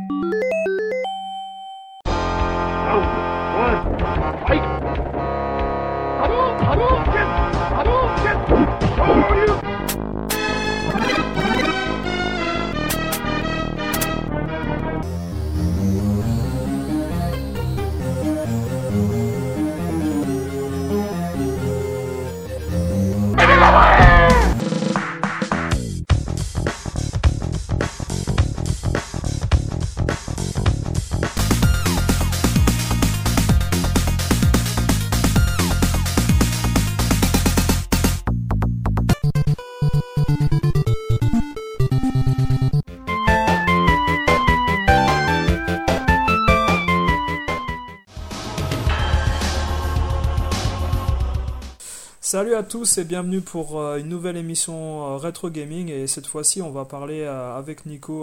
Salut à tous et bienvenue pour une nouvelle émission Retro Gaming, et cette fois-ci on va parler avec Nico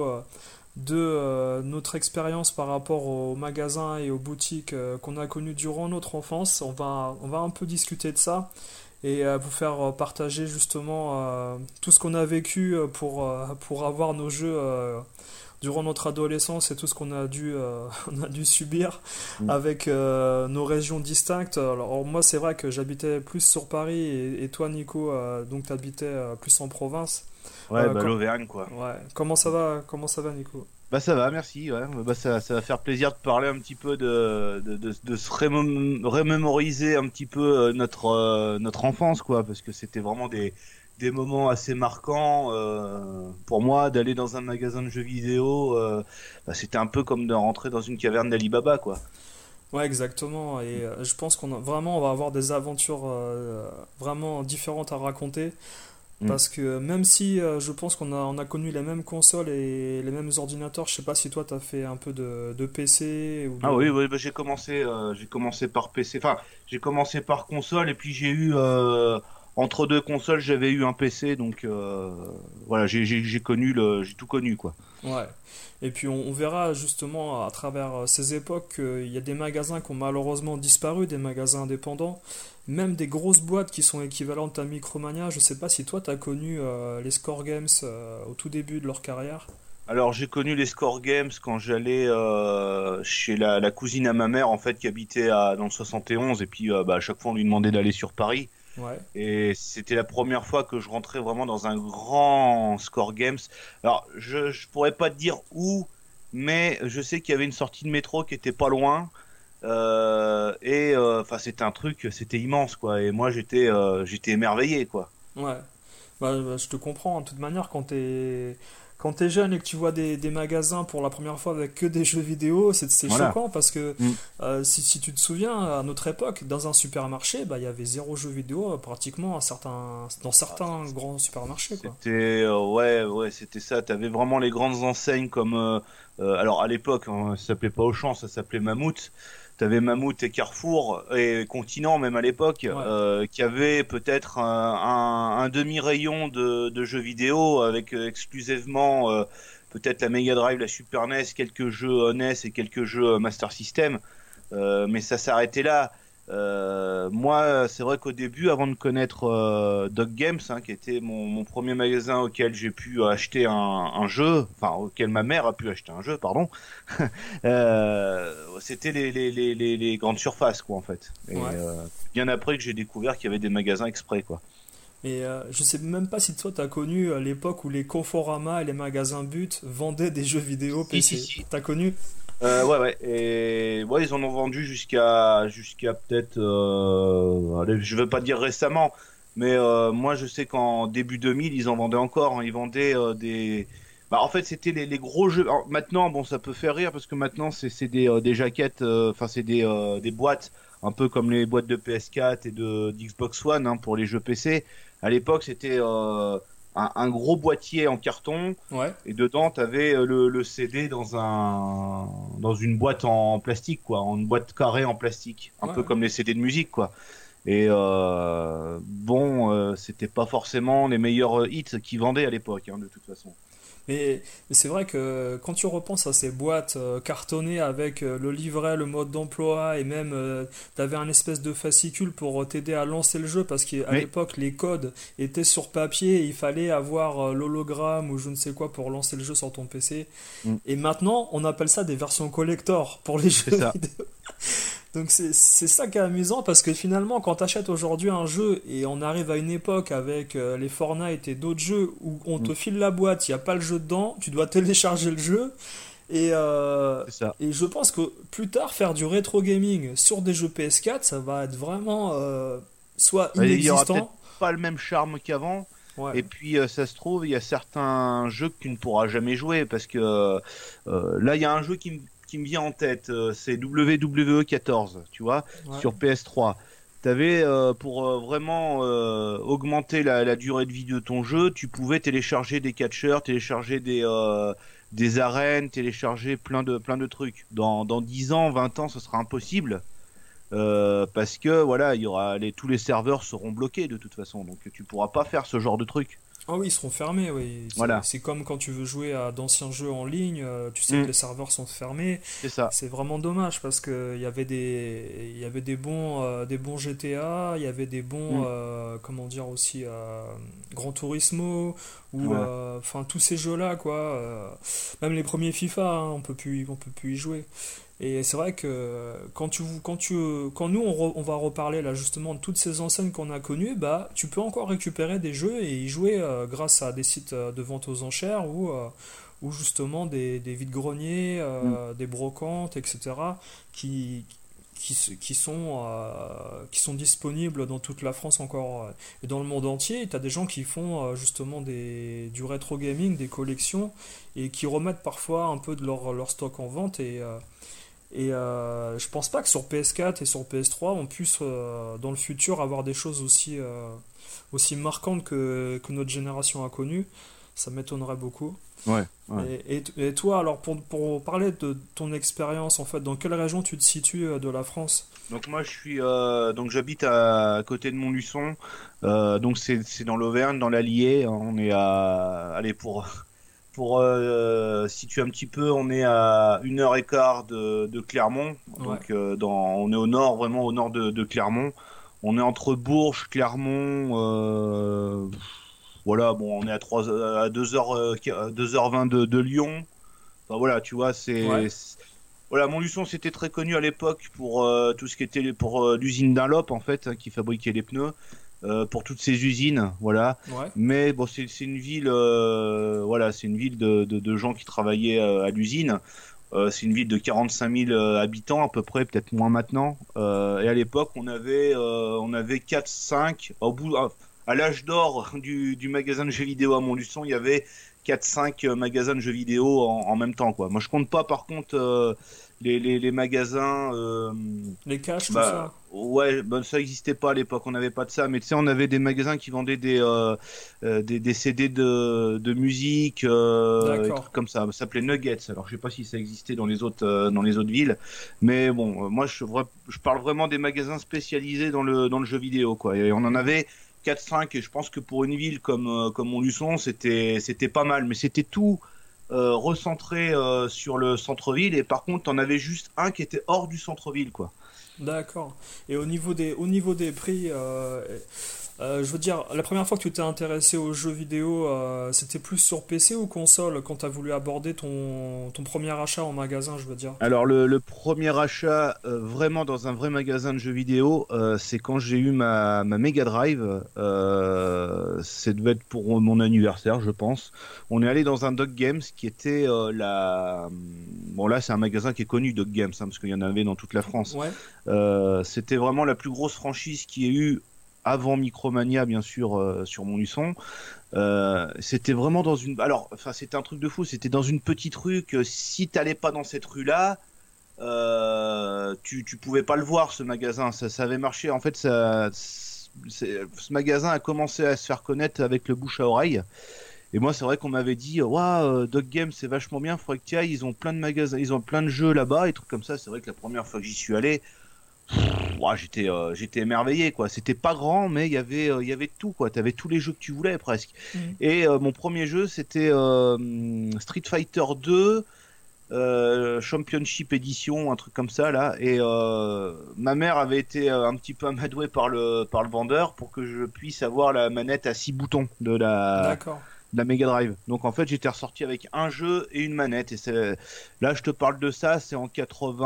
de notre expérience par rapport aux magasins et aux boutiques qu'on a connues durant notre enfance. On va un peu discuter de ça et vous faire partager justement tout ce qu'on a vécu pour avoir nos jeux durant notre adolescence et tout ce qu'on a on a dû subir avec nos régions distinctes. Alors moi c'est vrai que j'habitais plus sur Paris et toi Nico, donc tu habitais plus en province. Ouais, l'Auvergne quoi. Ouais. Comment ça va Nico? Bah ça va, merci. Ouais. Bah ça va faire plaisir de parler un petit peu de se remémoriser un petit peu notre enfance quoi, parce que c'était vraiment des moments assez marquants pour moi d'aller dans un magasin de jeux vidéo. C'était un peu comme de rentrer dans une caverne d'Ali Baba quoi. Ouais, exactement. Et je pense on va avoir des aventures vraiment différentes à raconter. Mm. Parce que même si je pense on a connu les mêmes consoles et les mêmes ordinateurs, je sais pas si toi t'as fait un peu de PC ou Ah de... oui, oui, bah j'ai commencé par PC, enfin j'ai commencé par console et puis j'ai eu entre deux consoles j'avais eu un PC donc voilà j'ai tout connu quoi. Ouais. Et puis on verra justement à travers ces époques qu'il y a des magasins qui ont malheureusement disparu, des magasins indépendants, même des grosses boîtes qui sont équivalentes à Micromania. Je sais pas si toi t'as connu les Score Games au tout début de leur carrière. Alors j'ai connu les Score Games quand j'allais chez la cousine à ma mère en fait qui habitait dans le 71 et puis à chaque fois on lui demandait d'aller sur Paris Ouais. et c'était la première fois que je rentrais vraiment dans un grand Score Games. Alors je pourrais pas te dire où, mais je sais qu'il y avait une sortie de métro qui était pas loin et enfin c'était un truc, c'était immense quoi et moi j'étais émerveillé quoi. Ouais. Je te comprends. De toute manière, quand t'es jeune et que tu vois des magasins pour la première fois avec que des jeux vidéo, c'est Voilà. choquant parce que Mm. si tu te souviens, à notre époque, dans un supermarché, bah, il y avait zéro jeu vidéo pratiquement dans certains grands supermarchés, quoi. C'était ouais c'était ça. T'avais vraiment les grandes enseignes comme alors à l'époque ça s'appelait pas Auchan, ça s'appelait Mammouth. T'avais Mammouth et Carrefour et Continent même à l'époque Ouais, qui avaient peut-être un demi-rayon de jeux vidéo avec exclusivement peut-être la Mega Drive, la Super NES, quelques jeux NES et quelques jeux Master System. Mais ça s'arrêtait là. Moi, c'est vrai qu'au début, avant de connaître Dog Games, hein, qui était mon premier magasin auquel j'ai pu acheter un jeu, enfin auquel ma mère a pu acheter un jeu, pardon, c'était les grandes surfaces, quoi, en fait. Et ouais. bien après que j'ai découvert qu'il y avait des magasins exprès, quoi. Et je sais même pas si toi t'as connu l'époque où les Conforama et les magasins But vendaient des jeux vidéo Si, si, PC. si. T'as connu? Ouais, ouais. Et ouais, ils en ont vendu jusqu'à peut-être, allez, je veux pas dire récemment, mais moi je sais qu'en début 2000 ils en vendaient encore, hein. Ils vendaient bah en fait c'était les gros jeux. Alors, maintenant bon ça peut faire rire parce que maintenant c'est des jaquettes, enfin c'est des boîtes un peu comme les boîtes de PS4 et de d'Xbox One hein, pour les jeux PC. À l'époque c'était un gros boîtier en carton Ouais. et dedans, t'avais le CD dans une boîte en plastique, quoi, en une boîte carrée en plastique, un peu Ouais. comme les CD de musique, quoi. Et bon, c'était pas forcément les meilleurs hits qui vendaient à l'époque, hein, de toute façon. Mais c'est vrai que quand tu repenses à ces boîtes cartonnées avec le livret, le mode d'emploi et même t'avais un espèce de fascicule pour t'aider à lancer le jeu parce qu'à Oui, l'époque les codes étaient sur papier et il fallait avoir l'hologramme ou je ne sais quoi pour lancer le jeu sur ton PC. mm, Et maintenant on appelle ça des versions collector pour les c'est jeux ça. vidéo. Donc c'est ça qui est amusant parce que finalement quand tu achètes aujourd'hui un jeu et on arrive à une époque avec les Fortnite et d'autres jeux où on Mm, te file la boîte, il n'y a pas le jeu dedans, tu dois télécharger le jeu et, euh, c'est ça. et je pense que plus tard faire du rétro gaming sur des jeux PS4 ça va être vraiment soit Il y aura peut-être inexistant, pas le même charme qu'avant. ouais, Et puis, ça se trouve, il y a certains jeux que tu ne pourras jamais jouer parce que là, il y a un jeu qui me vient en tête. C'est WWE 14, tu vois, ouais, sur PS3. T'avais pour vraiment augmenter la durée de vie de ton jeu, tu pouvais télécharger des catcheurs, télécharger des arènes, télécharger plein de trucs. Dans 10 ans, 20 ans, ce sera impossible. Parce que voilà, il y aura tous les serveurs seront bloqués de toute façon, donc tu pourras pas faire ce genre de truc. ah oui, ils seront fermés, oui. Voilà. C'est comme quand tu veux jouer à d'anciens jeux en ligne, tu sais que Mm, les serveurs sont fermés. c'est ça. C'est vraiment dommage parce que il y avait des bons GTA, il y avait des bons, Mm, comment dire aussi, Gran Turismo ou, voilà. enfin tous ces jeux-là, quoi. Même les premiers FIFA, hein, on peut plus y jouer. Et c'est vrai que quand nous on va reparler là justement de toutes ces enseignes qu'on a connues, bah tu peux encore récupérer des jeux et y jouer grâce à des sites de vente aux enchères ou justement des vides-greniers, Mm, des brocantes, etc. qui qui sont disponibles dans toute la France encore et dans le monde entier. Tu as des gens qui font justement du rétro gaming, des collections et qui remettent parfois un peu de leur stock en vente je pense pas que sur PS4 et sur PS3 on puisse dans le futur avoir des choses aussi marquantes que notre génération a connues. Ça m'étonnerait beaucoup. ouais, ouais. Et toi, alors pour parler de ton expérience, en fait, dans quelle région tu te situes de la France? Donc moi je suis donc j'habite à côté de Montluçon, donc c'est dans l'Auvergne, dans l'Allier. On est à allez pour situer un petit peu, on est à 1 heure et quart de Clermont. Ouais, Donc on est au nord, vraiment au nord de Clermont. On est entre Bourges, Clermont, voilà, bon, on est à 2h20 de Lyon. Enfin voilà, tu vois, ouais, voilà, Montluçon c'était très connu à l'époque pour tout ce qui était pour l'usine Dunlop en fait, hein, qui fabriquait les pneus pour toutes ces usines, voilà. ouais, Mais bon, c'est une ville, voilà, c'est une ville de gens qui travaillaient à l'usine. C'est une ville de 45 000 habitants à peu près, peut-être moins maintenant. Et à l'époque, on avait 4-5, à l'âge d'or du magasin de jeux vidéo à Montluçon, il y avait 4-5 magasins de jeux vidéo en même temps, quoi. Moi, je compte pas, par contre, les magasins. les caches, tout Bah ça. ouais, bah, ça existait pas à l'époque, on n'avait pas de ça, mais tu sais, on avait des magasins qui vendaient des CD de musique, des D'accord. trucs comme ça. Ça s'appelait Nuggets. Alors je sais pas si ça existait dans les autres villes, mais bon, moi je parle vraiment des magasins spécialisés dans le jeu vidéo, quoi. Et on en avait 4-5 et je pense que pour une ville comme Montluçon, c'était pas mal, mais c'était tout recentré sur le centre-ville, et par contre, on avait juste un qui était hors du centre-ville, quoi. D'accord. Et au niveau des prix, je veux dire, la première fois que tu t'es intéressé aux jeux vidéo, c'était plus sur PC ou console quand tu as voulu aborder ton premier achat en magasin, je veux dire. Alors le premier achat vraiment dans un vrai magasin de jeux vidéo, c'est quand j'ai eu ma Mega Drive. Ça devait être pour mon anniversaire, je pense. On est allé dans un Dog Games qui était bon là c'est un magasin qui est connu, Dog Games, hein, parce qu'il y en avait dans toute la France. Ouais, C'était vraiment la plus grosse franchise qu'il y ait eu avant Micromania, bien sûr, sur Montluçon. C'était vraiment dans une. Alors, enfin, c'était un truc de fou. C'était dans une petite rue que si t'allais pas dans cette rue-là, tu pouvais pas le voir, ce magasin. Ça avait marché. En fait, ce magasin a commencé à se faire connaître avec le bouche à oreille. Et moi, c'est vrai qu'on m'avait dit, waouh, Dog Game, c'est vachement bien. Faudrait que tu ailles. Ils ont plein de magasins, ils ont plein de jeux là-bas et trucs comme ça. C'est vrai que la première fois que j'y suis allé, moi j'étais émerveillé quoi. C'était pas grand, mais il y avait tout quoi. T'avais tous les jeux que tu voulais presque. Mhm. Et mon premier jeu c'était Street Fighter 2. Championship Edition, un truc comme ça là. Et ma mère avait été un petit peu amadouée par le vendeur pour que je puisse avoir la manette à 6 boutons D'accord. de la Mega Drive. Donc en fait, j'étais ressorti avec un jeu et une manette. Là, je te parle de ça, c'est en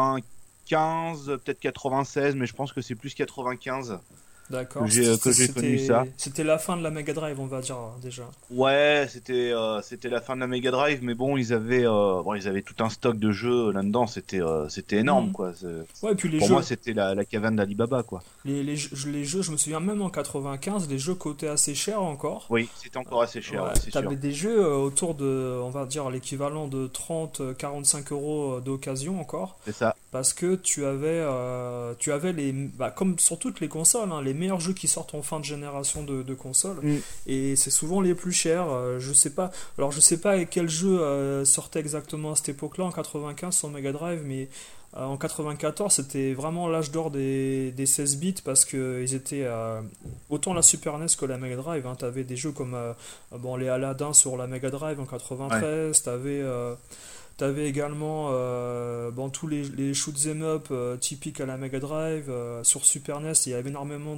95, peut-être 96, mais je pense que c'est plus 95 D'accord. que j'ai connu ça. C'était la fin de la Mega Drive, on va dire déjà. Ouais, c'était la fin de la Mega Drive, mais bon, ils avaient tout un stock de jeux là-dedans. C'était énorme Mhm. quoi. Ouais, et puis les Pour moi, jeux, c'était la caverne d'Alibaba quoi. les jeux, je me souviens même en 95, les jeux cotaient assez cher encore. Oui, c'était encore assez cher, Ouais, ouais, c'est sûr. t'avais des jeux autour de, on va dire, l'équivalent de 30-45 euros d'occasion encore. C'est ça. Parce que tu avais bah, comme sur toutes les consoles, hein, les meilleurs jeux qui sortent en fin de génération de consoles. Mm. Et c'est souvent les plus chers. Je sais pas, alors je sais pas quel jeu sortait exactement à cette époque-là, en 95 sur Mega Drive, mais en 94 c'était vraiment l'âge d'or des 16 bits parce que ils étaient autant la Super NES que la Mega Drive. Hein, t'avais des jeux comme bon, les Aladdin sur la Mega Drive en Ouais. 93, t'avais également bon, tous les shoot 'em up typiques à la Mega Drive. Sur Super NES, il y avait énormément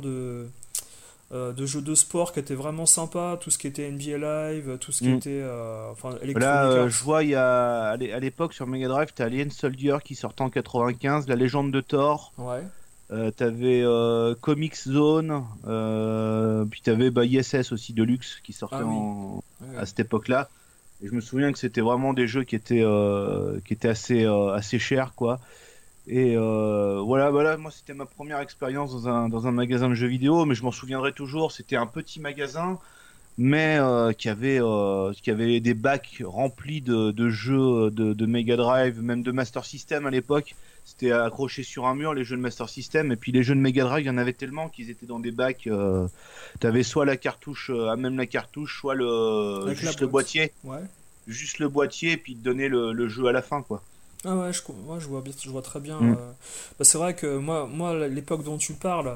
de jeux de sport qui étaient vraiment sympas. Tout ce qui était NBA Live, tout ce qui Mm. était enfin, Là, Electronic je Arts. vois, à l'époque sur Mega Drive, t'as Alien Soldier qui sortait en 95, La Légende de Thor, Ouais, t'avais Comics Zone, puis t'avais bah, ISS aussi Deluxe qui sortait ah oui. Ouais. à cette époque-là. Et je me souviens que c'était vraiment des jeux qui étaient assez chers, quoi. Et voilà, moi c'était ma première expérience dans un magasin de jeux vidéo, mais je m'en souviendrai toujours. C'était un petit magasin, mais qui avait des bacs remplis de jeux de Mega Drive, même de Master System à l'époque. C'était accroché sur un mur les jeux de Master System, et puis les jeux de Mega Drive, il y en avait tellement qu'ils étaient dans des bacs. T'avais soit la cartouche, même la cartouche, soit Avec la juste le boîte. boîtier, Ouais. et puis ils te donnaient le jeu à la fin, quoi. Ah ouais, moi, je vois très bien. Mm. Bah, c'est vrai que moi l'époque dont tu parles,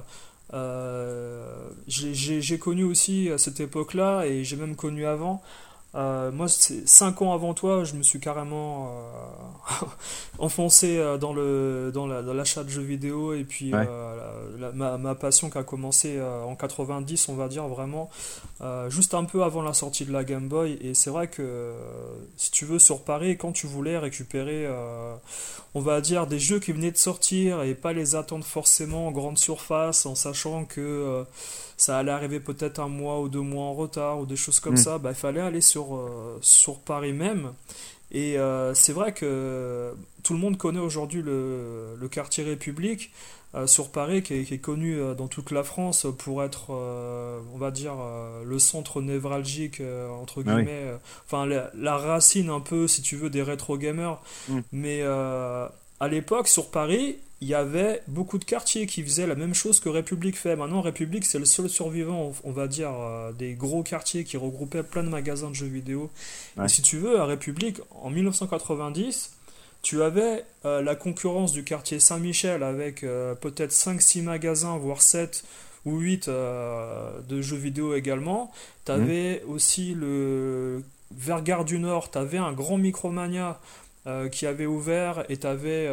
j'ai connu aussi à cette époque-là et j'ai même connu avant. Moi, c'est 5 ans avant toi, je me suis carrément enfoncé dans l'achat de jeux vidéo et puis Ouais. ma passion qui a commencé en 90, on va dire vraiment, juste un peu avant la sortie de la Game Boy. Et c'est vrai que si tu veux, sur Paris, quand tu voulais récupérer, on va dire, des jeux qui venaient de sortir et pas les attendre forcément en grande surface en sachant que ça allait arriver peut-être un mois ou 2 mois en retard ou des choses comme Mm. ça, bah, il fallait aller sur Paris même. Et c'est vrai que tout le monde connaît aujourd'hui le quartier République sur Paris qui est connu dans toute la France pour être, on va dire, le centre névralgique, entre Ah oui. guillemets, enfin la racine un peu, si tu veux, des rétro gamers. Mm. Mais à l'époque, sur Paris, il y avait beaucoup de quartiers qui faisaient la même chose que République fait. Maintenant, République, c'est le seul survivant, on va dire, des gros quartiers qui regroupaient plein de magasins de jeux vidéo. Et Ouais. si tu veux, à République, en 1990, tu avais la concurrence du quartier Saint-Michel avec peut-être 5-6 magasins, voire 7 ou 8 de jeux vidéo également. Tu Mm. avais aussi le vers Gare du Nord, tu avais un grand Micromania qui avait ouvert et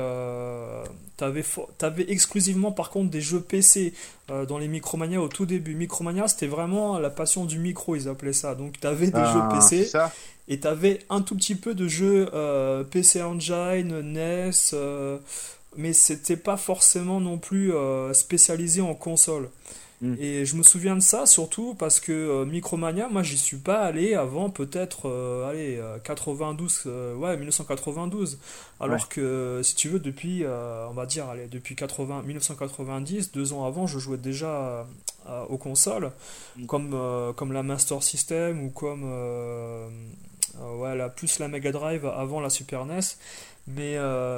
t'avais exclusivement par contre des jeux PC dans les Micromania au tout début. Micromania c'était vraiment la passion du micro, ils appelaient ça. Donc t'avais des jeux Ben, c'est PC ça. et t'avais un tout petit peu de jeux PC Engine, NES, mais c'était pas forcément non plus spécialisé en console. Mm. Et je me souviens de ça surtout parce que Micromania, moi j'y suis pas allé avant peut-être allez, 92, ouais 1992. Ouais. Alors que si tu veux depuis, on va dire allez, depuis 1990, 2 ans avant, je jouais déjà aux consoles Mm. comme la Master System ou comme ouais, plus la Mega Drive avant la Super NES. Mais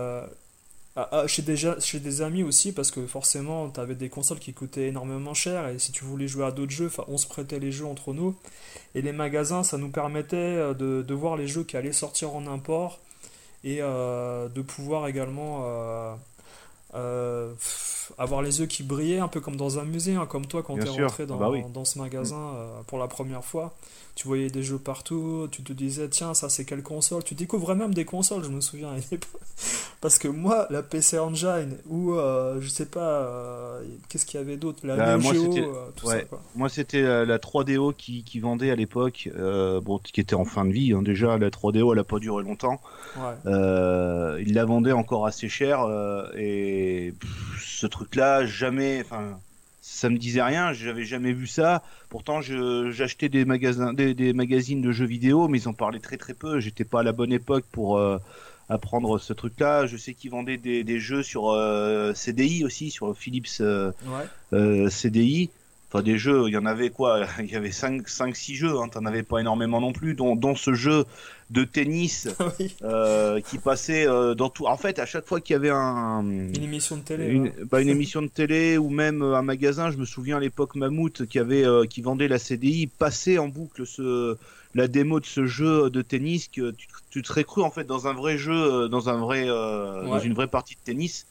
chez des amis aussi, parce que forcément, tu avais des consoles qui coûtaient énormément cher, et si tu voulais jouer à d'autres jeux, on se prêtait les jeux entre nous. Et les magasins, ça nous permettait de voir les jeux qui allaient sortir en import, et de pouvoir également avoir les yeux qui brillaient, un peu comme dans un musée, hein, comme toi quand Bien t'es sûr. rentré Ah bah oui. dans ce magasin pour la première fois. Tu voyais des jeux partout, tu te disais, tiens, ça c'est quelle console? Tu découvrais même des consoles, je me souviens à une époque. Parce que moi, la PC Engine, ou je sais pas, qu'est-ce qu'il y avait d'autre? La Neo Moi, Geo, c'était tout ça, ouais. quoi. Moi, c'était la 3DO qui vendait à l'époque, bon, qui était en fin de vie, hein, déjà. La 3DO, elle a pas duré longtemps. Ouais. Il la vendait encore assez cher et ce truc-là, jamais, enfin, ça me disait rien. J'avais jamais vu ça. Pourtant, j'achetais des magazines de jeux vidéo, mais ils en parlaient très très peu. J'étais pas à la bonne époque pour apprendre ce truc-là. Je sais qu'ils vendaient des jeux sur CDI aussi, sur Philips Ouais. CDI. Enfin, des jeux, il y en avait quoi? Il y avait 6 jeux, hein, t'en avais pas énormément non plus, dont ce jeu de tennis Oui. qui passait dans tout. En fait, à chaque fois qu'il y avait Une émission de télé, ouais. une émission de télé ou même un magasin, je me souviens à l'époque Mammouth qui vendait la CDI, passait en boucle la démo de ce jeu de tennis que tu te serais cru en fait dans un vrai jeu, dans Ouais. une vraie partie de tennis.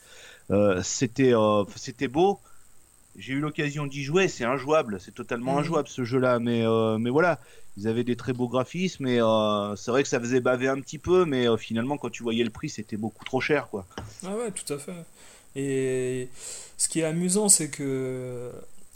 C'était beau. J'ai eu l'occasion d'y jouer, c'est injouable, c'est totalement Mhm. injouable ce jeu-là, mais voilà, ils avaient des très beaux graphismes et c'est vrai que ça faisait baver un petit peu, mais finalement quand tu voyais le prix, c'était beaucoup trop cher, quoi. Ah ouais, tout à fait. Et ce qui est amusant, c'est que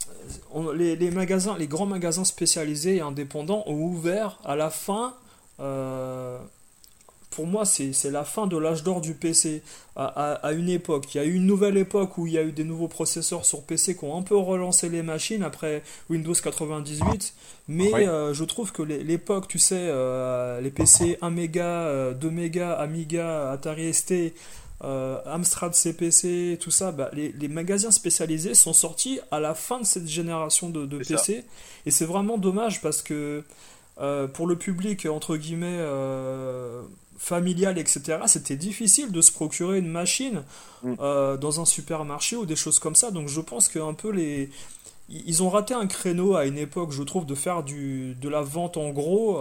les magasins, les grands magasins spécialisés et indépendants ont ouvert à la fin. euh, pour moi, c'est la fin de l'âge d'or du PC. À une époque, il y a eu une nouvelle époque où il y a eu des nouveaux processeurs sur PC qui ont un peu relancé les machines après Windows 98. Mais Ouais, je trouve que l'époque, tu sais, les PC 1 méga, 2 mégas, Amiga, Atari ST, Amstrad CPC, tout ça, bah, les magasins spécialisés sont sortis à la fin de cette génération de c'est ça. PC. Et c'est vraiment dommage parce que pour le public, entre guillemets, familial, etc., c'était difficile de se procurer une machine Mm. dans un supermarché ou des choses comme ça. Donc je pense que un peu ils ont raté un créneau à une époque, je trouve, de faire de la vente en gros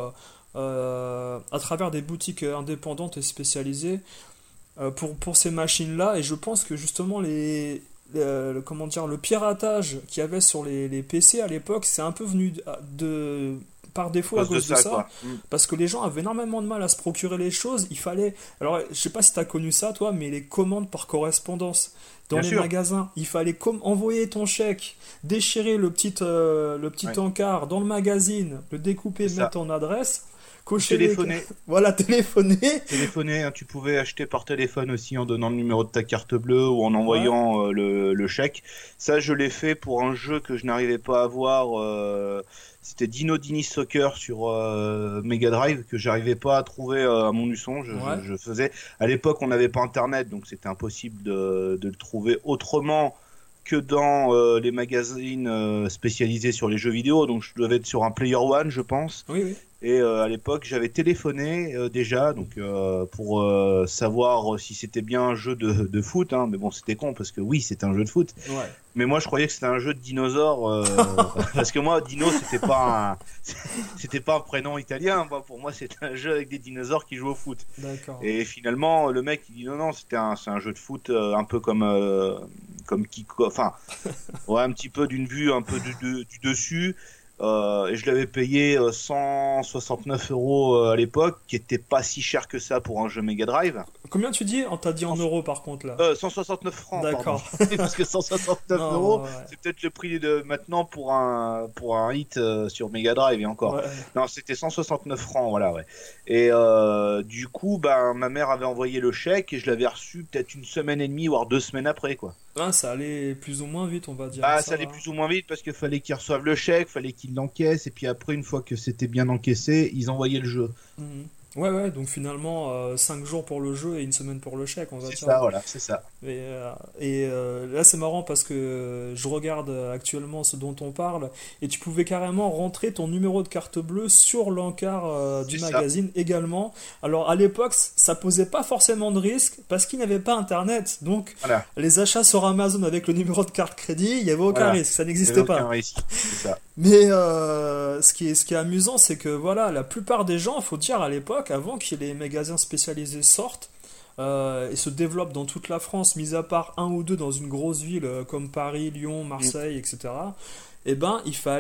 à travers des boutiques indépendantes et spécialisées pour ces machines-là. Et je pense que justement comment dire, le piratage qu'il y avait sur les PC à l'époque, c'est un peu venu par À défaut à cause de cause de ça, ça, quoi. Mm. parce que les gens avaient énormément de mal à se procurer les choses. Il fallait, alors je sais pas si tu as connu ça toi, mais les commandes par correspondance dans Bien les sûr. magasins, il fallait envoyer ton chèque, déchirer le petit Ouais, encart dans le magazine, le découper, c'est ça. mettre ton adresse, Ou cocher téléphoner. voilà, téléphoner. Téléphoner, hein, tu pouvais acheter par téléphone aussi en donnant le numéro de ta carte bleue ou en Ouais, envoyant le chèque. Ça, je l'ai fait pour un jeu que je n'arrivais pas à voir. C'était Dino Dini Soccer sur Mega Drive que j'arrivais pas à trouver à mon Luçon. ouais. Je faisais. À l'époque, on n'avait pas Internet, donc c'était impossible de le trouver autrement que dans les magazines spécialisés sur les jeux vidéo. Donc je devais être sur un Player One, je pense. Oui, oui. Et à l'époque, j'avais téléphoné déjà donc pour savoir si c'était bien un jeu de foot. Hein, mais bon, c'était con parce que oui, c'était un jeu de foot. Ouais. Mais moi, je croyais que c'était un jeu de dinosaures parce que moi, Dino, c'était pas un prénom italien. Moi, pour moi, c'était un jeu avec des dinosaures qui jouent au foot. D'accord. Et finalement, le mec, il dit non, non, c'est un jeu de foot un peu comme Kiko, enfin, ouais, un petit peu d'une vue un peu du dessus. Et je l'avais payé 169 € à l'époque, qui était pas si cher que ça pour un jeu Mega Drive. Combien tu dis? On t'a dit en euros par contre là. 169 francs, pardon. D'accord. Parce que 169 euros, Non, ouais. c'est peut-être le prix de maintenant pour un hit sur Mega Drive et encore. Ouais. Non, c'était 169 francs, voilà, ouais. Et du coup, ben, ma mère avait envoyé le chèque et je l'avais reçu peut-être une semaine et demie, voire 2 semaines après, quoi. Ah, ça allait plus ou moins vite, on va dire. Bah, Ça ça allait va. plus ou moins vite parce qu'il fallait qu'ils reçoivent le chèque, fallait qu'ils l'encaissent, et puis après, une fois que c'était bien encaissé, ils envoyaient le jeu. Mhm. Ouais, ouais, donc finalement, 5 jours pour le jeu et une semaine pour le chèque, on va C'est dire. ça, voilà, c'est ça. Là, c'est marrant parce que je regarde actuellement ce dont on parle et tu pouvais carrément rentrer ton numéro de carte bleue sur l'encart du C'est ça. magazine également. Alors, à l'époque, ça posait pas forcément de risque parce qu'il n'y avait pas Internet. Donc, Voilà, les achats sur Amazon avec le numéro de carte crédit, il n'y avait aucun voilà. risque, ça Il n'y avait n'existait aucun pas. risque, c'est ça. Mais ce qui est amusant, c'est que voilà, la plupart des gens, faut dire à l'époque, avant que les magasins spécialisés sortent, et se développe dans toute la France, mis à part un ou deux dans une grosse ville comme Paris, Lyon, Marseille, etc. Eh ben,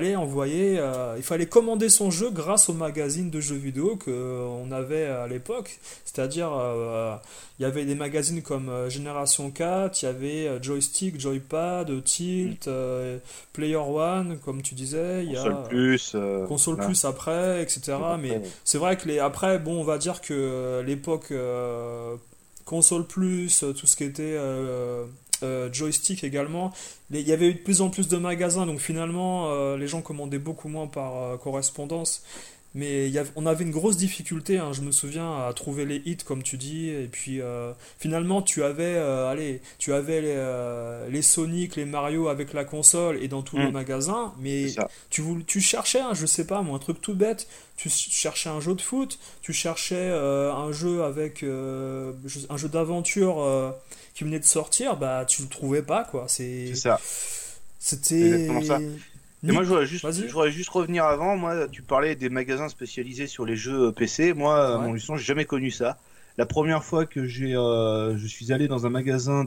il fallait commander son jeu grâce au magazine de jeux vidéo qu'on avait à l'époque. C'est-à-dire, il y avait des magazines comme Génération 4, il y avait Joystick, Joypad, Tilt, Player One, comme tu disais, il y a Console Plus, Console voilà. Plus après, etc. Mais Après, c'est vrai que après, bon, on va dire que l'époque Console Plus, tout ce qui était joystick également, il y avait eu de plus en plus de magasins, donc finalement, les gens commandaient beaucoup moins par correspondance. Mais on avait une grosse difficulté, hein, je me souviens, à trouver les hits, comme tu dis. Et puis, finalement, tu avais les Sonic, les Mario avec la console et dans tous les magasins. c'est Mais ça. tu cherchais, je sais pas, moi, un truc tout bête. Tu cherchais un jeu de foot, tu cherchais un jeu avec un jeu d'aventure qui venait de sortir, bah tu le trouvais pas, quoi. C'est ça. C'est exactement ça. C'était Et moi, ni. je Vas-y. voudrais juste revenir avant. Moi, tu parlais des magasins spécialisés sur les jeux PC. Moi, à Ouais. mon Luçon, j'ai jamais connu ça. La première fois que je suis allé dans un magasin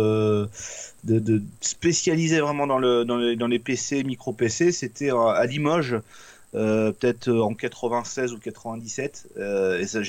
de spécialisé vraiment dans les PC, micro PC, c'était à Limoges, peut-être en 96 ou 97. Et ça,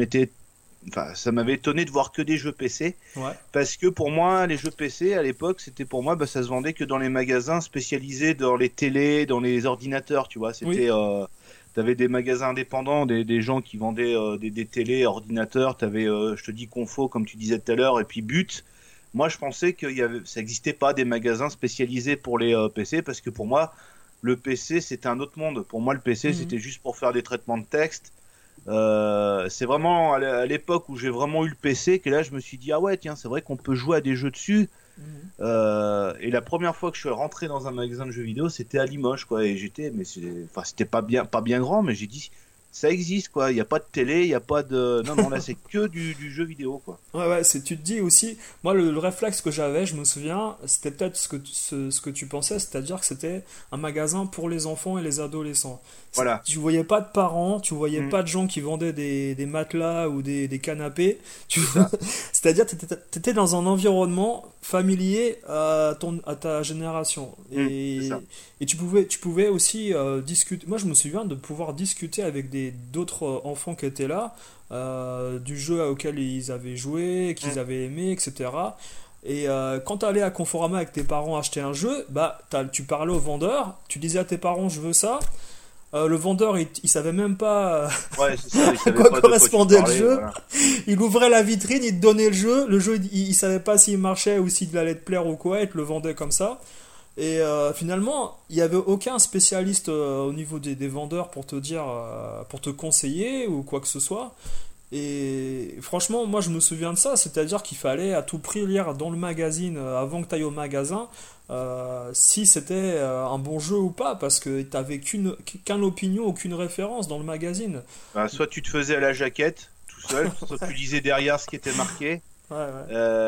enfin, ça m'avait étonné de voir que des jeux PC. Ouais. Parce que pour moi, les jeux PC à l'époque, c'était pour moi, bah, ça se vendait que dans les magasins spécialisés dans les télés, dans les ordinateurs, tu vois. Oui. T'avais des magasins indépendants, des gens qui vendaient des télés, ordinateurs. T'avais, je te dis, Confo, comme tu disais tout à l'heure, et puis But. Moi, je pensais ça n'existait pas des magasins spécialisés pour les PC, parce que pour moi, le PC, c'était un autre monde. Pour moi, le PC, Mhm. c'était juste pour faire des traitements de texte. C'est vraiment à l'époque où j'ai vraiment eu le PC que là je me suis dit ah ouais tiens c'est vrai qu'on peut jouer à des jeux dessus. Mhm. Et la première fois que je suis rentré dans un magasin de jeux vidéo c'était à Limoges quoi et enfin c'était pas bien grand mais j'ai dit ça existe quoi il y a pas de télé il y a pas de non là c'est que du jeu vidéo quoi. Ouais, ouais, tu te dis aussi, moi le réflexe que j'avais, je me souviens, c'était peut-être ce que tu pensais, c'est-à-dire que c'était un magasin pour les enfants et les adolescents. Voilà. Tu voyais pas de parents, tu voyais Mm, pas de gens qui vendaient des matelas ou des canapés. c'est ça. C'est-à-dire que tu étais dans un environnement familier à ta génération. C'est ça. Et tu pouvais aussi discuter. Moi, je me souviens de pouvoir discuter avec d'autres enfants qui étaient là du jeu auquel ils avaient joué, qu'ils Mm, avaient aimé, etc. Et quand tu allais à Conforama avec tes parents acheter un jeu, bah, tu parlais au vendeur, tu disais à tes parents je veux ça. Le vendeur il savait même pas ouais c'est ça il à savait quoi pas de quoi tu correspondait le parlais jeu. voilà. Il ouvrait la vitrine, il te donnait le jeu il savait pas s'il marchait ou s'il allait te plaire ou quoi, il te le vendait comme ça. Et finalement, il n'y avait aucun spécialiste au niveau des vendeurs pour te dire, pour te conseiller ou quoi que ce soit. Et franchement, moi je me souviens de ça, c'est-à-dire qu'il fallait à tout prix lire dans le magazine avant que tu ailles au magasin si c'était un bon jeu ou pas, parce que tu n'avais qu'une opinion, aucune référence dans le magazine. Bah, soit tu te faisais à la jaquette tout seul soit tu lisais derrière ce qui était marqué. Ouais, ouais.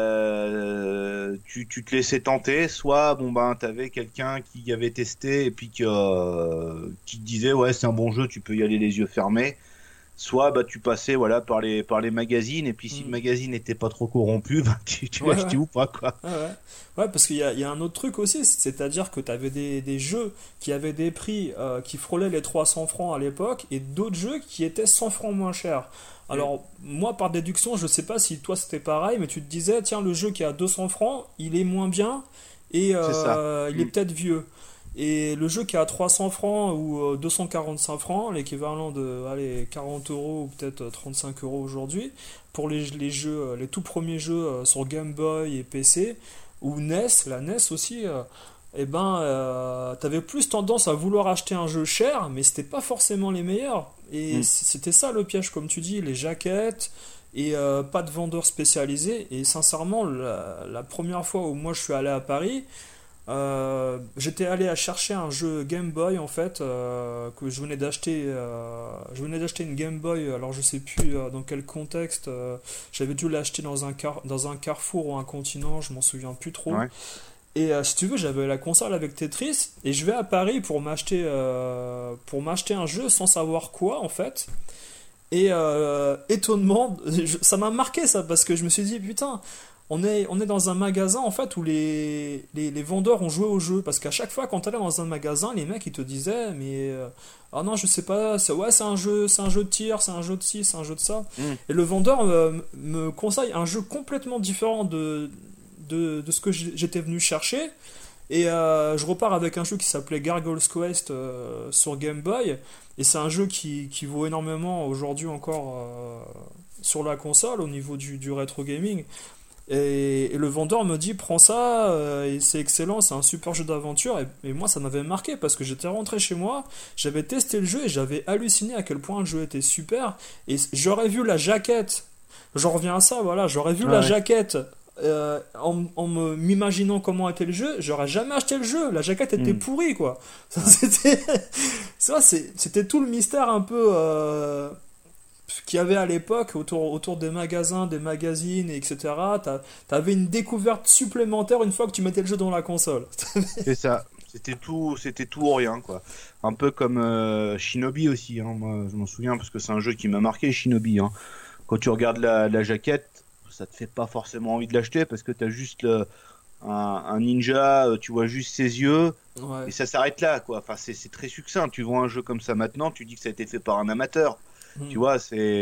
Tu te laissais tenter, soit bon ben t'avais quelqu'un qui avait testé et puis qui te disait ouais c'est un bon jeu, tu peux y aller les yeux fermés, soit bah tu passais voilà par les magazines et puis si le Hmm. magazine n'était pas trop corrompu, bah, tu Ouais, ouais. achetais ou pas quoi. Ouais, ouais. Ouais, parce qu'il y a un autre truc aussi, c'est-à-dire que tu avais des jeux qui avaient des prix qui frôlaient les 300 francs à l'époque et d'autres jeux qui étaient 100 francs moins chers. Mm, Alors, moi, par déduction, je sais pas si toi c'était pareil, mais tu te disais, tiens, le jeu qui est à 200 francs, il est moins bien et c'est ça. il est Mm, peut-être vieux. Et le jeu qui est à 300 francs ou 245 francs, l'équivalent de allez, 40 euros ou peut-être 35 euros aujourd'hui, pour les jeux, les tout premiers jeux sur Game Boy et PC, ou NES, la NES aussi, eh ben, t'avais plus tendance à vouloir acheter un jeu cher, mais c'était pas forcément les meilleurs. Et mm. c'était ça le piège, comme tu dis, les jaquettes et pas de vendeurs spécialisés. Et sincèrement, la première fois où moi je suis allé à Paris, j'étais allé à chercher un jeu Game Boy en fait que je venais d'acheter. Je venais d'acheter une Game Boy. Alors je sais plus dans quel contexte. J'avais dû l'acheter dans un Carrefour ou un Continent. Je m'en souviens plus trop. Ouais. Et si tu veux, j'avais la console avec Tetris et je vais à Paris pour m'acheter un jeu sans savoir quoi en fait. Et étonnement, ça m'a marqué ça parce que je me suis dit putain, on est dans un magasin en fait où les vendeurs ont joué au jeu parce qu'à chaque fois quand tu allais dans un magasin, les mecs ils te disaient mais ah non je sais pas, ouais c'est un jeu de tir, c'est un jeu de ci, c'est un jeu de ça. Mm. Et le vendeur me conseille un jeu complètement différent de ce que j'étais venu chercher. Et je repars avec un jeu qui s'appelait Gargoyle's Quest sur Game Boy. Et c'est un jeu qui vaut énormément aujourd'hui encore sur la console au niveau du rétro gaming. Et le vendeur me dit prends ça, et c'est excellent, c'est un super jeu d'aventure. Et moi ça m'avait marqué parce que j'étais rentré chez moi, j'avais testé le jeu et j'avais halluciné à quel point le jeu était super. Et j'aurais vu la jaquette, j'en reviens à ça, voilà, j'aurais vu Ouais, la ouais. jaquette m'imaginant comment était le jeu, j'aurais jamais acheté le jeu. La jaquette était Mm. pourrie, quoi. Ça, Ouais. c'était tout le mystère un peu qu'il y avait à l'époque autour des magasins, des magazines, etc. T'avais une découverte supplémentaire une fois que tu mettais le jeu dans la console. C'est ça. C'était tout ou rien, quoi. Un peu comme Shinobi aussi, hein. Moi, je m'en souviens parce que c'est un jeu qui m'a marqué, Shinobi, hein. Quand tu regardes la jaquette, ça te fait pas forcément envie de l'acheter parce que t'as juste un ninja, tu vois juste ses yeux Ouais. et ça s'arrête là, quoi. Enfin, c'est très succinct. Tu vois un jeu comme ça maintenant, tu dis que ça a été fait par un amateur. Tu Hmm. vois,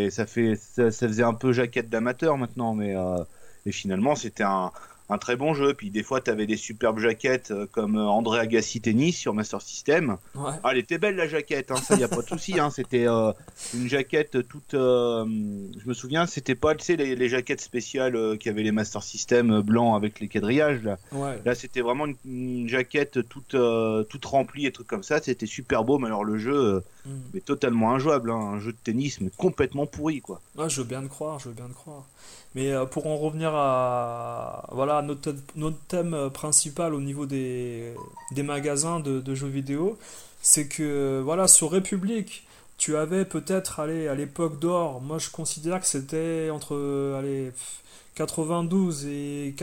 ça faisait un peu jaquette d'amateur maintenant, mais et finalement c'était un très bon jeu. Puis des fois, tu avais des superbes jaquettes comme André Agassi Tennis sur Master System. Ouais. Ah, elle était belle la jaquette, hein, ça y a pas de souci. Hein, c'était une jaquette toute. Je me souviens, c'était pas, tu sais, les jaquettes spéciales qui avaient les Master System blancs avec les quadrillages là. Ouais. Là, c'était vraiment une jaquette toute remplie et trucs comme ça. C'était super beau, mais alors le jeu, Hmm. mais totalement injouable, hein. Un jeu de tennis, mais complètement pourri, quoi. Ouais, je veux bien le croire, je veux bien le croire. Mais pour en revenir à voilà, à notre thème principal au niveau des magasins de jeux vidéo, c'est que voilà, sur République, tu avais peut-être, allez, à l'époque d'or, moi je considère que c'était entre allez, 92 et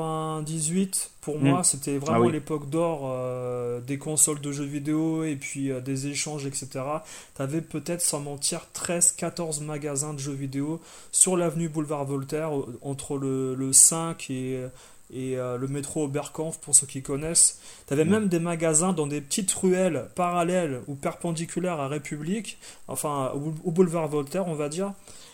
98, pour Hmm. moi, c'était Ah vraiment oui. l'époque d'or des consoles de jeux vidéo et puis des échanges, etc. T'avais peut-être, sans mentir, 13-14 magasins de jeux vidéo sur l'avenue Boulevard Voltaire, entre le 5 et le métro Oberkampf, pour ceux qui connaissent. T'avais Hmm. même des magasins dans des petites ruelles parallèles ou perpendiculaires à République, enfin au Boulevard Voltaire, on va dire.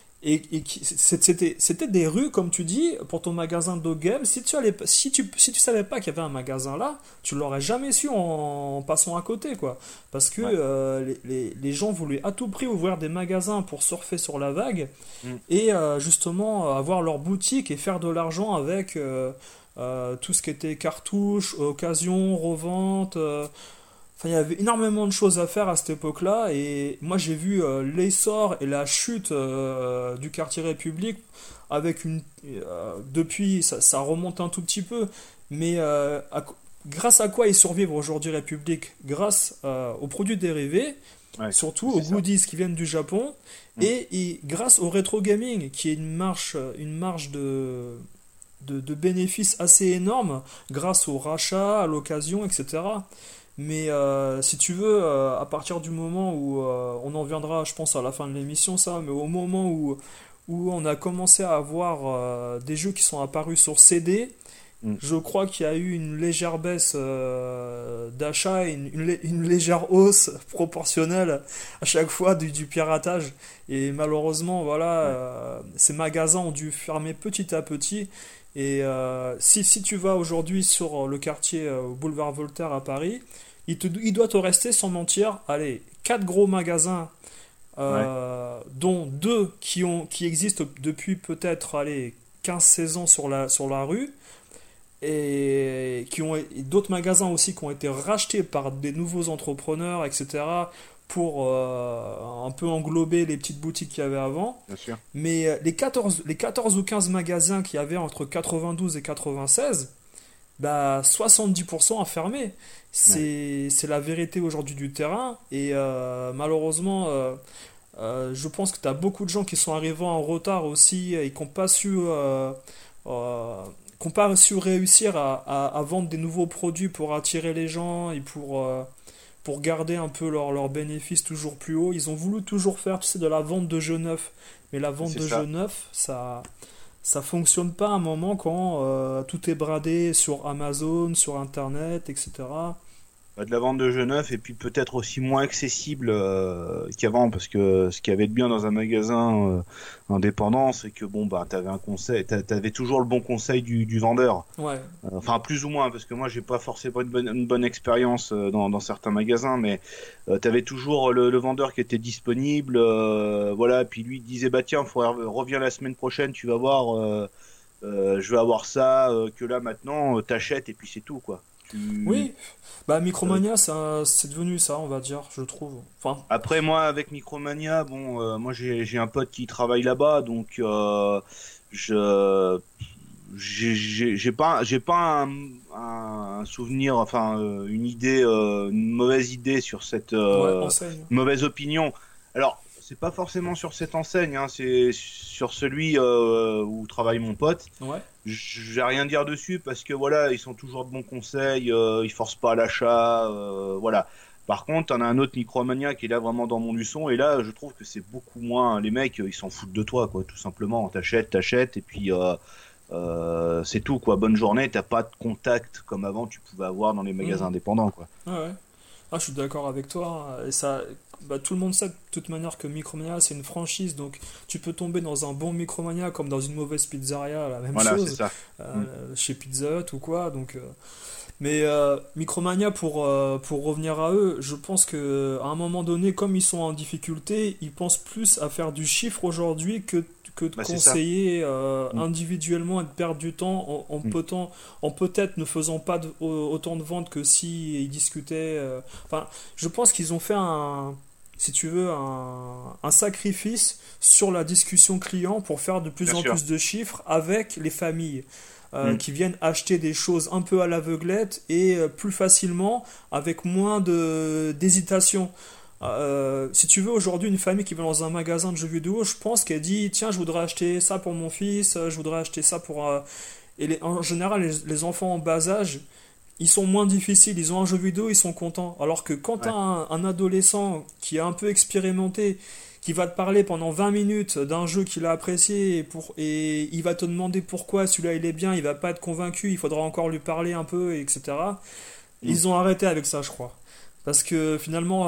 C'était des rues, comme tu dis, pour ton magasin de game. Si tu savais pas qu'il y avait un magasin là, tu l'aurais jamais su en passant à côté, quoi. Parce que Ouais. les gens voulaient à tout prix ouvrir des magasins pour surfer sur la vague Hmm. et justement avoir leur boutique et faire de l'argent avec tout ce qui était cartouches, occasion, revente. Enfin, il y avait énormément de choses à faire à cette époque-là, et moi j'ai vu l'essor et la chute du quartier République avec depuis, ça remonte un tout petit peu, mais grâce à quoi ils survivent aujourd'hui République? Grâce aux produits dérivés, Ouais, surtout aux c'est ça. goodies qui viennent du Japon, Hmm. et grâce au rétro gaming, qui est une marge de bénéfices assez énorme grâce au rachat, à l'occasion, etc. Mais si tu veux, à partir du moment où on en viendra, je pense, à la fin de l'émission, ça, mais au moment où on a commencé à avoir des jeux qui sont apparus sur CD, Hmm. je crois qu'il y a eu une légère baisse d'achat et une légère hausse proportionnelle à chaque fois du piratage. Et malheureusement, voilà, Ouais. ces magasins ont dû fermer petit à petit. Et si tu vas aujourd'hui sur le quartier au boulevard Voltaire à Paris, il doit te rester, sans mentir, allez, quatre gros magasins, Ouais. dont deux qui existent depuis peut-être, allez, 15-16 ans sur la rue, et et d'autres magasins aussi qui ont été rachetés par des nouveaux entrepreneurs, etc., pour un peu englober les petites boutiques qu'il y avait avant. Bien sûr. Mais les quatorze ou 15 magasins qu'il y avait entre 92 et 96, bah 70% a fermé. Ouais. C'est la vérité aujourd'hui du terrain. Et malheureusement, je pense que tu as beaucoup de gens qui sont arrivés en retard aussi et qui n'ont pas su réussir à vendre des nouveaux produits pour attirer les gens et pour garder un peu leurs bénéfices toujours plus haut. Ils ont voulu toujours faire, tu sais, de la vente de jeux neufs. Mais la vente C'est de ça. jeux neufs, ça fonctionne pas à un moment quand tout est bradé sur Amazon, sur Internet, etc. Bah, de la vente de jeux neufs et puis peut-être aussi moins accessible qu'avant parce que ce qui avait de bien dans un magasin indépendant c'est que bon bah t'avais un conseil, t'avais toujours le bon conseil du vendeur. Ouais, Enfin plus ou moins parce que moi j'ai pas forcément une bonne expérience dans certains magasins mais t'avais toujours le vendeur qui était disponible voilà puis lui il disait bah tiens reviens la semaine prochaine tu vas voir je vais avoir ça que là maintenant t'achètes et puis c'est tout quoi. Tu oui, bah euh, Micromania, c'est devenu ça, on va dire, je trouve. Enfin, Après moi avec Micromania, bon moi j'ai un pote qui travaille là-bas donc je j'ai pas un souvenir enfin une idée une mauvaise idée sur cette ouais, enseigne. mauvaise opinion. Alors c'est pas forcément sur cette enseigne hein, c'est sur celui où travaille mon pote. Ouais. Je vais rien dire dessus parce que voilà, ils sont toujours de bons conseils, ils forcent pas à l'achat, voilà. Par contre, t'en as un autre Micromania qui est là vraiment dans mon luçon et là, je trouve que c'est beaucoup moins. Les mecs, ils s'en foutent de toi, quoi, tout simplement. T'achètes et puis c'est tout, quoi. Bonne journée. T'as pas de contact comme avant tu pouvais avoir dans les magasins Mhm. indépendants, quoi. Ouais, ouais. Ah, je suis d'accord avec toi, hein. Et ça, bah, tout le monde sait de toute manière que Micromania c'est une franchise, donc tu peux tomber dans un bon Micromania comme dans une mauvaise pizzeria, la même Voilà, c'est chose, ça. Mm. chez Pizza Hut ou quoi. Donc, mais Micromania, pour revenir à eux, je pense que à un moment donné, comme ils sont en difficulté, ils pensent plus à faire du chiffre aujourd'hui que de Bah c'est ça. conseiller Mm. individuellement et de perdre du temps Mm. en peut-être ne faisant pas autant de ventes que si ils discutaient. Enfin, je pense qu'ils ont fait si tu veux, un sacrifice sur la discussion client pour faire de plus Bien en sûr. plus de chiffres avec les familles Mm. qui viennent acheter des choses un peu à l'aveuglette et plus facilement avec moins d'hésitation. Si tu veux aujourd'hui une famille qui va dans un magasin de jeux vidéo, je pense qu'elle dit tiens je voudrais acheter ça pour mon fils, je voudrais acheter ça pour en général les enfants en bas âge ils sont moins difficiles, ils ont un jeu vidéo, ils sont contents. Alors que quand tu as Ouais. un adolescent qui est un peu expérimenté, qui va te parler pendant 20 minutes d'un jeu qu'il a apprécié et il va te demander pourquoi celui-là il est bien, il va pas être convaincu, il faudra encore lui parler un peu, etc. Mm. Ils ont arrêté avec ça, je crois. Parce que finalement,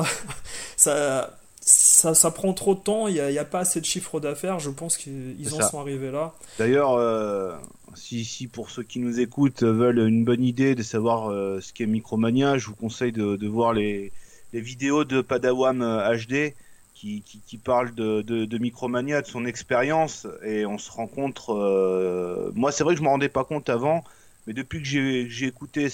ça prend trop de temps, il y a pas assez de chiffre d'affaires, je pense C'est qu'ils en ça. sont arrivés là. D'ailleurs, si pour ceux qui nous écoutent veulent une bonne idée de savoir ce qu'est Micromania, je vous conseille de voir les vidéos de Padawan HD qui parlent de Micromania, de son expérience, et on se rend compte. Moi, c'est vrai que je me rendais pas compte avant, mais depuis que j'ai écouté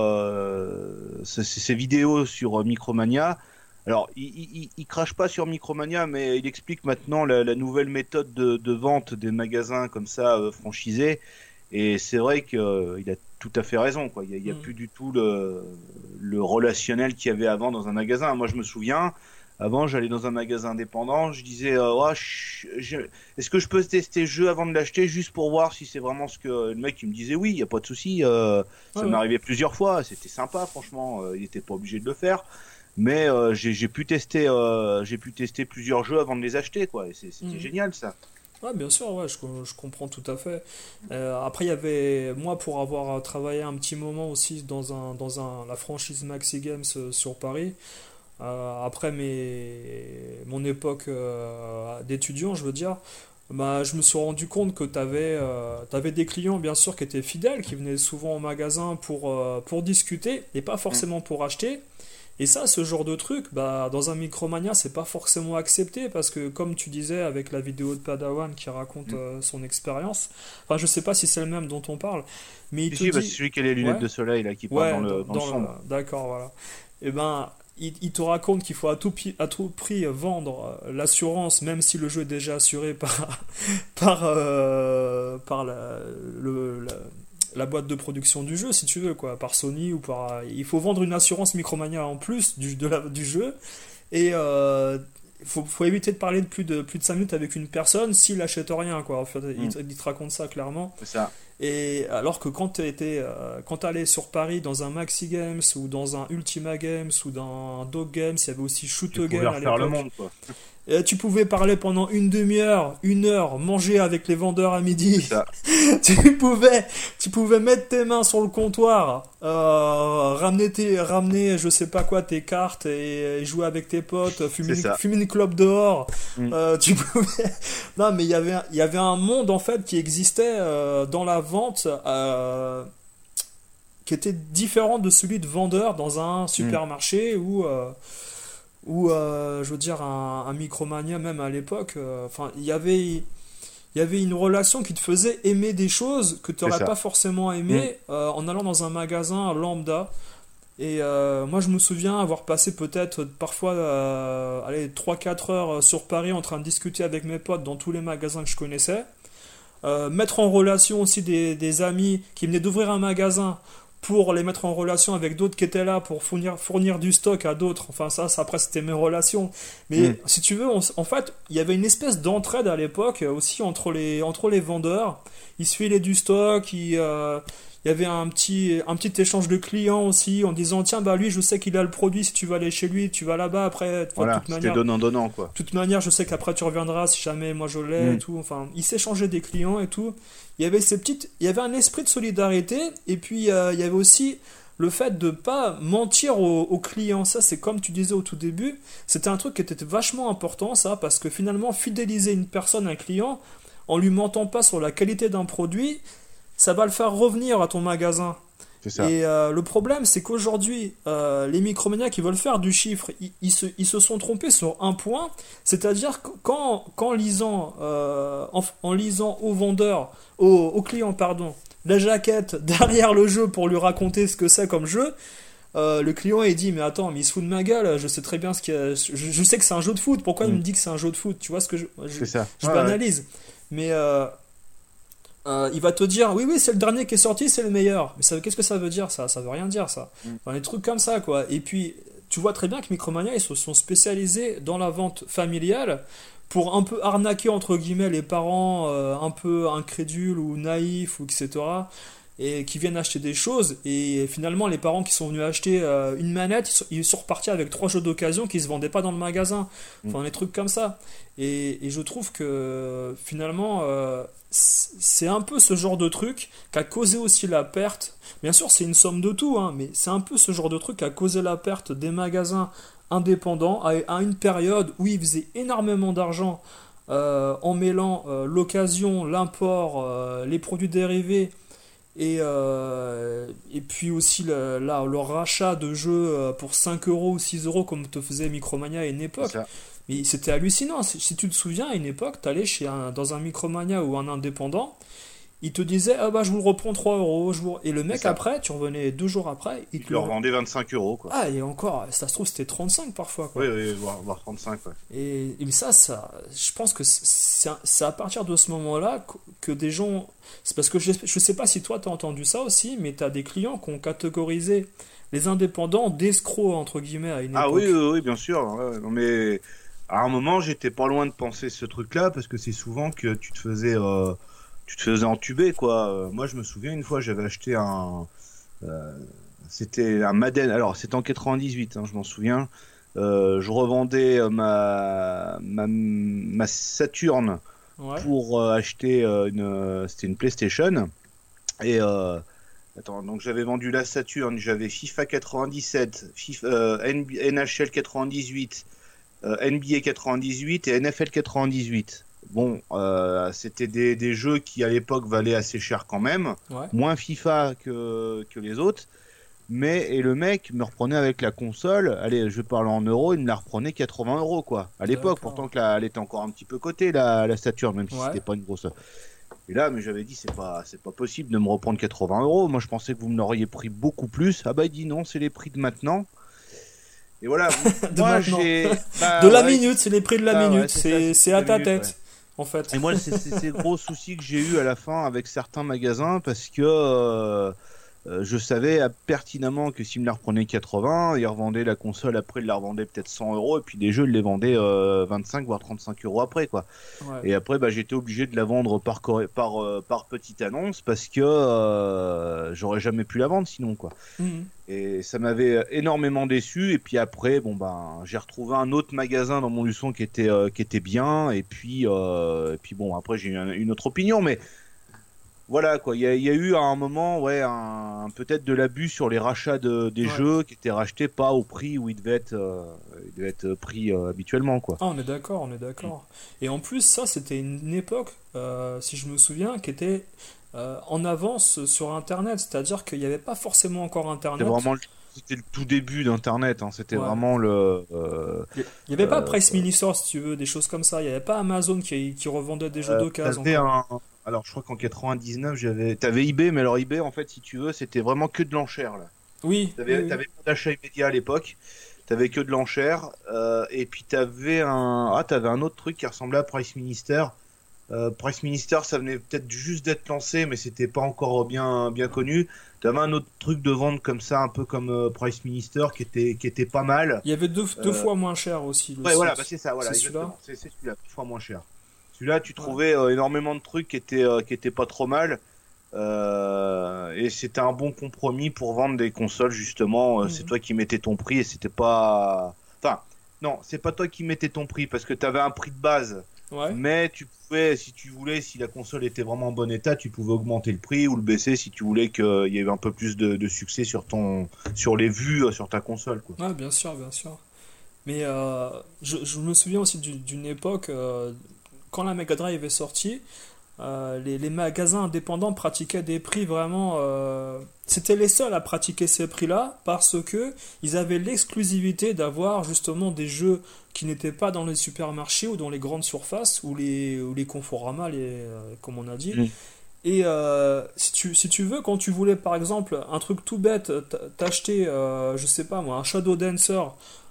ces vidéos sur Micromania, alors, il crache pas sur Micromania, mais il explique maintenant la nouvelle méthode de vente des magasins comme ça franchisés. Et c'est vrai qu'il a tout à fait raison, quoi. Il y a Hmm. plus du tout le relationnel qu'il y avait avant dans un magasin. Moi, je me souviens, avant, j'allais dans un magasin indépendant, je disais, oh, est-ce que je peux tester le jeu avant de l'acheter juste pour voir si c'est vraiment ce que le mec il me disait oui, il y a pas de souci. Ouais, Ça m'est ouais. arrivé plusieurs fois, c'était sympa, franchement. Il était pas obligé de le faire. Mais j'ai pu tester plusieurs jeux avant de les acheter, quoi. Et c'était Hmm. génial, ça. Ouais, bien sûr, ouais, je comprends tout à fait. Après, il y avait, moi, pour avoir travaillé un petit moment aussi la franchise Maxi Games sur Paris, après mon époque d'étudiant, je veux dire, bah, je me suis rendu compte que t'avais des clients, bien sûr, qui étaient fidèles, qui venaient souvent au magasin pour discuter, et pas Mm. forcément pour acheter. Et ça, ce genre de truc, bah, dans un Micromania, c'est pas forcément accepté parce que, comme tu disais avec la vidéo de Padawan qui raconte Mm. son expérience, enfin, je sais pas si c'est le même dont on parle, mais il Si, te si, bah, c'est dit, celui qui a les lunettes ouais, de soleil, là, qui parle ouais, dans le sombre. d'accord, voilà. Et ben, il te raconte qu'il faut à tout prix vendre l'assurance, même si le jeu est déjà assuré par la boîte de production du jeu, si tu veux, quoi, par Sony ou par. Il faut vendre une assurance Micromania en plus du jeu. Et faut éviter de parler de plus de 5 minutes avec une personne s'il achète rien, quoi. En fait, Mm. il te raconte ça clairement. C'est ça. Et alors que quand t'allais sur Paris dans un Maxi Games ou dans un Ultima Games ou dans un Dog Games, il y avait aussi Shoot Tu pouvais Game à refaire le l'époque. monde, quoi. Et tu pouvais parler pendant une demi-heure, une heure, manger avec les vendeurs à C'est midi. ça. tu pouvais mettre tes mains sur le comptoir, ramener, je sais pas quoi, tes cartes et jouer avec tes potes, C'est ça. fumer une clope dehors. Mm. Tu pouvais. Non, mais il y avait un monde en fait qui existait dans la vente. Qui était différent de celui de vendeur dans un supermarché ou je veux dire un Micromania même à l'époque. Enfin, il y avait une relation qui te faisait aimer des choses que tu C'est n'aurais ça. pas forcément aimé en allant dans un magasin lambda. Et moi, je me souviens avoir passé peut-être parfois 3-4 heures sur Paris en train de discuter avec mes potes dans tous les magasins que je connaissais. Mettre en relation aussi des amis qui venaient d'ouvrir un magasin pour les mettre en relation avec d'autres qui étaient là pour fournir du stock à d'autres. Enfin, ça après, c'était mes relations. Mais si tu veux, en fait, il y avait une espèce d'entraide à l'époque aussi entre les vendeurs. Ils se filaient du stock, il y avait un petit échange de clients aussi en disant tiens, bah lui, je sais qu'il a le produit, si tu vas aller chez lui, tu vas là-bas après. Enfin, Voilà, c'était donnant-donnant, quoi. de toute manière, je sais qu'après tu reviendras si jamais moi je l'ai et tout. Enfin, ils s'échangeaient des clients et tout. Il y avait un esprit de solidarité et puis il y avait aussi le fait de pas mentir aux clients. Ça, c'est comme tu disais au tout début, c'était un truc qui était vachement important, ça, parce que finalement, fidéliser une personne, un client, en lui mentant pas sur la qualité d'un produit, ça va le faire revenir à ton magasin. C'est ça. Et le problème, c'est qu'aujourd'hui, les Micromania qui veulent faire du chiffre, ils se sont trompés sur un point, c'est-à-dire qu'en lisant, en lisant au vendeur, au client, pardon, la jaquette derrière le jeu pour lui raconter ce que c'est comme jeu, le client il dit mais attends, mais il se fout de ma gueule, je sais très bien je sais que c'est un jeu de foot, pourquoi il me dit que c'est un jeu de foot, tu vois ce que C'est ça. je Ouais, banalise, mais il va te dire oui c'est le dernier qui est sorti, c'est le meilleur, mais qu'est-ce que ça veut dire, ça veut rien dire, ça. Enfin, des trucs comme ça, quoi. Et puis tu vois très bien que Micromania ils se sont spécialisés dans la vente familiale pour un peu arnaquer entre guillemets les parents un peu incrédules ou naïfs ou etc., et qui viennent acheter des choses, et finalement les parents qui sont venus acheter une manette, ils sont repartis avec 3 jeux d'occasion qui se vendaient pas dans le magasin, enfin des trucs comme ça. Et je trouve que finalement c'est un peu ce genre de truc qui a causé aussi la perte. Bien sûr, c'est une somme de tout, hein, mais c'est un peu ce genre de truc qui a causé la perte des magasins indépendants à une période où ils faisaient énormément d'argent en mêlant l'occasion, l'import, les produits dérivés et puis aussi le rachat de jeux pour 5 euros ou 6 euros comme te faisait Micromania à une époque. Mais c'était hallucinant. Si tu te souviens, à une époque, tu allais dans un Micromania ou un indépendant, il te disait ah bah je vous le reprends 3 euros. Et le mec après, tu revenais 2 jours après, il te le revendait 25 euros, quoi. Ah, et encore, ça se trouve c'était 35 parfois, quoi. Oui, voire 35, ouais. Et ça, je pense que c'est à partir de ce moment-là que des gens. C'est parce que je sais pas si toi t'as entendu ça aussi, mais t'as des clients qui ont catégorisé les indépendants d'escrocs entre guillemets à une époque. Ah oui, bien sûr. Ouais, non, mais à un moment, j'étais pas loin de penser ce truc-là parce que c'est souvent que tu te faisais entuber, quoi. Moi, je me souviens une fois, j'avais acheté c'était un Madden. Alors, c'était en 98, hein, je m'en souviens. Je revendais ma Saturn pour acheter c'était une PlayStation. Et attends, donc j'avais vendu la Saturn, j'avais FIFA 97, NHL 98, NBA 98 et NFL 98. Bon, c'était des jeux qui à l'époque valaient assez cher quand même, moins FIFA que les autres. Et le mec me reprenait avec la console, allez, je parle en euros, il me la reprenait 80 euros, quoi. À l'époque, pourtant elle était encore un petit peu cotée, la Saturn, même si c'était pas une grosse. Et là, mais j'avais dit, c'est pas possible de me reprendre 80 euros. Moi, je pensais que vous me l'auriez pris beaucoup plus. Ah bah, il dit non, c'est les prix de maintenant. Et voilà. Moi, de la minute, c'est les prix de la minute. C'est à ta tête, en fait. Et moi, c'est le gros souci que j'ai eu à la fin avec certains magasins parce que je savais pertinemment que s'il me la reprenait 80, il revendait la console après, il la revendait peut-être 100 euros, et puis les jeux, il les vendait 25 voire 35 euros après, quoi. Ouais. Et après, bah, j'étais obligé de la vendre par petite annonce parce que j'aurais jamais pu la vendre sinon, quoi. Mhm. Et ça m'avait énormément déçu. Et puis après, bon ben, j'ai retrouvé un autre magasin dans Montluçon qui était bien. Et puis bon, après j'ai eu une autre opinion, mais voilà quoi. Il y a eu à un moment, ouais, peut-être de l'abus sur les rachats des Ouais. jeux qui étaient rachetés pas au prix où il devait être pris habituellement, quoi. Ah, on est d'accord, on est d'accord. Et en plus, ça, c'était une époque, si je me souviens, qui était en avance sur Internet. C'est-à-dire qu'il n'y avait pas forcément encore C'était Internet. vraiment, c'était le tout début d'Internet. Hein. C'était Ouais. vraiment Il n'y avait pas euh, Price Minister, si tu veux, des choses comme ça. Il n'y avait pas Amazon qui revendait des jeux d'occasion t'avais encore. alors, je crois qu'en 99, t'avais eBay, mais alors eBay, en fait, si tu veux, c'était vraiment que de l'enchère, là. Oui, oui, oui. T'avais pas d'achat immédiat à l'époque. T'avais que de l'enchère. Et puis t'avais un autre truc qui ressemblait à Price Minister. Price Minister, ça venait peut-être juste d'être lancé, mais c'était pas encore bien connu. T'avais un autre truc de vente comme ça, un peu comme Price Minister, qui était pas mal. Il y avait deux Euh, fois moins cher aussi, le Ouais, voilà, bah site. c'est ça, C'est voilà, celui-là? exactement. C'est celui-là, 2 fois moins cher. Celui-là, tu Ouais. trouvais énormément de trucs qui étaient pas trop mal. Et c'était un bon compromis pour vendre des consoles, justement. C'est Mhm. toi qui mettais ton prix et c'était pas. Enfin, non, c'est pas toi qui mettais ton prix parce que tu avais un prix de base. Ouais. Mais tu pouvais, si tu voulais, si la console était vraiment en bon état, tu pouvais augmenter le prix ou le baisser si tu voulais qu'il y ait un peu plus de succès sur les vues sur ta console, quoi. Ouais, bien sûr, bien sûr. Mais je me souviens aussi d'une époque, quand la Mega Drive est sortie, les magasins indépendants pratiquaient des prix vraiment. C'était les seuls à pratiquer ces prix-là parce que ils avaient l'exclusivité d'avoir justement des jeux qui n'étaient pas dans les supermarchés ou dans les grandes surfaces ou les Conforama, comme on a dit. Mm. Et si tu veux, quand tu voulais par exemple un truc tout bête, t'acheter, je sais pas moi, un Shadow Dancer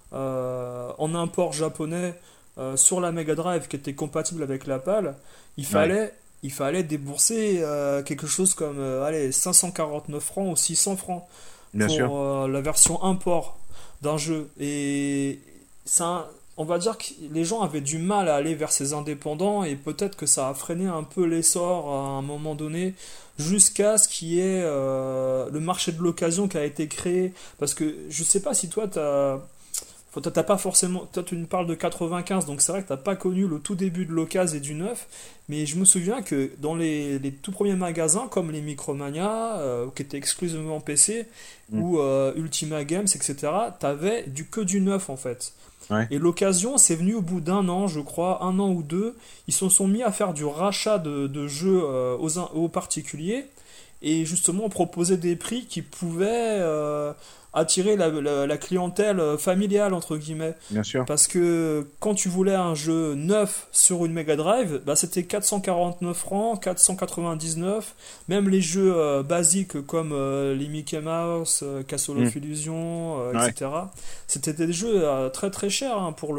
en import japonais sur la Mega Drive qui était compatible avec la PAL, il Ouais, fallait, il fallait débourser quelque chose comme allez, 549 francs ou 600 francs bien sûr. pour la version import d'un jeu. Et ça, on va dire que les gens avaient du mal à aller vers ces indépendants et peut-être que ça a freiné un peu l'essor à un moment donné jusqu'à ce qu'il y ait le marché de l'occasion qui a été créé. Parce que je sais pas si toi, t'as pas forcément. Toi, tu me parles de 95, donc c'est vrai que t'as pas connu le tout début de l'occasion et du neuf. Mais je me souviens que dans les tout premiers magasins, comme les Micromania, qui étaient exclusivement PC, Mm. ou Ultima Games, etc., t'avais que du neuf en fait. Ouais. Et l'occasion, c'est venu au bout d'un an, je crois, un an ou deux. Ils se sont mis à faire du rachat de jeux aux particuliers et justement proposer des prix qui pouvaient attirer la clientèle familiale, entre guillemets. Bien sûr. Parce que quand tu voulais un jeu neuf sur une Mega Drive, bah c'était 449 francs, 499. Même les jeux basiques comme les Mickey Mouse, Castle Mm. of Illusion, Ouais. etc. C'était des jeux très très chers hein, pour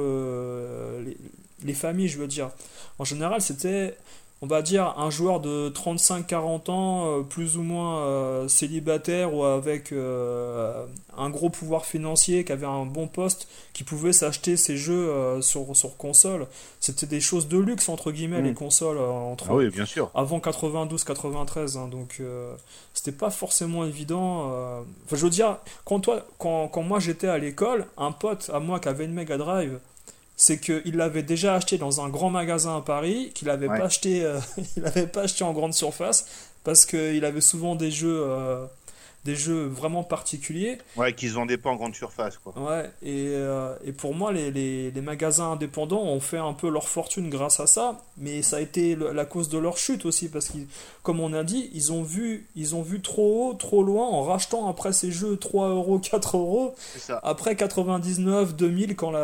les familles, je veux dire. En général, c'était, on va dire, un joueur de 35-40 ans, plus ou moins célibataire ou avec un gros pouvoir financier, qui avait un bon poste, qui pouvait s'acheter ses jeux sur console. C'était des choses de luxe, entre guillemets, les Mm. consoles, Ah oui, bien sûr. avant 92-93. Hein, donc, c'était pas forcément évident. Enfin, je veux dire, quand moi j'étais à l'école, un pote à moi qui avait une Mega Drive, c'est qu'il l'avait déjà acheté dans un grand magasin à Paris, qu'il n'avait pas Ouais. acheté, il avait pas acheté en grande surface, parce qu'il avait souvent des jeux vraiment particuliers. Ouais, qu'ils se vendaient pas en grande surface, quoi. Ouais, et pour moi, les magasins indépendants ont fait un peu leur fortune grâce à ça, mais ça a été la cause de leur chute aussi, parce que, comme on a dit, ils ont vu trop haut, trop loin, en rachetant après ces jeux 3 euros, 4 euros, C'est ça. après 99, 2000, quand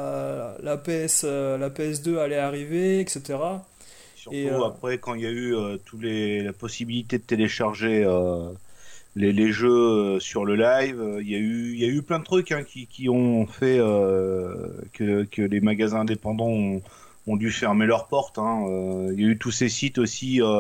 la PS2 allait arriver, etc. Et Surtout après, quand il y a eu la possibilité de télécharger les jeux sur le live, il y a eu plein de trucs hein, qui ont fait que les magasins indépendants ont dû fermer leurs portes. Hein. Il y a eu tous ces sites aussi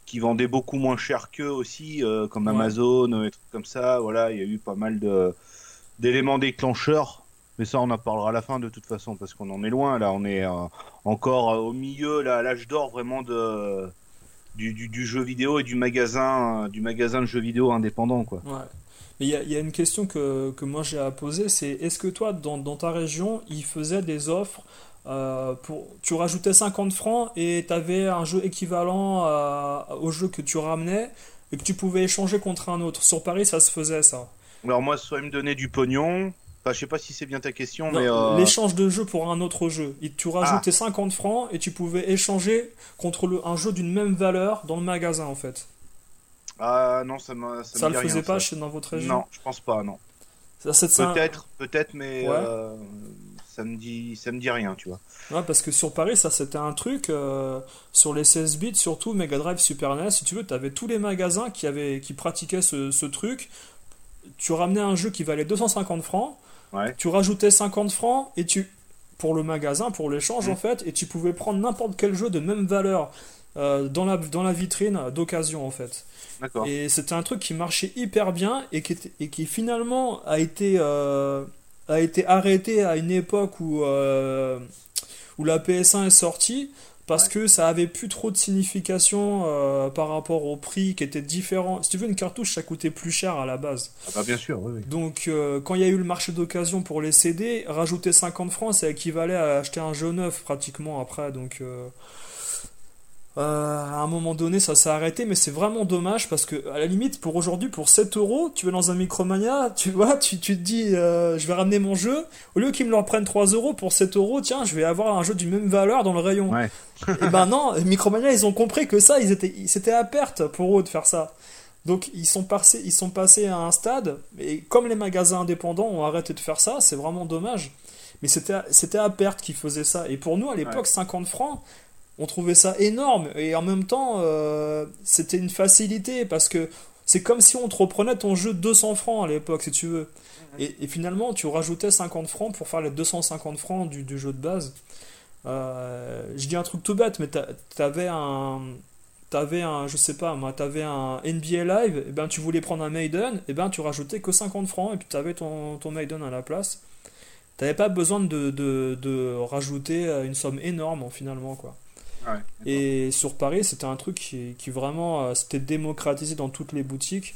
qui vendaient beaucoup moins cher qu'eux aussi, comme Ouais. Amazon, et trucs comme ça. Voilà, il y a eu pas mal d'éléments déclencheurs. Mais ça, on en parlera à la fin de toute façon, parce qu'on en est loin. Là, on est encore au milieu, là, à l'âge d'or vraiment du jeu vidéo et du magasin de jeux vidéo indépendant, quoi. Ouais. Mais il y a une question que moi j'ai à poser, c'est est-ce que toi, dans ta région, ils faisaient des offres tu rajoutais 50 francs et tu avais un jeu équivalent au jeu que tu ramenais et que tu pouvais échanger contre un autre. Sur Paris, ça se faisait ça. Alors moi, soit ils me donnaient du pognon, enfin, je sais pas si c'est bien ta question, Non, mais l'échange de jeu pour un autre jeu. Tu ah, rajoutais 50 francs et tu pouvais échanger contre un jeu d'une même valeur dans le magasin en fait. ah non, ça me Ça le dit rien faisait pas ça. dans votre région? Non, je pense pas, non. C'est Peut-être, mais Ouais. ça me dit rien, tu vois. Ouais, parce que sur Paris, ça c'était un truc, sur les 16 bits, surtout Mega Drive, Super NES, si tu veux, tu avais tous les magasins qui pratiquaient ce truc. Tu ramenais un jeu qui valait 250 francs, Ouais. tu rajoutais 50 francs pour le magasin, pour l'échange Hmm, en fait, et tu pouvais prendre n'importe quel jeu de même valeur dans la vitrine d'occasion en fait. d'accord. Et c'était un truc qui marchait hyper bien et qui finalement a été arrêté à une époque où la PS1 est sortie parce Ouais. que ça avait plus trop de signification par rapport au prix qui était différent. Si tu veux, une cartouche, ça coûtait plus cher à la base. Ah bah bien sûr, oui, oui. Donc, quand il y a eu le marché d'occasion pour les CD, rajouter 50 francs, ça équivalait à acheter un jeu neuf pratiquement après. Donc, à un moment donné, ça s'est arrêté, mais c'est vraiment dommage parce que, à la limite, pour aujourd'hui, pour 7 euros, tu vas dans un Micromania, tu vois, tu te dis, je vais ramener mon jeu. Au lieu qu'ils me le reprennent 3 euros pour 7 euros, tiens, je vais avoir un jeu d'une même valeur dans le rayon. Ouais. Et ben non, Micromania, ils ont compris que ça, c'était à perte pour eux de faire ça. Donc ils sont passés à un stade, et comme les magasins indépendants ont arrêté de faire ça, c'est vraiment dommage. Mais c'était à perte qu'ils faisaient ça. Et pour nous, à Ouais. l'époque, 50 francs, on trouvait ça énorme. Et en même temps, c'était une facilité, parce que c'est comme si on te reprenait ton jeu de 200 francs à l'époque, si tu veux. Mhm. Et finalement, tu rajoutais 50 francs pour faire les 250 francs du jeu de base. Je dis un truc tout bête, mais t'avais un, je sais pas moi, t'avais un NBA Live, et ben tu voulais prendre un Maiden, et ben tu rajoutais que 50 francs et puis t'avais ton Maiden à la place. T'avais pas besoin de rajouter une somme énorme finalement quoi. Ouais, d'accord. Et sur Paris, c'était un truc qui vraiment s'était démocratisé dans toutes les boutiques.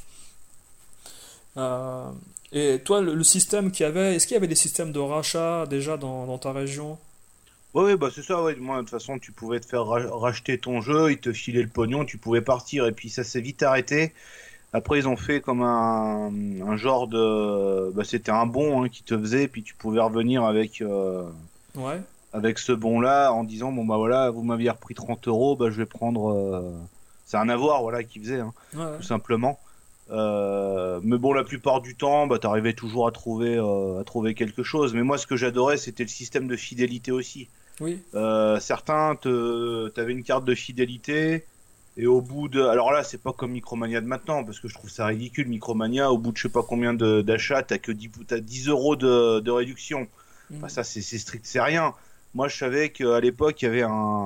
Euh, et toi, le système est-ce qu'il y avait des systèmes de rachat déjà dans ta région? Ouais, ouais, bah c'est ça, ouais. Moi, de toute façon, tu pouvais te faire racheter ton jeu, ils te filaient le pognon, tu pouvais partir, et puis ça s'est vite arrêté. Après, ils ont fait comme un genre de... Bah, c'était un bon hein, qui te faisait, puis tu pouvais revenir Ouais, avec ce bon-là en disant, bon, bah voilà, vous m'aviez repris 30 euros, bah je vais prendre... C'est un avoir, voilà, qui faisait, hein, ouais, ouais. tout simplement. Mais bon, la plupart du temps, bah, t'arrivais toujours à trouver quelque chose. Mais moi, ce que j'adorais, c'était le système de fidélité aussi. Oui. Certains, t'avais une carte de fidélité, et au bout de... Alors là, c'est pas comme Micromania de maintenant, parce que je trouve ça ridicule, Micromania, au bout de je sais pas combien d'achats, t'as 10 euros de réduction. Enfin, Mhm. ça, c'est strict, c'est rien. Moi, je savais qu'à l'époque, il y avait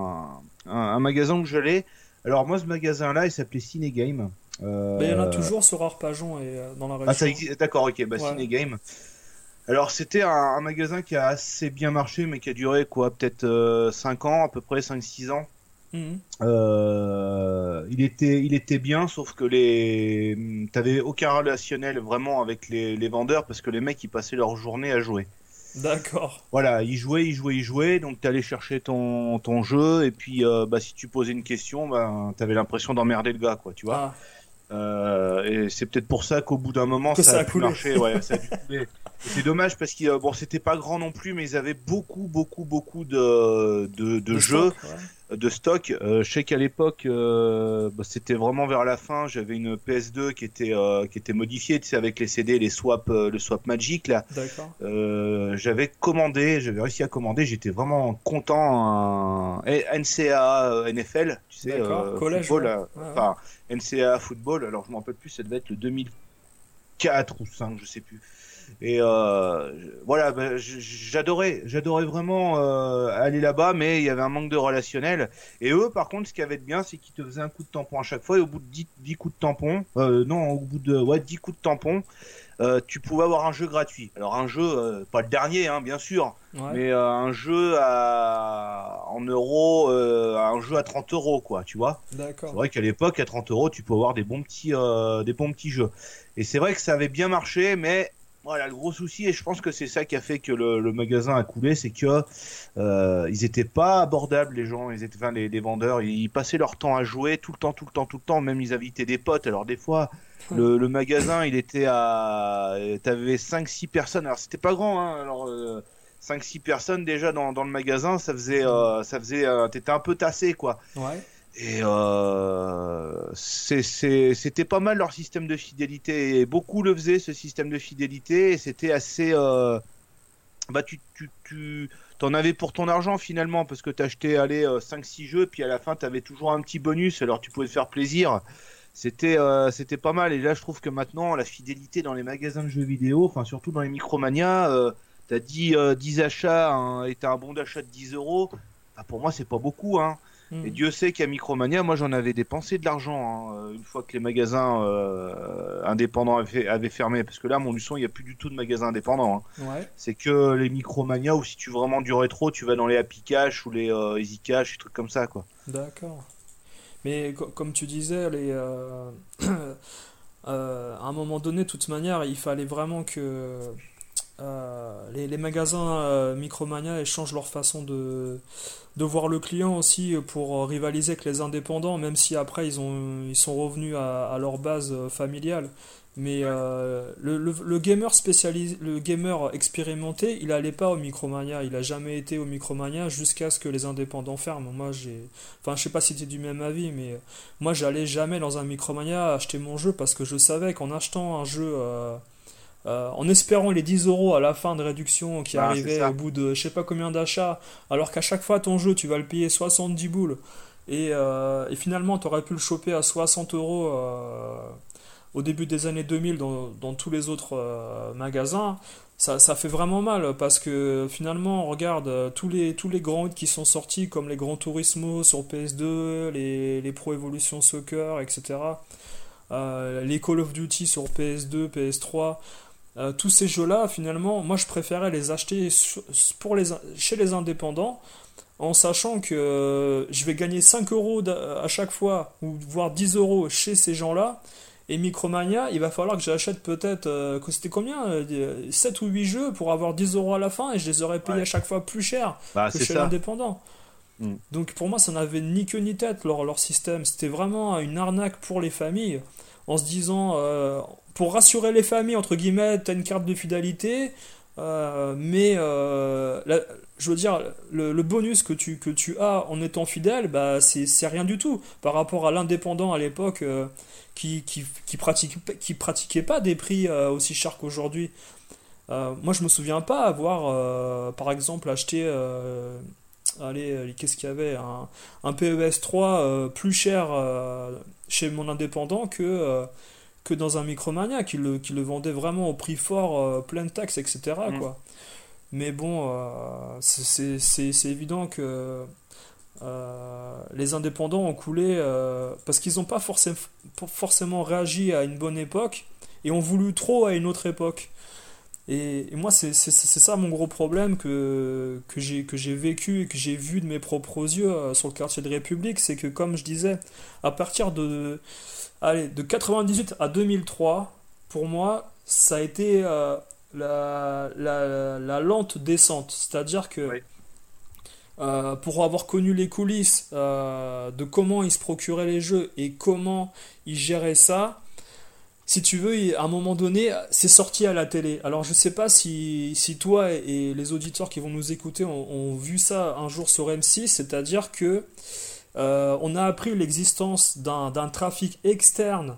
un magasin où j'allais. Alors moi, ce magasin-là, il s'appelait Cinegame. Ben, il y en a Euh... toujours sur Arpajon et dans la Ah, ça région. existe, d'accord, ok, bah Ouais. Cinegame. Alors, c'était un magasin qui a assez bien marché, mais qui a duré, quoi, peut-être 5 ans, à peu près 5 6 ans. Mhm. Il était bien, sauf que t'avais aucun relationnel vraiment avec les vendeurs parce que les mecs ils passaient leur journée à jouer. D'accord. Voilà, ils jouaient, donc t'allais chercher ton jeu et puis bah si tu posais une question, bah t'avais l'impression d'emmerder le gars quoi, tu vois. Ah, Et c'est peut-être pour ça qu'au bout d'un moment que ça ça a a pu coulé. marcher, ouais, ça a dû couler. Et c'est dommage parce que bon c'était pas grand non plus, mais ils avaient beaucoup beaucoup beaucoup de De jeux stock, ouais. de stock. Je sais qu'à l'époque, bah, c'était vraiment vers la fin. J'avais une PS2 qui était modifiée, tu sais, avec les CD, le swap Magic là. D'accord. J'avais réussi à commander. J'étais vraiment content. NCAA NFL, tu sais, D'accord. Collège, football, ouais. Ouais, ouais. enfin NCAA football. Alors je me rappelle plus, ça devait être le 2004 ou 5, je sais plus. Et voilà, j'adorais vraiment aller là-bas, mais il y avait un manque de relationnel. Et eux, par contre, ce qu'il y avait de bien, c'est qu'ils te faisaient un coup de tampon à chaque fois, et au bout de 10 coups de tampon, non, au bout de 10 coups de tampon, tu pouvais avoir un jeu gratuit. Alors un jeu, pas le dernier, hein, bien sûr, Ouais, mais un jeu en euros, un jeu à 30 euros, quoi, tu vois. C'est d'accord. vrai qu'à l'époque, à 30 euros, tu peux avoir des bons petits jeux. Et c'est vrai que ça avait bien marché, mais voilà, le gros souci, et je pense que c'est ça qui a fait que le magasin a coulé, c'est que ils étaient pas abordables, les gens, ils étaient, enfin, les vendeurs, ils passaient leur temps à jouer tout le temps, tout le temps, tout le temps, même ils invitaient des potes. Alors des fois, le magasin, il était à, t'avais 5 6 personnes, alors c'était pas grand, hein, alors 5 6 personnes déjà dans le magasin, Hmm. t'étais un peu tassé, quoi. Ouais, Et c'était pas mal leur système de fidélité. Et beaucoup le faisaient, ce système de fidélité. Et c'était assez. Bah, t'en avais pour ton argent finalement, parce que t'achetais allez, 5 6 jeux, puis à la fin, t'avais toujours un petit bonus. Alors tu pouvais te faire plaisir. C'était pas mal. Et là, je trouve que maintenant, la fidélité dans les magasins de jeux vidéo, enfin surtout dans les Micromania, t'as dit 10 achats hein, et t'as un bon d'achat de 10 euros. Enfin, pour moi, c'est pas beaucoup, hein. Et hmm, Dieu sait qu'à Micromania, moi j'en avais dépensé de l'argent hein, une fois que les magasins indépendants avaient fermé. Parce que là, mon Luçon, il n'y a plus du tout de magasins indépendants, hein. ouais, C'est que les Micromania ou si tu veux vraiment du rétro, tu vas dans les Happy Cash ou les Easy Cash, des trucs comme ça, quoi. d'accord. Mais comme tu disais, à un moment donné, de toute manière, il fallait vraiment que les magasins Micromania changent leur façon de voir le client aussi pour rivaliser avec les indépendants, même si après ils sont revenus à leur base familiale. Mais le gamer spécialisé, le gamer expérimenté, il allait pas au Micromania, il a jamais été au Micromania jusqu'à ce que les indépendants ferment. Enfin, je sais pas si tu es du même avis, mais moi j'allais jamais dans un Micromania acheter mon jeu parce que je savais qu'en achetant un jeu en espérant les 10 euros à la fin de réduction qui Bah, c'est arrivait au ça. bout de je sais pas combien d'achats, alors qu'à chaque fois ton jeu tu vas le payer 70 boules et finalement tu aurais pu le choper à 60 euros au début des années 2000 dans tous les autres magasins. Ça fait vraiment mal parce que finalement, on regarde tous les grands hits qui sont sortis, comme les Gran Turismo sur PS2, les Pro Evolution Soccer, etc. Les Call of Duty sur PS2, PS3. Tous ces jeux-là, finalement, moi je préférais les acheter chez les indépendants en sachant que je vais gagner 5 euros à chaque fois, ou voire 10 euros chez ces gens-là. Et Micromania, il va falloir que j'achète peut-être, que c'était combien 7 ou 8 jeux pour avoir 10 euros à la fin et je les aurais payés à Ouais. chaque fois plus cher Bah, que c'est chez ça. l'indépendant. Mm. Donc pour moi, ça n'avait ni queue ni tête leur système. C'était vraiment une arnaque pour les familles en se disant, pour rassurer les familles, entre guillemets, t'as une carte de fidélité, mais je veux dire, le bonus que tu as en étant fidèle, bah, c'est rien du tout par rapport à l'indépendant à l'époque qui pratiquait pas des prix aussi chers qu'aujourd'hui. Moi, je me souviens pas avoir, par exemple, acheté, allez, qu'est-ce qu'il y avait, un PES 3 plus cher chez mon indépendant que dans un Micromania qui le vendait vraiment au prix fort, plein de taxes, etc. Mm. quoi. Mais bon, c'est évident que les indépendants ont coulé parce qu'ils n'ont pas forcément réagi à une bonne époque et ont voulu trop à une autre époque. Et moi, c'est ça mon gros problème que j'ai vécu et que j'ai vu de mes propres yeux sur le quartier de République, c'est que comme je disais, à partir de 98 à 2003, pour moi, ça a été la lente descente. C'est-à-dire que Ouais. pour avoir connu les coulisses de comment ils se procuraient les jeux et comment ils géraient ça, si tu veux, à un moment donné, c'est sorti à la télé. Alors je sais pas si toi et les auditeurs qui vont nous écouter ont vu ça un jour sur M6, c'est-à-dire que on a appris l'existence d'un trafic externe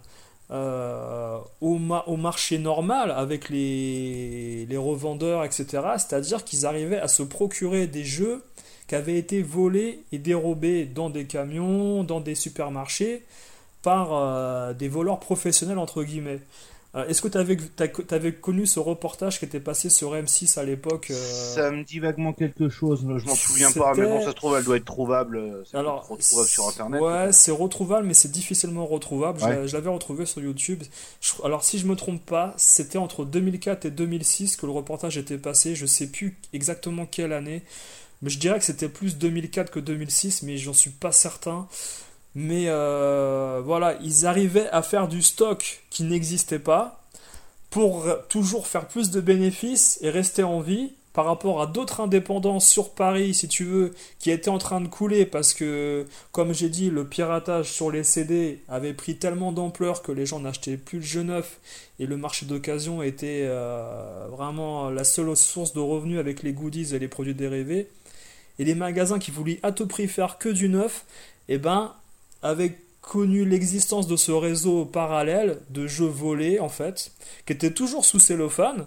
au marché normal avec les revendeurs, etc. C'est-à-dire qu'ils arrivaient à se procurer des jeux qui avaient été volés et dérobés dans des camions, dans des supermarchés, par des voleurs professionnels, entre guillemets. Est-ce que t'avais connu ce reportage qui était passé sur M6 à l'époque Ça me dit vaguement quelque chose, mais je m'en souviens pas. Mais bon, ça C'était... se trouve, elle doit être trouvable. C'est peut-être Alors, retrouvable sur Internet, ouais, peut-être. c'est retrouvable, mais c'est difficilement retrouvable. Ouais. Je l'avais retrouvé sur YouTube. Alors, si je me trompe pas, c'était entre 2004 et 2006 que le reportage était passé. Je sais plus exactement quelle année, mais je dirais que c'était plus 2004 que 2006, mais j'en suis pas certain. Mais voilà, ils arrivaient à faire du stock qui n'existait pas pour toujours faire plus de bénéfices et rester en vie par rapport à d'autres indépendants sur Paris, si tu veux, qui étaient en train de couler parce que, comme j'ai dit, le piratage sur les CD avait pris tellement d'ampleur que les gens n'achetaient plus le jeu neuf et le marché d'occasion était vraiment la seule source de revenus avec les goodies et les produits dérivés. Et les magasins qui voulaient à tout prix faire que du neuf, eh ben, avaient connu l'existence de ce réseau parallèle de jeux volés, en fait, qui était toujours sous cellophane.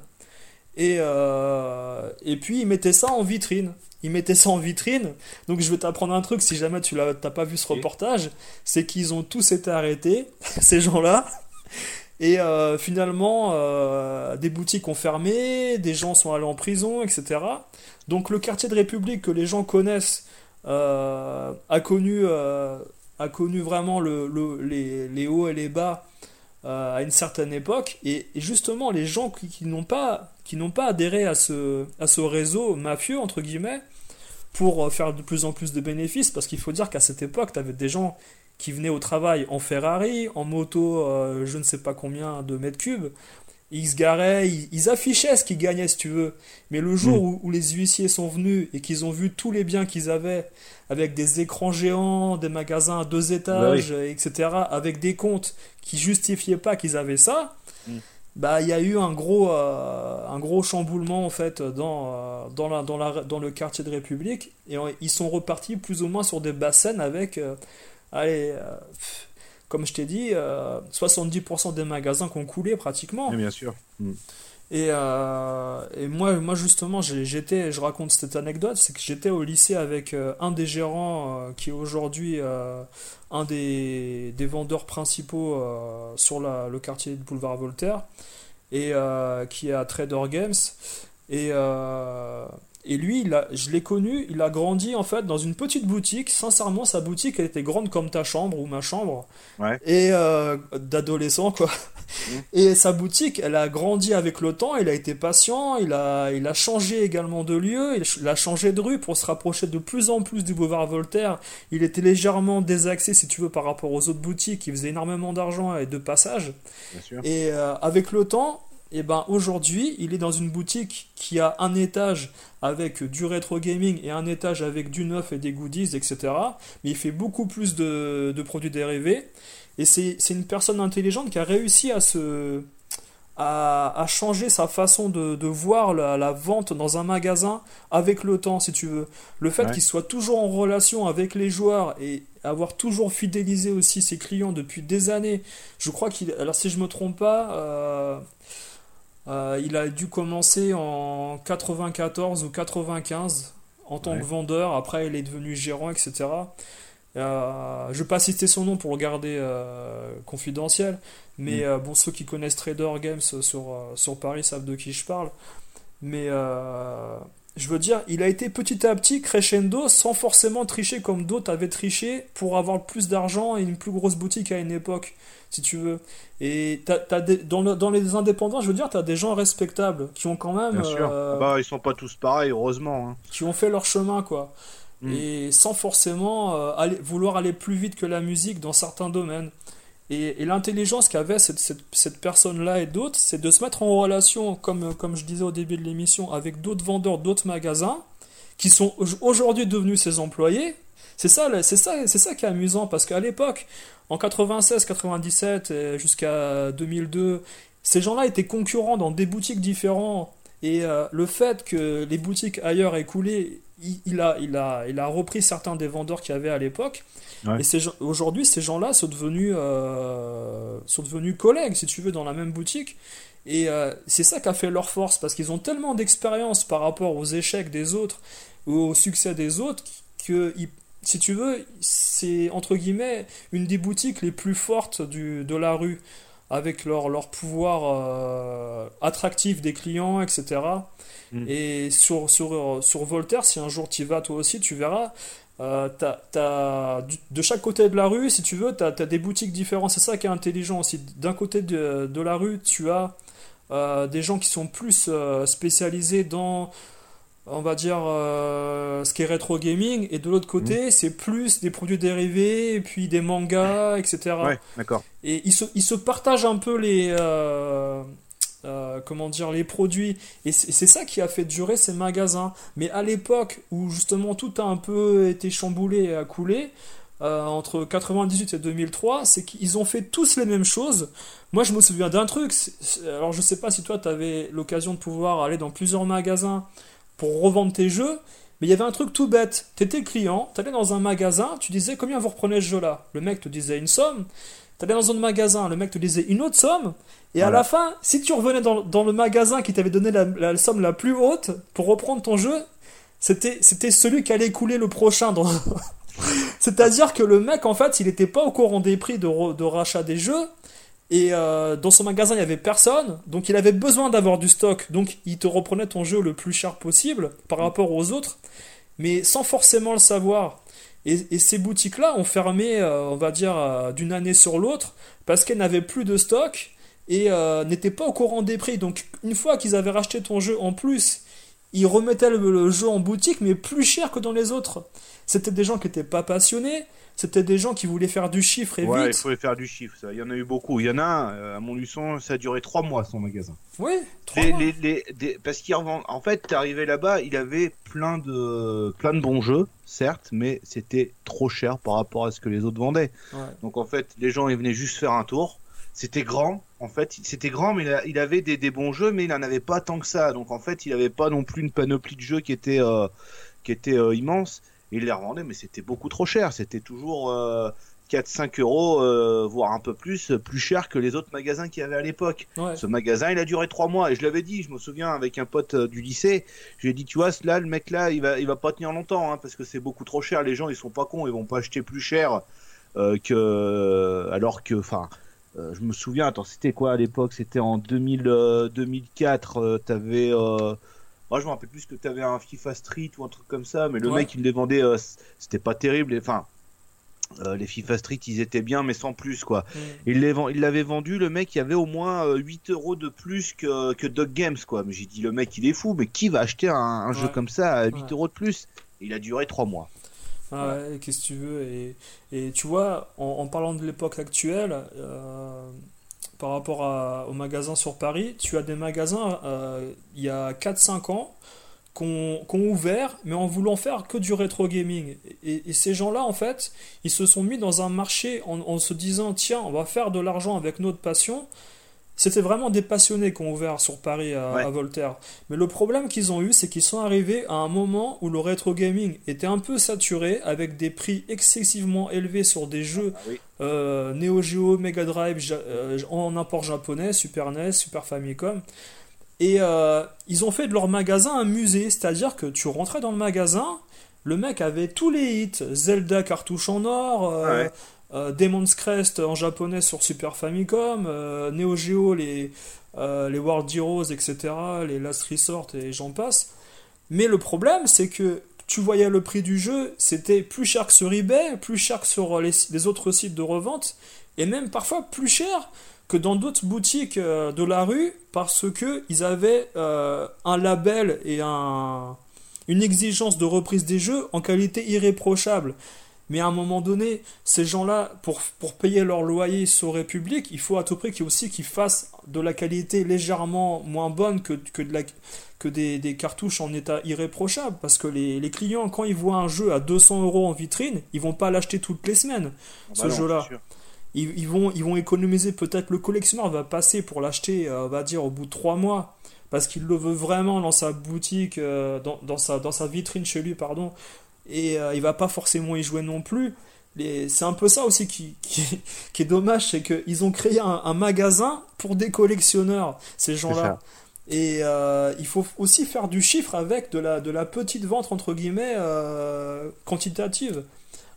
Et puis, ils mettaient ça en vitrine. Ils mettaient ça en vitrine. Donc, je vais t'apprendre un truc, si jamais t'as pas vu ce Ok. reportage, c'est qu'ils ont tous été arrêtés, ces gens-là. Et finalement, des boutiques ont fermé, des gens sont allés en prison, etc. Donc le quartier de République que les gens connaissent a connu vraiment les hauts et les bas à une certaine époque. Et justement, les gens qui n'ont pas adhéré à ce réseau mafieux, entre guillemets, pour faire de plus en plus de bénéfices, parce qu'il faut dire qu'à cette époque, tu avais des gens qui venaient au travail en Ferrari, en moto, je ne sais pas combien de mètres cubes. Ils se garaient, ils affichaient ce qu'ils gagnaient, si tu veux. Mais le jour Hmm. où les huissiers sont venus et qu'ils ont vu tous les biens qu'ils avaient, avec des écrans géants, des magasins à 2 étages, Bah oui. etc., avec des comptes qui justifiaient pas qu'ils avaient ça, Hmm. bah il y a eu un gros chamboulement en fait dans le quartier de République et ils sont repartis plus ou moins sur des bassins avec allez, comme je t'ai dit, 70% des magasins qui ont coulé Oui, pratiquement. bien sûr. Hmm. Et moi justement, je raconte cette anecdote, c'est que j'étais au lycée avec un des gérants qui est aujourd'hui un des vendeurs principaux sur le quartier de Boulevard Voltaire et qui est à Trader Games. Et, euh, et lui, je l'ai connu, il a grandi en fait dans une petite boutique. Sincèrement, sa boutique elle était grande comme ta chambre ou ma chambre Ouais. et d'adolescent quoi. Hmm. Et sa boutique, elle a grandi avec le temps, il a été patient, il a changé également de lieu, il a changé de rue pour se rapprocher de plus en plus du boulevard Voltaire. Il était légèrement désaxé, si tu veux, par rapport aux autres boutiques, il faisait énormément d'argent et de passage. Bien sûr. Et avec le temps, et ben aujourd'hui, il est dans une boutique qui a un étage avec du rétro gaming et un étage avec du neuf et des goodies, etc. Mais il fait beaucoup plus de produits dérivés. Et c'est une personne intelligente qui a réussi à changer sa façon de voir la vente dans un magasin avec le temps, si tu veux. Le fait Ouais. qu'il soit toujours en relation avec les joueurs et avoir toujours fidélisé aussi ses clients depuis des années. Je crois alors si je me trompe pas, il a dû commencer en 94 ou 95 en tant que Ouais. vendeur. Après, il est devenu gérant, etc. Je vais pas citer son nom pour le garder confidentiel, mais Hmm. bon, ceux qui connaissent Trader Games sur Paris savent de qui je parle. Mais je veux dire, il a été petit à petit crescendo sans forcément tricher comme d'autres avaient triché pour avoir plus d'argent et une plus grosse boutique à une époque, si tu veux. Et dans les indépendants, je veux dire, tu as des gens respectables qui ont quand même Bien sûr. Ah bah, ils sont pas tous pareils, heureusement, hein. qui ont fait leur chemin, quoi. Hmm. Et sans forcément vouloir aller plus vite que la musique dans certains domaines. Et l'intelligence qu'avait cette personne-là et d'autres, c'est de se mettre en relation, comme je disais au début de l'émission, avec d'autres vendeurs, d'autres magasins, qui sont aujourd'hui devenus ses employés. C'est ça qui est amusant, parce qu'à l'époque, en 96, 97 et jusqu'à 2002, ces gens-là étaient concurrents dans des boutiques différentes. Et le fait que les boutiques ailleurs aient coulé, il a repris certains des vendeurs qu'il y avait à l'époque. Ouais. Et aujourd'hui, ces gens-là sont devenus collègues, si tu veux, dans la même boutique. Et c'est ça qui a fait leur force, parce qu'ils ont tellement d'expérience par rapport aux échecs des autres ou au succès des autres que, si tu veux, c'est entre guillemets une des boutiques les plus fortes de la rue. avec leur pouvoir attractif des clients, etc. Mm. Et sur Voltaire, si un jour tu y vas toi aussi, tu verras, de chaque côté de la rue, si tu veux, t'as des boutiques différentes. C'est ça qui est intelligent aussi. D'un côté de la rue, tu as des gens qui sont plus spécialisés dans, on va dire, ce qui est rétro gaming, et de l'autre Mm. côté, c'est plus des produits dérivés, et puis des mangas, etc. Ouais, d'accord. Et ils se partagent un peu comment dire, les produits. Et c'est ça qui a fait durer ces magasins. Mais à l'époque où justement tout a un peu été chamboulé et accoulé, entre 98 et 2003, c'est qu'ils ont fait tous les mêmes choses. Moi, je me souviens d'un truc. Alors, je sais pas si toi, tu avais l'occasion de pouvoir aller dans plusieurs magasins pour revendre tes jeux. Mais il y avait un truc tout bête. Tu étais client, tu allais dans un magasin, tu disais combien vous reprenez ce jeu-là. Le mec te disait une somme. Tu allais dans un magasin, le mec te disait une autre somme. Et à la Voilà. fin, si tu revenais dans le magasin qui t'avait donné la somme la plus haute pour reprendre ton jeu, c'était celui qui allait couler le prochain. C'est-à-dire que le mec, en fait, il n'était pas au courant des prix de rachat des jeux. Et dans son magasin, il n'y avait personne. Donc il avait besoin d'avoir du stock. Donc il te reprenait ton jeu le plus cher possible par rapport aux autres, mais sans forcément le savoir. Et ces boutiques-là ont fermé, on va dire, d'une année sur l'autre, parce qu'elles n'avaient plus de stock et n'étaient pas au courant des prix. Donc une fois qu'ils avaient racheté ton jeu en plus, ils remettaient le jeu en boutique, mais plus cher que dans les autres. C'était des gens qui n'étaient pas passionnés, c'était des gens qui voulaient faire du chiffre et Ouais, il vite. faut faire du chiffre, ça. Il y en a eu beaucoup. Il y en a un, à Montluçon, ça a duré 3 mois, son magasin. Oui, 3 mois. Parce qu'il revend. En fait, t'es arrivé là-bas, il avait plein de bons jeux, certes, mais c'était trop cher par rapport à ce que les autres vendaient. Ouais. Donc en fait, les gens ils venaient juste faire un tour. C'était grand, en fait, c'était grand, mais il avait des bons jeux, mais il en avait pas tant que ça. Donc en fait, il avait pas non plus une panoplie de jeux qui était immense. Et il les revendait, mais c'était beaucoup trop cher. C'était toujours 4-5 euros, voire un peu plus cher que les autres magasins qu'il y avait à l'époque. Ouais. Ce magasin, il a duré 3 mois. Et je l'avais dit, je me souviens, avec un pote du lycée, je lui ai dit, tu vois, là, le mec là, il va pas tenir longtemps, hein, parce que c'est beaucoup trop cher. Les gens, ils sont pas cons, ils vont pas acheter plus cher alors que, enfin, je me souviens, attends, c'était quoi à l'époque? C'était en 2004, t'avais... moi, je me rappelle plus que t'avais un FIFA Street ou un truc comme ça, mais le Ouais. mec, il les vendait, c'était pas terrible. Enfin, les FIFA Street, ils étaient bien, mais sans plus, quoi. Mm. Il l'avait vendu, le mec, il y avait au moins 8 euros de plus que Dog Games, quoi. Mais j'ai dit, le mec, il est fou, mais qui va acheter un jeu Ouais. comme ça à 8 Ouais. euros de plus? Et il a duré 3 mois. Ah Voilà. ouais, qu'est-ce que tu veux. Et tu vois, en parlant de l'époque actuelle, par rapport aux magasins sur Paris, tu as des magasins, il y a 4 5 ans, qu'on ouvert, mais en voulant faire que du rétro gaming. Et ces gens-là, en fait, ils se sont mis dans un marché en se disant, tiens, on va faire de l'argent avec notre passion. C'était vraiment des passionnés qui ont ouvert sur Paris à Ouais. Voltaire. Mais le problème qu'ils ont eu, c'est qu'ils sont arrivés à un moment où le rétro gaming était un peu saturé, avec des prix excessivement élevés sur des jeux Ah oui. Neo Geo, Mega Drive, en import japonais, Super NES, Super Famicom. Et ils ont fait de leur magasin un musée, c'est-à-dire que tu rentrais dans le magasin, le mec avait tous les hits, Zelda cartouche en or, Ah ouais. Demon's Crest en japonais sur Super Famicom, Neo Geo, les World Heroes, etc., les Last Resort et j'en passe. Mais le problème, c'est que tu voyais le prix du jeu, c'était plus cher que sur eBay, plus cher que sur les autres sites de revente, et même parfois plus cher que dans d'autres boutiques de la rue, parce que ils avaient un label et une exigence de reprise des jeux en qualité irréprochable. Mais à un moment donné, ces gens-là, pour payer leur loyer sur République, il faut à tout prix qu'ils fassent de la qualité légèrement moins bonne que des cartouches en état irréprochable. Parce que les clients, quand ils voient un jeu à 200 euros en vitrine, ils vont pas l'acheter toutes les semaines, Ah ce bah non, c'est jeu-là. sûr. Ils vont économiser, peut-être le collectionneur va passer pour l'acheter, on va dire, au bout de 3 mois. Parce qu'il le veut vraiment dans sa boutique, dans sa vitrine chez lui, pardon, et il va pas forcément y jouer non plus. C'est un peu ça aussi qui est dommage, c'est qu'ils ont créé un magasin pour des collectionneurs, ces C'est gens-là. ça. Et il faut aussi faire du chiffre avec de la petite vente, entre guillemets, quantitative.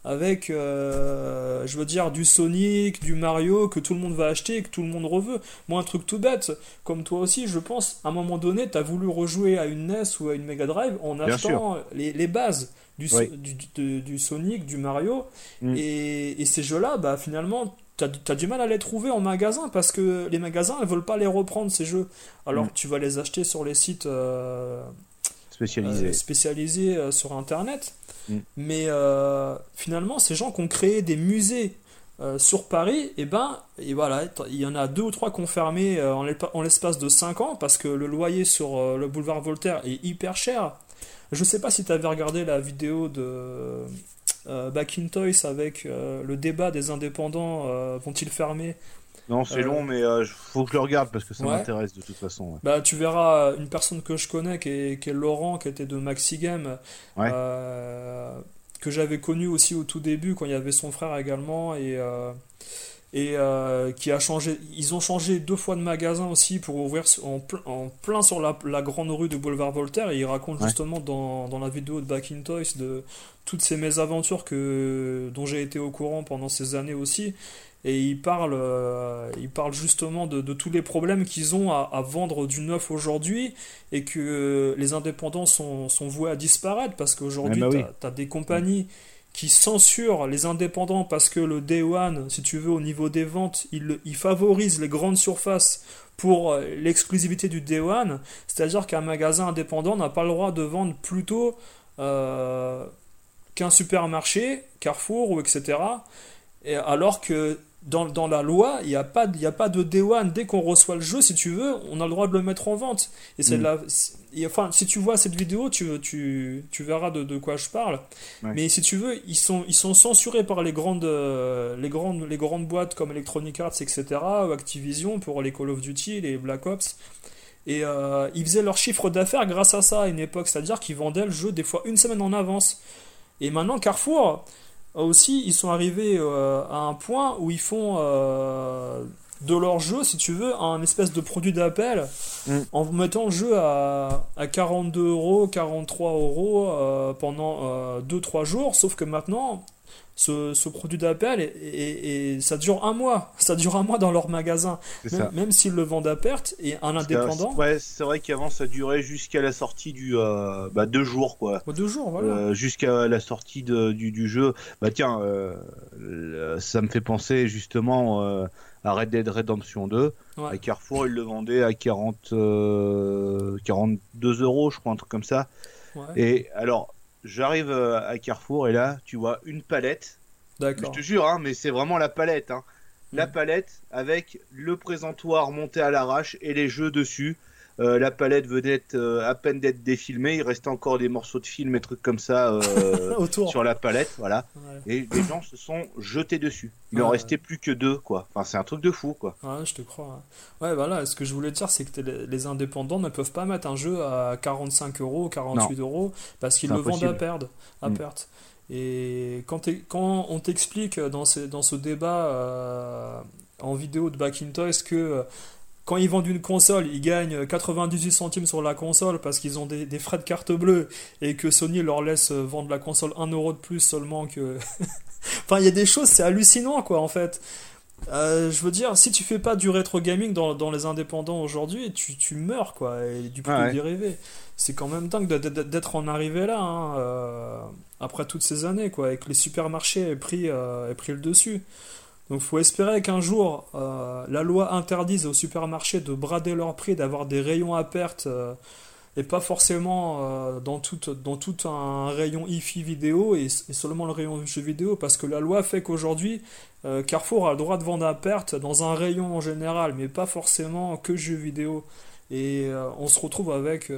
avec, je veux dire, du Sonic, du Mario que tout le monde va acheter et que tout le monde reveut. Moi, un truc tout bête, comme toi aussi, je pense, à un moment donné, t'as voulu rejouer à une NES ou à une Mega Drive en Bien sûr. achetant les bases Oui. du Sonic, du Mario, Mm. et ces jeux-là, bah finalement, t'as du mal à les trouver en magasin parce que les magasins ne veulent pas les reprendre ces jeux. Alors Mm. que tu vas les acheter sur les sites Spécialisé. spécialisés sur Internet. Mm. Mais finalement, ces gens qui ont créé des musées sur Paris, et voilà, il y en a deux ou trois qui ont fermé en l'espace de 5 ans parce que le loyer sur le boulevard Voltaire est hyper cher. Je sais pas si tu avais regardé la vidéo de Back in Toys avec le débat des indépendants, vont-ils fermer? Non, c'est Euh, long, mais faut que je le regarde parce que ça ouais. m'intéresse de toute façon. Ouais. Bah, tu verras une personne que je connais qui est Laurent, qui était de Maxi Game, Ouais. euh, que j'avais connu aussi au tout début quand il y avait son frère également et qui a changé. Ils ont changé 2 fois de magasin aussi pour ouvrir en plein sur la grande rue de Boulevard Voltaire. Et il raconte Ouais. justement dans la vidéo de Back in Toys de toutes ces mésaventures dont j'ai été au courant pendant ces années aussi. Et il parle justement de tous les problèmes qu'ils ont à vendre du neuf aujourd'hui et que les indépendants sont voués à disparaître parce Ouais, qu'aujourd'hui, bah tu oui. as des compagnies qui censurent les indépendants parce que le Day One, si tu veux, au niveau des ventes, il favorise les grandes surfaces pour l'exclusivité du Day One. C'est-à-dire qu'un magasin indépendant n'a pas le droit de vendre plus tôt euh, qu'un supermarché, Carrefour ou etc. Et alors que dans la loi, il y a pas de day one. Dès qu'on reçoit le jeu, si tu veux, on a le droit de le mettre en vente. Et c'est de Mm. enfin, si tu vois cette vidéo, tu verras de quoi je parle. Ouais. Mais si tu veux, ils sont censurés par les grandes boîtes comme Electronic Arts, etc., ou Activision pour les Call of Duty, les Black Ops. Et ils faisaient leur chiffre d'affaires grâce à ça à une époque, c'est-à-dire qu'ils vendaient le jeu des fois une semaine en avance. Et maintenant, Carrefour, aussi, ils sont arrivés à un point où ils font de leur jeu, si tu veux, un espèce de produit d'appel Mm. en mettant le jeu à 42 euros, 43 euros pendant 2-3 jours. Sauf que maintenant, ce produit d'appel, ça dure un mois. Ça dure un mois dans leur magasin. C'est ça. Même s'ils le vendent à perte, et un indépendant, Ouais, c'est vrai qu'avant ça durait jusqu'à la sortie du 2 jours quoi. 2 jours, voilà. Jusqu'à la sortie du jeu. Bah tiens, ça me fait penser justement à Red Dead Redemption 2. Ouais, À Carrefour, ils le vendaient à 42 euros, je crois, un truc comme ça. ouais, Et alors, j'arrive à Carrefour et là, tu vois une palette. Je d'accord. te jure, hein, mais c'est vraiment la palette. Hein. La Hmm. palette avec le présentoir monté à l'arrache et les jeux dessus. La palette venait à peine d'être défilmée. Il restait encore des morceaux de film et trucs comme ça Autour. sur la palette, voilà. Ouais, Et les gens se sont jetés dessus. Il en ouais, restait plus que deux, quoi. Enfin, c'est un truc de fou, quoi. ouais, je te crois. Ouais, voilà, ce que je voulais dire, c'est que les indépendants ne peuvent pas mettre un jeu à 45 euros, Non, 48 euros, parce qu'ils c'est le vendent à impossible. perdre, à Mm. perte. Et quand on t'explique dans ce débat en vidéo de Back in Toys que quand ils vendent une console, ils gagnent 98 centimes sur la console parce qu'ils ont des frais de carte bleue et que Sony leur laisse vendre la console 1 euro de plus seulement que... Enfin, il y a des choses, c'est hallucinant, quoi, en fait. Je veux dire, si tu fais pas du rétro gaming dans les indépendants aujourd'hui, tu meurs, quoi, et du Ah produit ouais, dérivé. C'est quand même dingue d'être en arrivé là, hein, après toutes ces années, quoi, et que les supermarchés aient pris le dessus. Donc faut espérer qu'un jour, la loi interdise aux supermarchés de brader leur prix, d'avoir des rayons à perte, et pas forcément dans tout un rayon hi-fi vidéo et seulement le rayon jeux vidéo, parce que la loi fait qu'aujourd'hui, Carrefour a le droit de vendre à perte dans un rayon en général, mais pas forcément que jeux vidéo. Et on se retrouve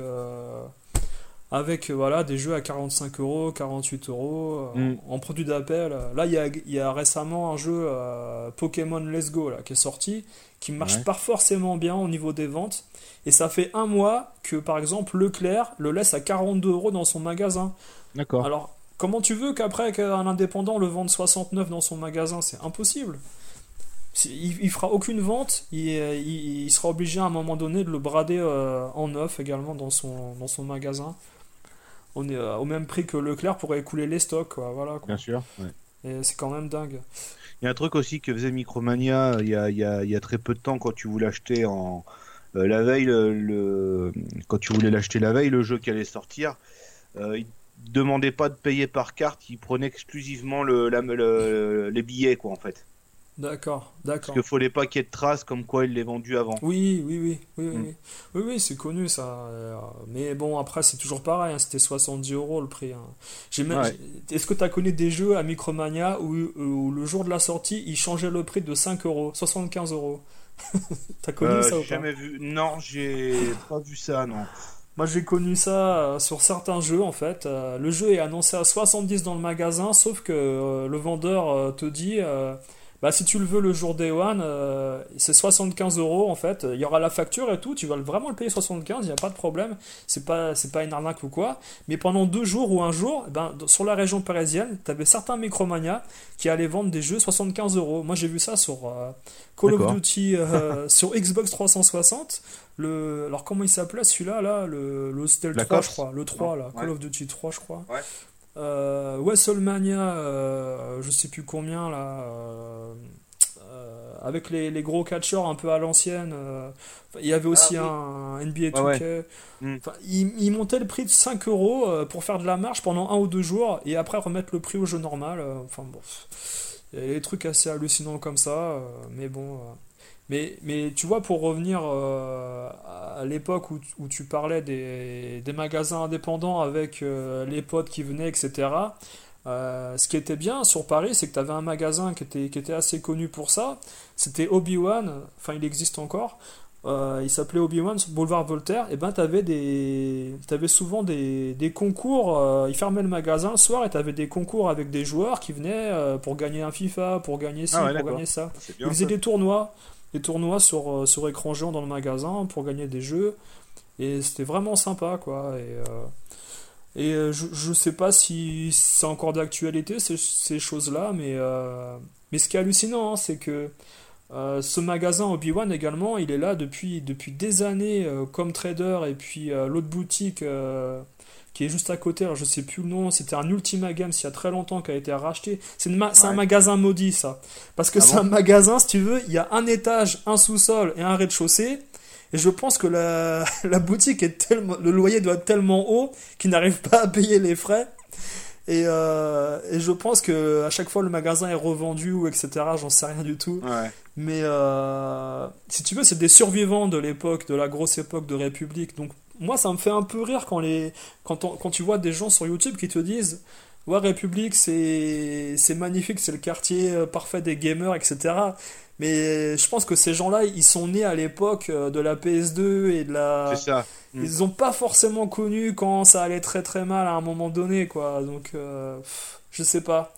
avec voilà, des jeux à 45 euros, 48 euros Mm. en produit d'appel. Là, il y a récemment un jeu Pokémon Let's Go là, qui est sorti, qui marche ouais, pas forcément bien au niveau des ventes. Et ça fait un mois que, par exemple, Leclerc le laisse à 42 euros dans son magasin. d'accord. Alors, comment tu veux qu'après qu'un indépendant le vende 69 dans son magasin? C'est impossible. Il fera aucune vente, il sera obligé à un moment donné de le brader en neuf également dans son magasin. On est au même prix que Leclerc pour écouler les stocks, quoi. Voilà, quoi. Bien sûr. Ouais. Et c'est quand même dingue. Il y a un truc aussi que faisait Micromania il y a très peu de temps quand tu voulais acheter la veille quand tu voulais l'acheter la veille le jeu qui allait sortir, il demandait pas de payer par carte, il prenait exclusivement les billets quoi en fait. D'accord, Parce qu'il d'accord. fallait pas qu'il y ait de traces comme quoi il les vendu avant. Oui, oui, oui, oui, oui, Mm. oui, oui, oui, c'est connu ça. Mais bon, après, c'est toujours pareil, hein, c'était 70 euros le prix, hein. Ouais. Est-ce que tu as connu des jeux à Micromania où le jour de la sortie, ils changeaient le prix de 5 euros, 75 euros? T'as connu ça ou J'ai pas? jamais vu. Non, j'ai pas vu ça, non. Moi, j'ai connu ça sur certains jeux en fait. Le jeu est annoncé à 70 dans le magasin, sauf que le vendeur te dit bah, si tu le veux le jour Day One, c'est 75 euros en fait. Il y aura la facture et tout, tu vas vraiment le payer 75, il n'y a pas de problème. C'est pas une arnaque ou quoi. Mais pendant 2 jours ou un jour, eh ben, sur la région parisienne, tu avais certains Micromania qui allaient vendre des jeux 75 euros. Moi, j'ai vu ça sur Call of D'accord. Duty, sur Xbox 360. Alors comment il s'appelait celui-là là c'était le Black 3 je Ops? crois, le Non? 3 là, Call Ouais. of Duty 3 je crois. Ouais. WrestleMania, je sais plus combien là, avec les gros catcheurs un peu à l'ancienne. Il y avait Ah aussi oui. un NBA Ouais, ouais. 2K. Hmm. Enfin, il montait le prix de 5 euros pour faire de la marche pendant 1 ou 2 jours et après remettre le prix au jeu normal. Enfin bon, il y a des trucs assez hallucinants comme ça, mais bon. Mais tu vois, pour revenir à l'époque où tu parlais des magasins indépendants avec les potes qui venaient, etc. Ce qui était bien sur Paris, c'est que tu avais un magasin qui était assez connu pour ça. C'était Obi-Wan, enfin il existe encore. Il s'appelait Obi-Wan sur Boulevard Voltaire. Et ben t'avais souvent des concours. Ils fermaient le magasin le soir et t'avais des concours avec des joueurs qui venaient pour gagner un FIFA, pour gagner Ah ci, ouais, pour gagner d'accord. ça. C'est Ils bien faisaient ça. des tournois sur écran géant dans le magasin pour gagner des jeux. Et c'était vraiment sympa, quoi. Je sais pas si c'est encore d'actualité, ces choses-là, mais ce qui est hallucinant, hein, c'est que ce magasin Obi-Wan également, il est là depuis des années comme trader, et puis l'autre boutique qui est juste à côté, alors je sais plus le nom, c'était un Ultima Games il y a très longtemps qui a été racheté. C'est un Ouais. magasin maudit ça. Parce que Ah c'est un bon? magasin, si tu veux, il y a un étage, un sous-sol et un rez-de-chaussée. Et je pense que la boutique est tellement, le loyer doit être tellement haut qu'ils n'arrivent pas à payer les frais. Et je pense que à chaque fois le magasin est revendu ou etc. J'en sais rien du tout. Ouais. Mais si tu veux, c'est des survivants de l'époque, de la grosse époque de République. Donc moi, ça me fait un peu rire quand tu vois des gens sur YouTube qui te disent ouais, République, c'est magnifique, c'est le quartier parfait des gamers, etc. Mais je pense que ces gens-là, ils sont nés à l'époque de la PS2 et de C'est la. ça. Hmm. Ils ont pas forcément connu quand ça allait très très mal à un moment donné, quoi. Donc, je sais pas.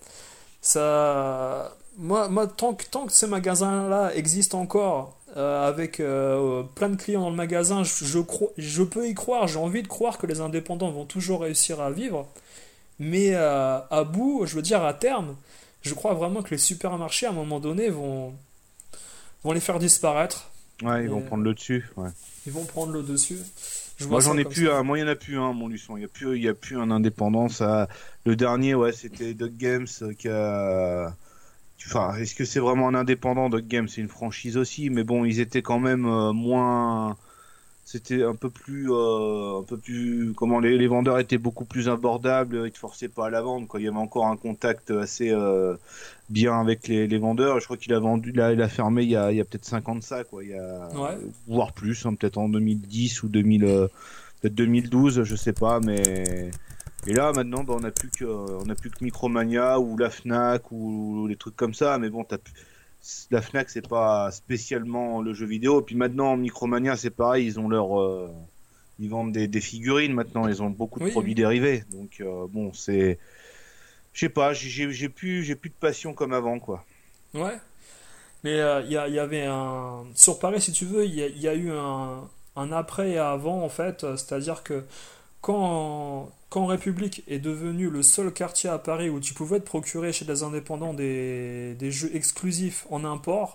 Moi, tant que ces magasins-là existent encore, avec plein de clients dans le magasin, je peux y croire. J'ai envie de croire que les indépendants vont toujours réussir à vivre. Mais à bout, je veux dire à terme, je crois vraiment que les supermarchés, à un moment donné, vont les faire disparaître. Ouais, ils Et vont prendre le dessus. Ouais. ils vont prendre le dessus. Je vois Moi, ça j'en ai comme ça. plus un. Moi, il y en a plus un, mon Luçon. Il y a plus un indépendant. Ça. Le dernier, ouais, c'était Dog Games qui a. Enfin, est-ce que c'est vraiment un indépendant? Dog Games, c'est une franchise aussi, mais bon, ils étaient quand même moins. C'était un peu plus, comment les vendeurs étaient beaucoup plus abordables, ils te forçaient pas à la vendre, quoi. Il y avait encore un contact assez bien avec les vendeurs. Je crois qu'il a vendu, il a fermé il y a peut-être 5 ans de ça, quoi. Il y a, Ouais. voire plus, hein, peut-être en 2010 ou 2000, peut-être 2012, je sais pas, mais et là maintenant, bah, on a plus que Micromania ou la Fnac ou les trucs comme ça, mais bon, la Fnac, c'est pas spécialement le jeu vidéo. Et puis maintenant, Micromania, c'est pareil, ils vendent des figurines maintenant, ils ont beaucoup de Oui, produits oui. dérivés. Donc bon, je sais pas, j'ai plus de passion comme avant, quoi. Ouais. Mais il y avait un. Sur Paris, si tu veux, il y a eu un après et un avant, en fait. C'est-à-dire que quand République est devenu le seul quartier à Paris où tu pouvais te procurer chez des indépendants des jeux exclusifs en import,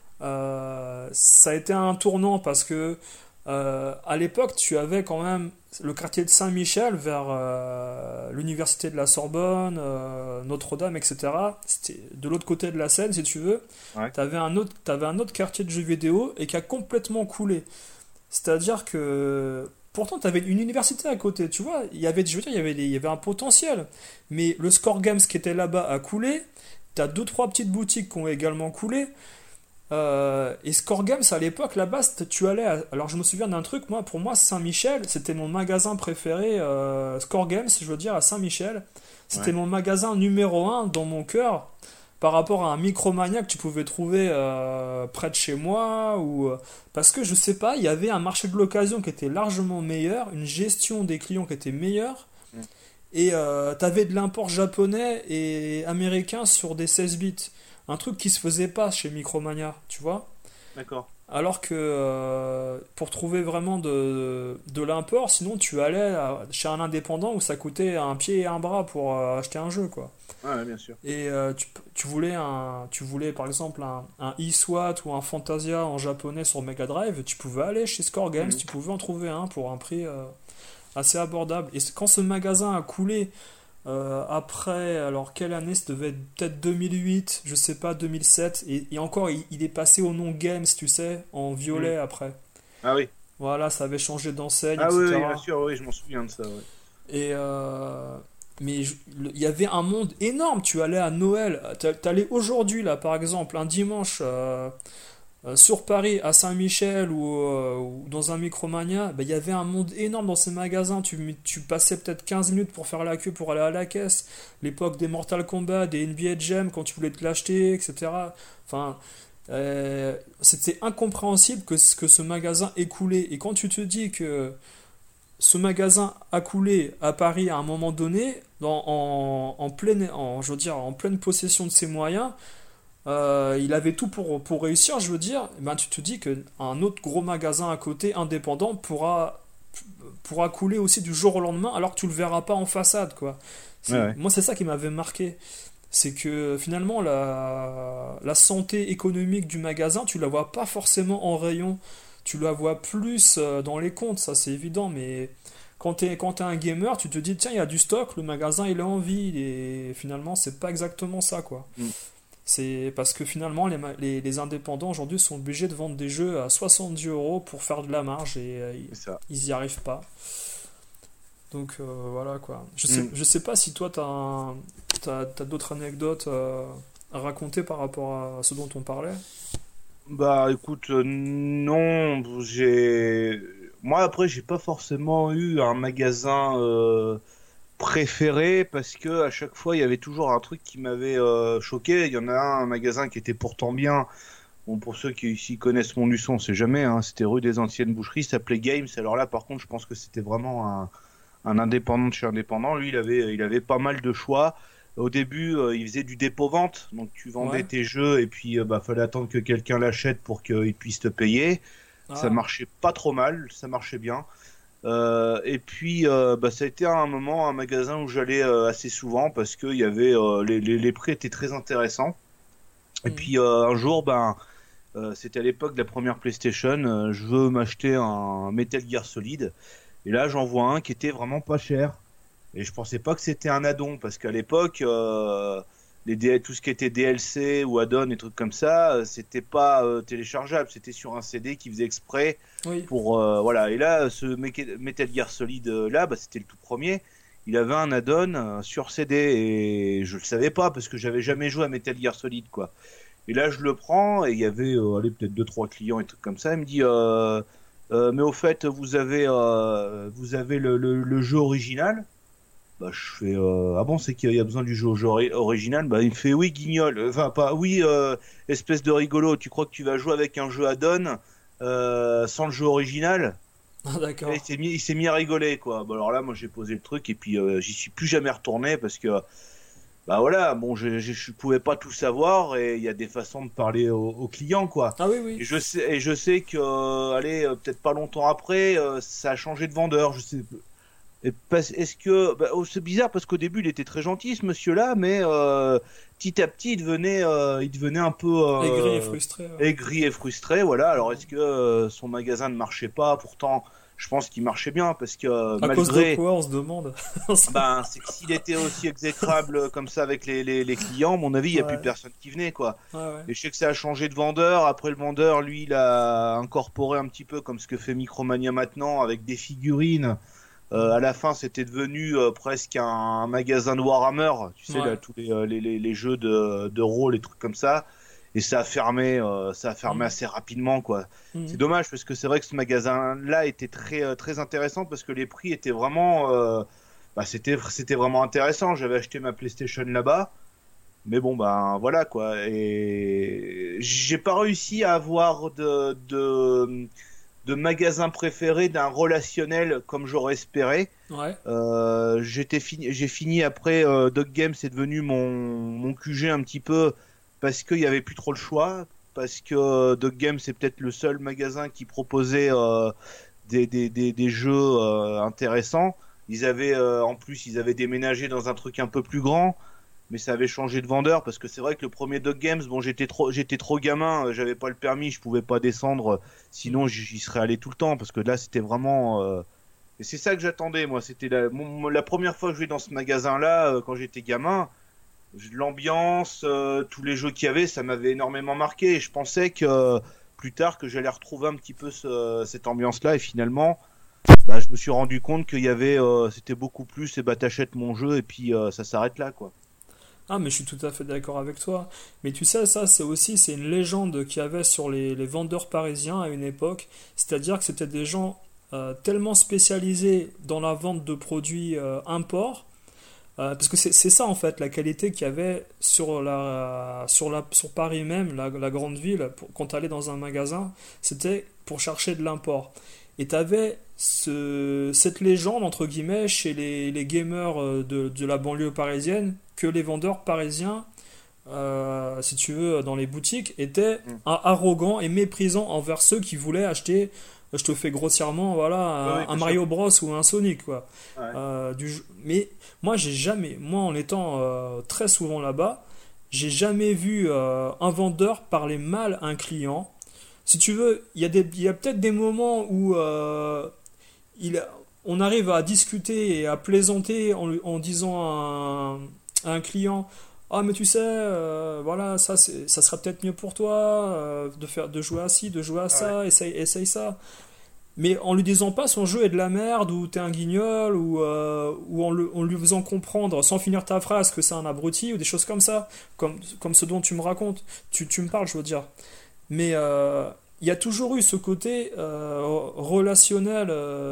ça a été un tournant parce que à l'époque, tu avais quand même le quartier de Saint-Michel vers l'université de la Sorbonne, Notre-Dame, etc. C'était de l'autre côté de la Seine, si tu veux. Ouais. T'avais un autre quartier de jeux vidéo et qui a complètement coulé. C'est-à-dire que pourtant tu avais une université à côté, tu vois. Il y avait, je veux dire, il y avait un potentiel. Mais le Score Games qui était là-bas a coulé. T'as deux trois petites boutiques qui ont également coulé. Et Score Games à l'époque là-bas, tu allais alors je me souviens d'un truc, moi pour moi Saint-Michel c'était mon magasin préféré, Score Games je veux dire à Saint-Michel, c'était Ouais. mon magasin numéro un dans mon cœur par rapport à un Micromania que tu pouvais trouver près de chez moi ou parce que je sais pas, il y avait un marché de l'occasion qui était largement meilleur, une gestion des clients qui était meilleure Mm. et t'avais de l'import japonais et américain sur des 16 bits. Un truc qui se faisait pas chez Micromania, tu vois. D'accord. Alors que pour trouver vraiment de l'import, sinon tu allais chez un indépendant où ça coûtait un pied et un bras pour acheter un jeu, quoi. Ouais, bien sûr. Et tu voulais par exemple un eSWAT ou un Fantasia en japonais sur Mega Drive, tu pouvais aller chez Score Games, Mhm. tu pouvais en trouver un pour un prix assez abordable. Et quand ce magasin a coulé, après, alors quelle année? Ça devait être peut-être 2008, je sais pas, 2007. Et encore, il est passé au nom Games, tu sais, en Mhm. violet après. Ah oui. Voilà, ça avait changé d'enseigne, Ah oui, oui, bien etc. sûr, oui, je m'en souviens de ça, ouais. Et mais il y avait un monde énorme. Tu allais à Noël, t'allais aujourd'hui là, par exemple, un dimanche sur Paris, à Saint-Michel ou dans un Micromania, ben, il y avait un monde énorme dans ces magasins. Tu passais peut-être 15 minutes pour faire la queue pour aller à la caisse. L'époque des Mortal Kombat, des NBA Jam, quand tu voulais te l'acheter, etc. Enfin, c'était incompréhensible que ce magasin ait coulé. Et quand tu te dis que ce magasin a coulé à Paris à un moment donné, je veux dire, en pleine possession de ses moyens, il avait tout pour réussir, je veux dire. Eh ben, tu te dis qu'un autre gros magasin à côté, indépendant, pourra couler aussi du jour au lendemain, alors que tu le verras pas en façade, quoi. Ouais, ouais. Moi, c'est ça qui m'avait marqué. C'est que finalement, la santé économique du magasin, tu la vois pas forcément en rayon. Tu la vois plus dans les comptes, ça c'est évident, mais quand t'es un gamer, tu te dis, tiens, il y a du stock, le magasin il est en vie, et finalement, c'est pas exactement ça, quoi. Mm. C'est parce que finalement, les indépendants aujourd'hui sont obligés de vendre des jeux à 70 euros pour faire de la marge et C'est ça. ils y arrivent pas. Donc voilà quoi. Mm. Je sais pas si toi t'as d'autres anecdotes à raconter par rapport à ce dont on parlait. Bah écoute, non, moi après j'ai pas forcément eu un magasin préféré parce que à chaque fois il y avait toujours un truc qui m'avait choqué. Il y en a un magasin qui était pourtant bien. Bon, pour ceux qui ici connaissent mon Luçon, on sait jamais, hein, c'était rue des Anciennes Boucheries, ça s'appelait Games. Alors là par contre je pense que c'était vraiment un indépendant de chez indépendant. Lui il avait pas mal de choix. Au début, il faisait du dépôt-vente, donc tu vendais Ouais. tes jeux et puis bah fallait attendre que quelqu'un l'achète pour qu'il puisse te payer. Ça Ah. marchait pas trop mal, ça marchait bien. Et puis bah ça a été à un moment un magasin où j'allais assez souvent parce que il y avait les prix étaient très intéressants. Et Mhm. puis un jour, ben c'était à l'époque de la première PlayStation, je veux m'acheter un Metal Gear Solid. Et là, j'en vois un qui était vraiment pas cher. Et je pensais pas que c'était un add-on, parce qu'à l'époque, tout ce qui était DLC ou add-on et trucs comme ça, c'était pas téléchargeable, c'était sur un CD qui faisait exprès Oui. pour voilà. Et là, Metal Gear Solid là, bah, c'était le tout premier. Il avait un add-on sur CD et je le savais pas parce que j'avais jamais joué à Metal Gear Solid quoi. Et là, je le prends et il y avait allez, peut-être deux trois clients et trucs comme ça. Il me dit mais au fait, vous avez le jeu original? Bah, je fais ah bon, c'est qu'il y a besoin du jeu original. Bah, il me fait oui, guignol. Enfin, pas oui, espèce de rigolo. Tu crois que tu vas jouer avec un jeu add-on sans le jeu original? Ah, Et d'accord. il s'est mis à rigoler, quoi. Bah, alors là, moi, j'ai posé le truc et puis j'y suis plus jamais retourné parce que bah voilà, bon, je pouvais pas tout savoir et il y a des façons de parler aux clients, quoi. Ah oui, oui. Et je sais que, allez, peut-être pas longtemps après, ça a changé de vendeur. Je sais, Est-ce que c'est bizarre parce qu'au début il était très gentil ce monsieur-là, mais petit à petit il devenait un peu Aigri et frustré. Ouais. aigri et frustré. Voilà. Alors est-ce que son magasin ne marchait pas? Pourtant, je pense qu'il marchait bien parce que À cause de malgré quoi, on se demande. c'est que s'il était aussi exécrable comme ça avec les clients, à mon avis, il n'y a plus Ouais, personne qui venait, quoi. ouais. Et je sais que ça a changé de vendeur. Après, le vendeur, lui, il a incorporé un petit peu comme ce que fait Micromania maintenant avec des figurines. À la fin, c'était devenu presque un magasin de Warhammer. Tu sais, là, Ouais. tous les jeux de rôle, les trucs comme ça. Et ça a fermé Mhm. assez rapidement, quoi. C'est Mhm. dommage parce que c'est vrai que ce magasin-là était très intéressant parce que les prix étaient vraiment, c'était vraiment intéressant. J'avais acheté ma PlayStation là-bas, mais bon, ben voilà quoi. Et j'ai pas réussi à avoir de magasin préféré d'un relationnel comme j'aurais espéré. Ouais. J'ai fini après Dog Game, c'est devenu mon QG un petit peu parce qu'il y avait plus trop le choix. Parce que Dog Game, c'est peut-être le seul magasin qui proposait des jeux intéressants. En plus, ils avaient déménagé dans un truc un peu plus grand, mais ça avait changé de vendeur parce que c'est vrai que le premier Dog Games, bon, j'étais trop gamin, j'avais pas le permis, je pouvais pas descendre, sinon Mhm. j'y serais allé tout le temps parce que là, c'était vraiment. Et c'est ça que j'attendais, moi. C'était la première fois que je vais dans ce magasin-là, quand j'étais gamin. L'ambiance, tous les jeux qu'il y avait, ça m'avait énormément marqué. Et je pensais que plus tard que j'allais retrouver un petit peu cette ambiance-là. Et finalement, je me suis rendu compte qu'il y avait, c'était beaucoup plus. Et bah t'achètes mon jeu et puis ça s'arrête là, quoi. Ah, mais je suis tout à fait d'accord avec toi. Mais tu sais, ça, c'est une légende qu'il y avait sur les vendeurs parisiens à une époque. C'est-à-dire que c'était des gens tellement spécialisés dans la vente de produits import. Parce que c'est ça en fait la qualité qu'il y avait sur Paris même, la grande ville, quand tu allais dans un magasin, c'était pour chercher de l'import. Et tu avais cette légende, entre guillemets, chez les gamers de la banlieue parisienne, que les vendeurs parisiens, si tu veux, dans les boutiques, étaient Mm. arrogants et méprisants envers ceux qui voulaient acheter, je te fais grossièrement, voilà, Oui, oui, un bien sûr. Mario Bros ou un Sonic, quoi. Ouais. Mais moi en étant très souvent là-bas, j'ai jamais vu un vendeur parler mal à un client. Si tu veux, il y a peut-être des moments où il, on arrive à discuter et à plaisanter en disant à un client, ah mais tu sais, voilà, ça sera peut-être mieux pour toi de jouer à ci, de jouer à Ouais. ça, essaye ça. Mais en lui disant pas son jeu est de la merde ou t'es un guignol ou en lui faisant comprendre sans finir ta phrase que c'est un abruti ou des choses comme ça, comme ce dont tu me racontes, tu me parles, je veux dire. Mais il y a toujours eu ce côté relationnel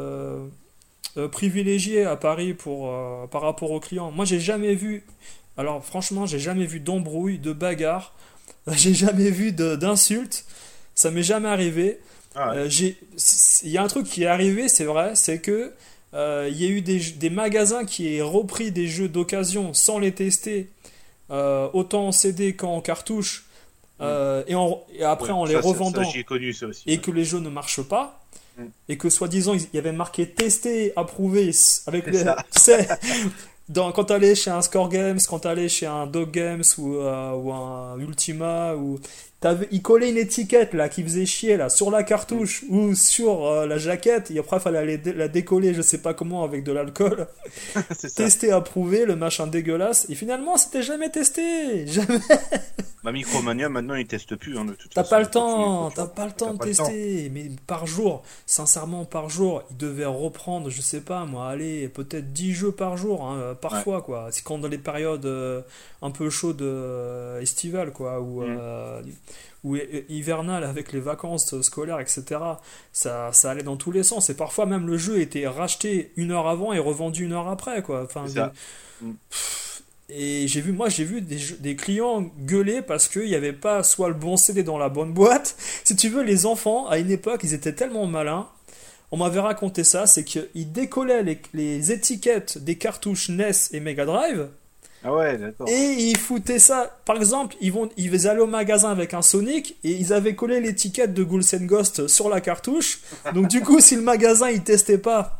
privilégié à Paris par rapport aux clients. Moi, j'ai jamais vu, alors franchement, j'ai jamais vu d'embrouille, de bagarre, j'ai jamais vu d'insultes, ça m'est jamais arrivé. Ah ouais. Il y a un truc qui est arrivé, c'est vrai, c'est que il y a eu des magasins qui ont repris des jeux d'occasion sans les tester, autant en CD qu'en cartouche, Mm. et après Ouais. en les Ça, revendant, j'y ai connu ça aussi. et Ouais. que les jeux ne marchent pas, Mm. et que soi-disant il y avait marqué testé, approuvé, avec C'est les, ça. tu sais, quand t'allais chez un Score Games, quand t'allais chez un Dog Games ou un Ultima, il collait une étiquette là qui faisait chier là sur la Mm. cartouche ou sur la jaquette et après il fallait la décoller je sais pas comment avec de l'alcool, C'est ça. testé, approuvé, le machin dégueulasse et finalement c'était jamais testé, jamais. Bah, Micromania, maintenant, ils testent plus, hein, de toute T'as pas façon. le temps, t'as pas le T'as temps de pas le temps. tester, mais par jour, sincèrement par jour, ils devaient reprendre, je sais pas moi, allez, peut-être 10 jeux par jour, hein, Ouais. parfois quoi. C'est quand dans les périodes un peu chaudes estivales quoi, Mm. ou hivernales avec les vacances scolaires, etc. Ça allait dans tous les sens et parfois même le jeu était racheté une heure avant et revendu une heure après quoi. Enfin, C'est ça. Mm. et j'ai vu des clients gueuler parce qu'il n'y avait pas soit le bon CD dans la bonne boîte. Si tu veux, les enfants, à une époque, ils étaient tellement malins. On m'avait raconté ça, c'est qu'ils décollaient les étiquettes des cartouches NES et Mega Drive Ah ouais, et d'accord. ils foutaient ça. Par exemple, ils allaient au magasin avec un Sonic et ils avaient collé l'étiquette de Ghouls and Ghost sur la cartouche. Donc du coup, si le magasin il testait pas,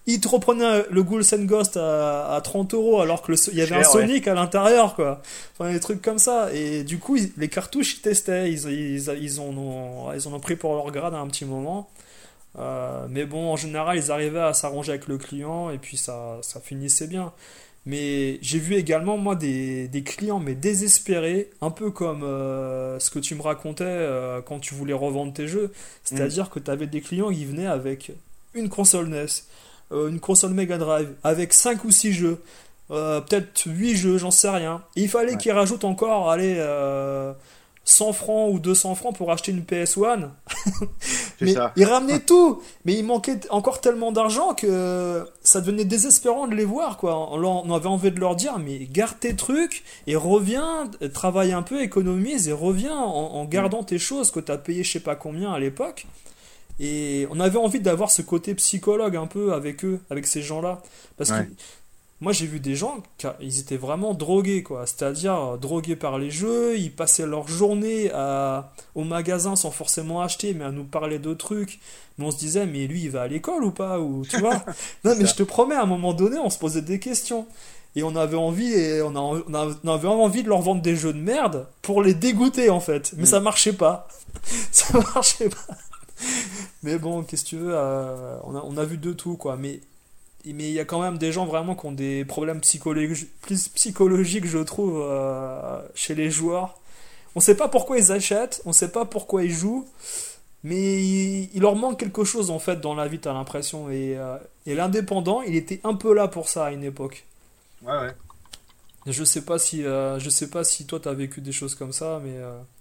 il te reprenait le Ghouls and Ghost à 30 euros alors que il y avait un Cher, ouais. Sonic à l'intérieur, quoi. Enfin, des trucs comme ça. Et du coup, les cartouches, ils testaient. Ils en ont pris pour leur grade à un petit moment. Mais bon, en général, ils arrivaient à s'arranger avec le client et puis ça finissait bien. Mais j'ai vu également, moi, des clients, mais désespérés, un peu comme ce que tu me racontais quand tu voulais revendre tes jeux. Mm. C'est-à-dire que tu avais des clients qui venaient avec une console NES, une console Mega Drive, avec 5 ou 6 jeux, peut-être 8 jeux, j'en sais rien. Et il fallait Ouais, qu'ils rajoutent encore, allez, 100 francs ou 200 francs pour acheter une PS1. c'est Mais ça. ils ramenaient tout, mais il manquait encore tellement d'argent que ça devenait désespérant de les voir, quoi. On avait envie de leur dire, mais garde tes trucs et reviens, travaille un peu, économise et reviens en Mm. gardant tes choses que tu as payé je sais pas combien à l'époque. Et on avait envie d'avoir ce côté psychologue un peu avec eux, avec ces gens-là. Parce que Ouais. moi j'ai vu des gens, ils étaient vraiment drogués, quoi. C'est-à-dire drogués par les jeux, ils passaient leur journée au magasin sans forcément acheter, mais à nous parler de trucs. Mais on se disait, mais lui il va à l'école ou pas? Ou tu vois? C'est Non mais je ça. te promets, à un moment donné, on se posait des questions. Et on avait envie de leur vendre des jeux de merde pour les dégoûter en fait. Mais Mm. ça marchait pas. Ça marchait pas. Mais bon, qu'est-ce que tu veux, on a vu de tout, quoi. Mais il y a quand même des gens vraiment qui ont des problèmes plus psychologiques, je trouve, chez les joueurs. On sait pas pourquoi ils achètent, on sait pas pourquoi ils jouent, mais il leur manque quelque chose en fait dans la vie, t'as l'impression. Et l'indépendant, il était un peu là pour ça à une époque. Ouais, ouais. Je sais pas si toi t'as vécu des choses comme ça, mais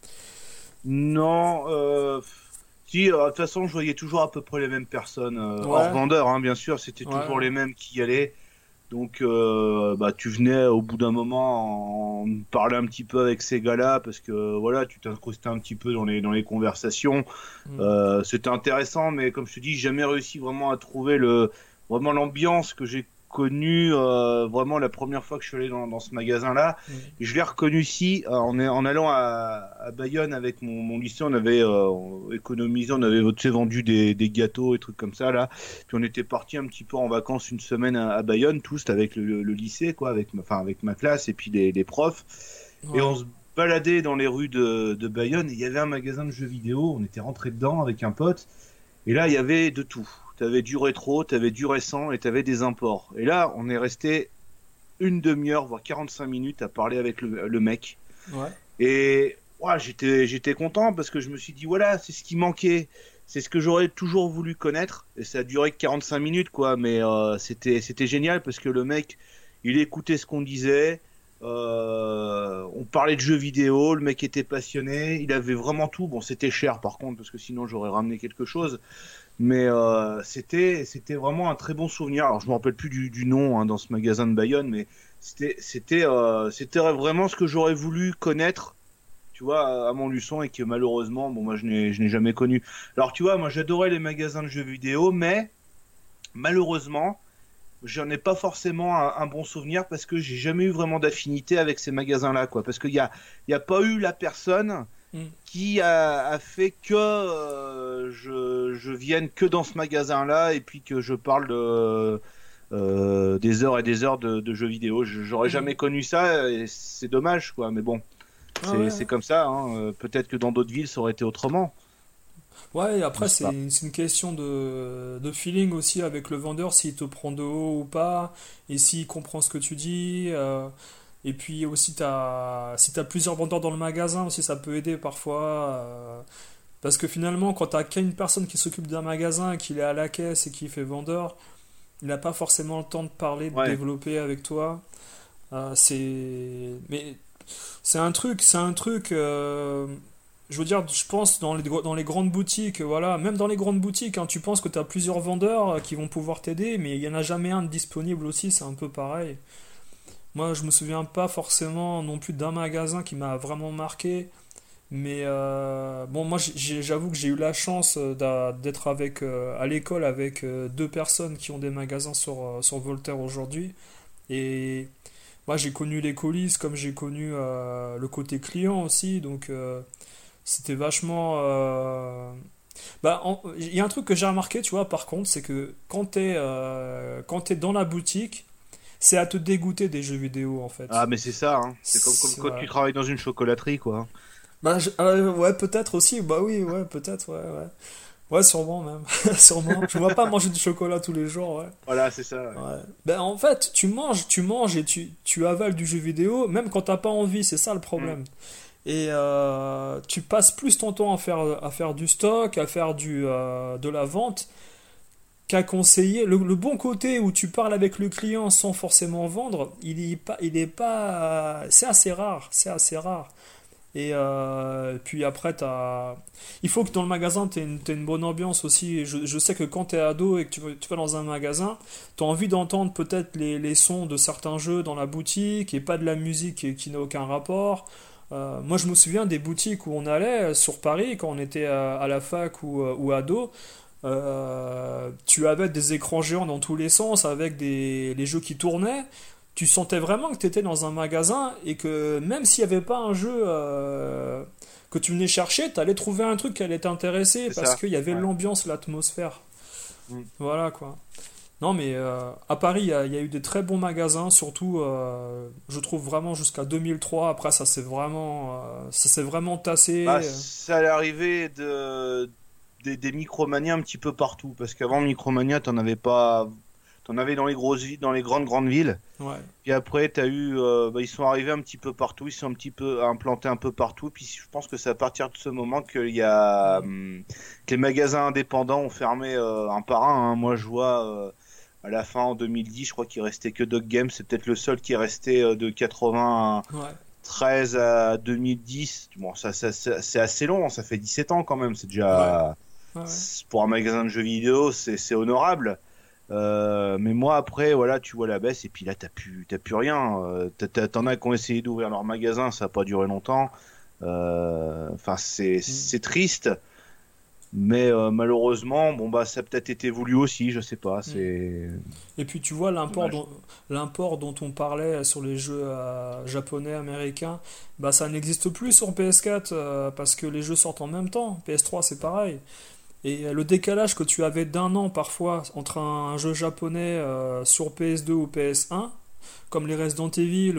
Non, si, de toute façon, je voyais toujours à peu près les mêmes personnes, hors ouais, vendeur, hein, bien sûr, c'était toujours ouais, les mêmes qui y allaient. Donc, bah, tu venais au bout d'un moment en parler un petit peu avec ces gars-là parce que voilà, tu t'incrustais un petit peu dans les conversations. hmm, C'était intéressant, mais comme je te dis, j'ai jamais réussi vraiment à trouver vraiment l'ambiance que j'ai connue vraiment la première fois que je suis allé dans ce magasin-là. hmm, Et je l'ai reconnu ici en allant à Bayonne avec mon lycée. On avait économisé, on avait tu sais, vendu des gâteaux et trucs comme ça là. Puis on était parti un petit peu en vacances une semaine à Bayonne, tous avec le lycée, quoi, enfin, avec ma classe et puis les profs. Et ouais, on se baladait dans les rues de Bayonne. Et il y avait un magasin de jeux vidéo. On était rentré dedans avec un pote. Et là, il y avait de tout. T'avais du rétro, t'avais du récent et t'avais des imports. Et là, on est resté une demi-heure, voire 45 minutes à parler avec le mec. ouais. Et ouais, j'étais content parce que je me suis dit, voilà, c'est ce qui manquait. C'est ce que j'aurais toujours voulu connaître. Et ça a duré que 45 minutes, quoi. Mais c'était génial parce que le mec, il écoutait ce qu'on disait. On parlait de jeux vidéo. Le mec était passionné. Il avait vraiment tout. Bon, c'était cher par contre parce que sinon j'aurais ramené quelque chose. Mais c'était vraiment un très bon souvenir. Alors je me rappelle plus du nom hein, dans ce magasin de Bayonne, mais c'était vraiment ce que j'aurais voulu connaître, tu vois, à Montluçon et que malheureusement, bon moi je n'ai jamais connu. Alors tu vois, moi j'adorais les magasins de jeux vidéo, mais malheureusement j'en ai pas forcément un bon souvenir parce que j'ai jamais eu vraiment d'affinité avec ces magasins-là, quoi. Parce qu'il y a pas eu la personne Hmm. qui a fait que je vienne que dans ce magasin-là et puis que je parle des heures et des heures de jeux vidéo. J'aurais Hmm. jamais connu ça et c'est dommage, quoi. Mais bon, Ah ouais. c'est comme ça. Hein. Peut-être que dans d'autres villes, ça aurait été autrement. Ouais, et Je après, sais pas. c'est une question de feeling aussi avec le vendeur, s'il te prend de haut ou pas, et s'il comprend ce que tu dis. Et puis aussi, si t'as plusieurs vendeurs dans le magasin aussi, ça peut aider parfois. Parce que finalement, quand t'as qu'une personne qui s'occupe d'un magasin, qu'il est à la caisse et qui fait vendeur, il n'a pas forcément le temps de parler, de Ouais, développer avec toi. Mais c'est un truc. Je veux dire, je pense dans les grandes boutiques, voilà, même dans les grandes boutiques, hein, tu penses que tu as plusieurs vendeurs qui vont pouvoir t'aider, mais il n'y en a jamais un de disponible aussi, c'est un peu pareil. Moi, je me souviens pas forcément non plus d'un magasin qui m'a vraiment marqué, mais bon, moi, j'avoue que j'ai eu la chance d'être à l'école avec deux personnes qui ont des magasins sur Voltaire aujourd'hui, et moi, j'ai connu les coulisses comme j'ai connu le côté client aussi, donc c'était vachement. Bah, il y a un truc que j'ai remarqué, tu vois, par contre, c'est que quand t'es dans la boutique, c'est à te dégoûter des jeux vidéo, en fait. Ah, mais c'est ça, hein. C'est comme quand Ouais. tu travailles dans une chocolaterie, quoi. Bah, ouais, peut-être aussi. Bah oui, ouais, peut-être, ouais, ouais. Ouais, sûrement même. Sûrement. Je ne vois pas manger du chocolat tous les jours, ouais. Voilà, c'est ça. Ouais. Ouais. Ben, en fait, tu manges et tu avales du jeu vidéo, même quand t'as pas envie, c'est ça le Mm. problème. Et tu passes plus ton temps à faire du stock, à faire de la vente, qu'à conseiller. Le bon côté où tu parles avec le client sans forcément vendre, c'est assez rare, c'est assez rare. Et puis après, il faut que dans le magasin, t'aies une bonne ambiance aussi. Je sais que quand t'es ado et que tu vas dans un magasin, t'as envie d'entendre peut-être les sons de certains jeux dans la boutique et pas de la musique qui n'a aucun rapport. Moi, je me souviens des boutiques où on allait sur Paris quand on était à la fac ou ado. Tu avais des écrans géants dans tous les sens avec les jeux qui tournaient. Tu sentais vraiment que tu étais dans un magasin et que même s'il n'y avait pas un jeu que tu venais chercher, tu allais trouver un truc qui allait t'intéresser C'est parce ça. qu'il y avait Ouais. l'ambiance, l'atmosphère. Mm. Voilà quoi. Non mais à Paris, il y a eu des très bons magasins, surtout je trouve vraiment jusqu'à 2003. Après ça s'est vraiment Bah, tassé. ça allait arriver des Micromania un petit peu partout. Parce qu'avant Micromania, t'en avais pas. T'en avais dans les grosses villes, dans les grandes villes. Ouais. Puis après, ils sont arrivés un petit peu partout, ils sont un petit peu implantés un peu partout. Puis je pense que c'est à partir de ce moment Mm. que les magasins indépendants ont fermé un par un, hein. Moi, je vois à la fin en 2010, je crois qu'il restait que Dog Games. C'est peut-être le seul qui est resté de 93 à 2010. Bon, c'est assez long, ça fait 17 ans quand même. C'est Ouais. déjà Ouais. Ouais. pour un magasin de jeux vidéo, c'est honorable. Mais moi après voilà tu vois la baisse et puis là t'as plus rien. T'en as qui ont essayé d'ouvrir leur magasin, ça a pas duré longtemps. Enfin Mm. c'est triste, mais malheureusement bon bah ça a peut-être été voulu aussi, je sais pas. Mm. C'est Et puis tu vois dommage. l'import dont on parlait sur les jeux japonais, américains, bah ça n'existe plus sur PS4 parce que les jeux sortent en même temps. PS3 c'est pareil. Et le décalage que tu avais d'un an parfois entre un jeu japonais sur PS2 ou PS1, comme les Resident Evil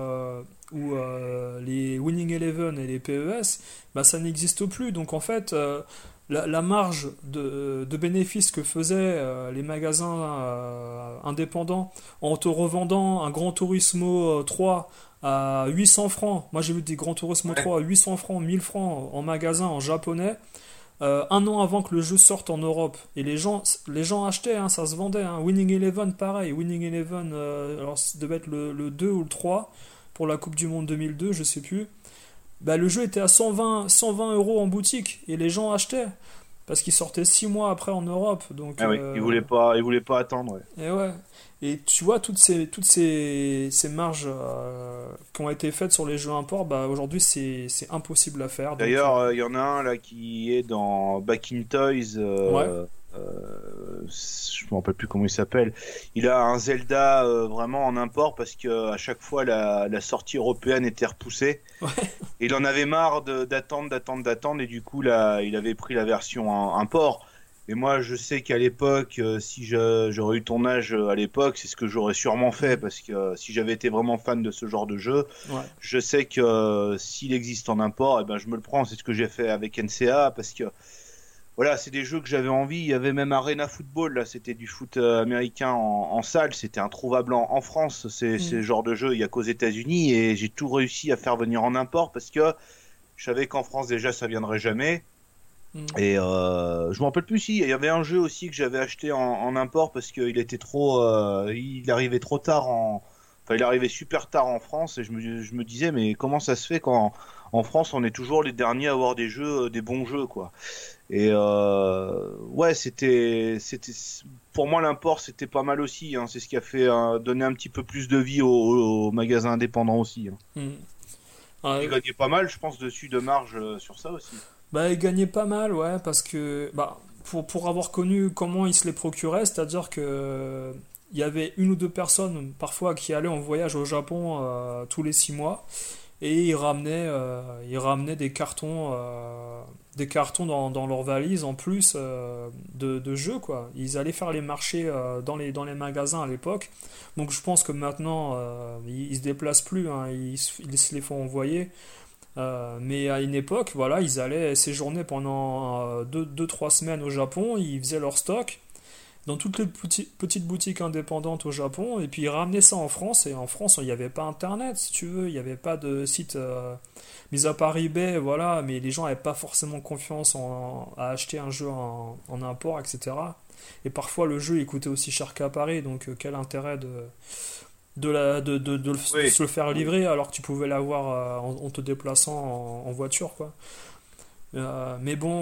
ou les Winning Eleven et les PES, bah ça n'existe plus. Donc en fait, la marge de bénéfices que faisaient les magasins indépendants en te revendant un Gran Turismo 3 à 800 francs, moi j'ai vu des Gran Turismo Ouais. 3 à 800 francs, 1000 francs en magasin en japonais, un an avant que le jeu sorte en Europe. Et les gens achetaient, hein, ça se vendait. Hein. Winning Eleven, pareil. Winning Eleven, alors ça devait être le 2 ou le 3 pour la Coupe du Monde 2002, je sais plus. Bah, le jeu était à 120 euros en boutique et les gens achetaient parce qu'il sortait 6 mois après en Europe. Donc, Ah oui, ils voulaient pas attendre. Ouais. et ouais. Et tu vois, ces marges qui ont été faites sur les jeux import, bah, aujourd'hui c'est impossible à faire. Donc, D'ailleurs, il y en a un là qui est dans Back in Toys. ouais, Je me rappelle plus comment il s'appelle. Il a un Zelda vraiment en import parce que à chaque fois la sortie européenne était repoussée. Et il en avait marre d'attendre et du coup là, il avait pris la version import. Et moi, je sais qu'à l'époque, si j'aurais eu ton âge à l'époque, c'est ce que j'aurais sûrement fait parce que si j'avais été vraiment fan de ce genre de jeu, ouais. je sais que s'il existe en import, eh ben je me le prends. C'est ce que j'ai fait avec NCA parce que voilà, c'est des jeux que j'avais envie. Il y avait même Arena Football, là, c'était du foot américain en salle. C'était introuvable en France. C'est Mm, le genre de jeu, il y a qu'aux États-Unis. Et j'ai tout réussi à faire venir en import parce que je savais qu'en France, déjà, ça viendrait jamais. mm. Et je me rappelle plus si il y avait un jeu aussi que j'avais acheté en import parce qu'il était trop, il arrivait trop tard enfin il arrivait super tard en France et je me disais mais comment ça se fait qu'en en France on est toujours les derniers à avoir des jeux, des bons jeux quoi. Et ouais c'était pour moi l'import c'était pas mal aussi hein. C'est ce qui a fait donner un petit peu plus de vie aux magasins indépendants aussi hein. Mm. Ils Ouais, gagnaient pas mal je pense dessus de marge sur ça aussi. bah, il gagnait pas mal, ouais, parce que bah, pour avoir connu comment il se les procurait, c'est-à-dire que il y avait une ou deux personnes parfois qui allaient en voyage au Japon tous les 6 mois. et ils ramenaient des cartons dans leur valise en plus de jeux, quoi. Ils allaient faire les marchés dans les magasins à l'époque. Donc je pense que maintenant, ils se déplacent plus, hein, ils se les font envoyer. Mais à une époque, voilà, ils allaient séjourner pendant 2-3 semaines au Japon, ils faisaient leur stock dans toutes les petites boutiques indépendantes au Japon, et puis ils ramenaient ça en France, et en France, il n'y avait pas Internet, si tu veux, il n'y avait pas de site, mis à part eBay, voilà, mais les gens n'avaient pas forcément confiance à acheter un jeu en import, etc. Et parfois, le jeu, il coûtait aussi cher qu'à Paris, donc quel intérêt de Oui, se le faire oui. livrer alors que tu pouvais l'avoir en te déplaçant en voiture, quoi. Mais bon,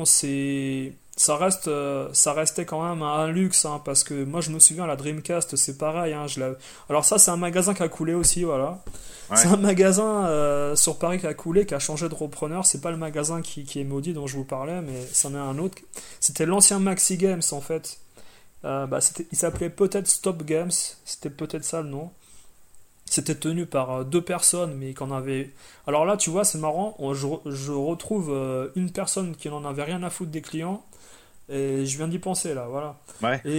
ça restait quand même un luxe, hein, parce que moi je me souviens, la Dreamcast, c'est pareil, hein, alors ça, c'est un magasin qui a coulé aussi, voilà. C'est Ouais. un magasin sur Paris qui a coulé, qui a changé de repreneur. C'est pas le magasin qui est maudit dont je vous parlais, mais c'en est un autre. C'était l'ancien Maxi Games, en fait. Il s'appelait peut-être Stop Games, c'était peut-être ça le nom. C'était tenu par deux personnes, mais qu'on avait. Alors là, tu vois, c'est marrant. Je retrouve une personne qui n'en avait rien à foutre des clients, et je viens d'y penser là, voilà. Ouais. Et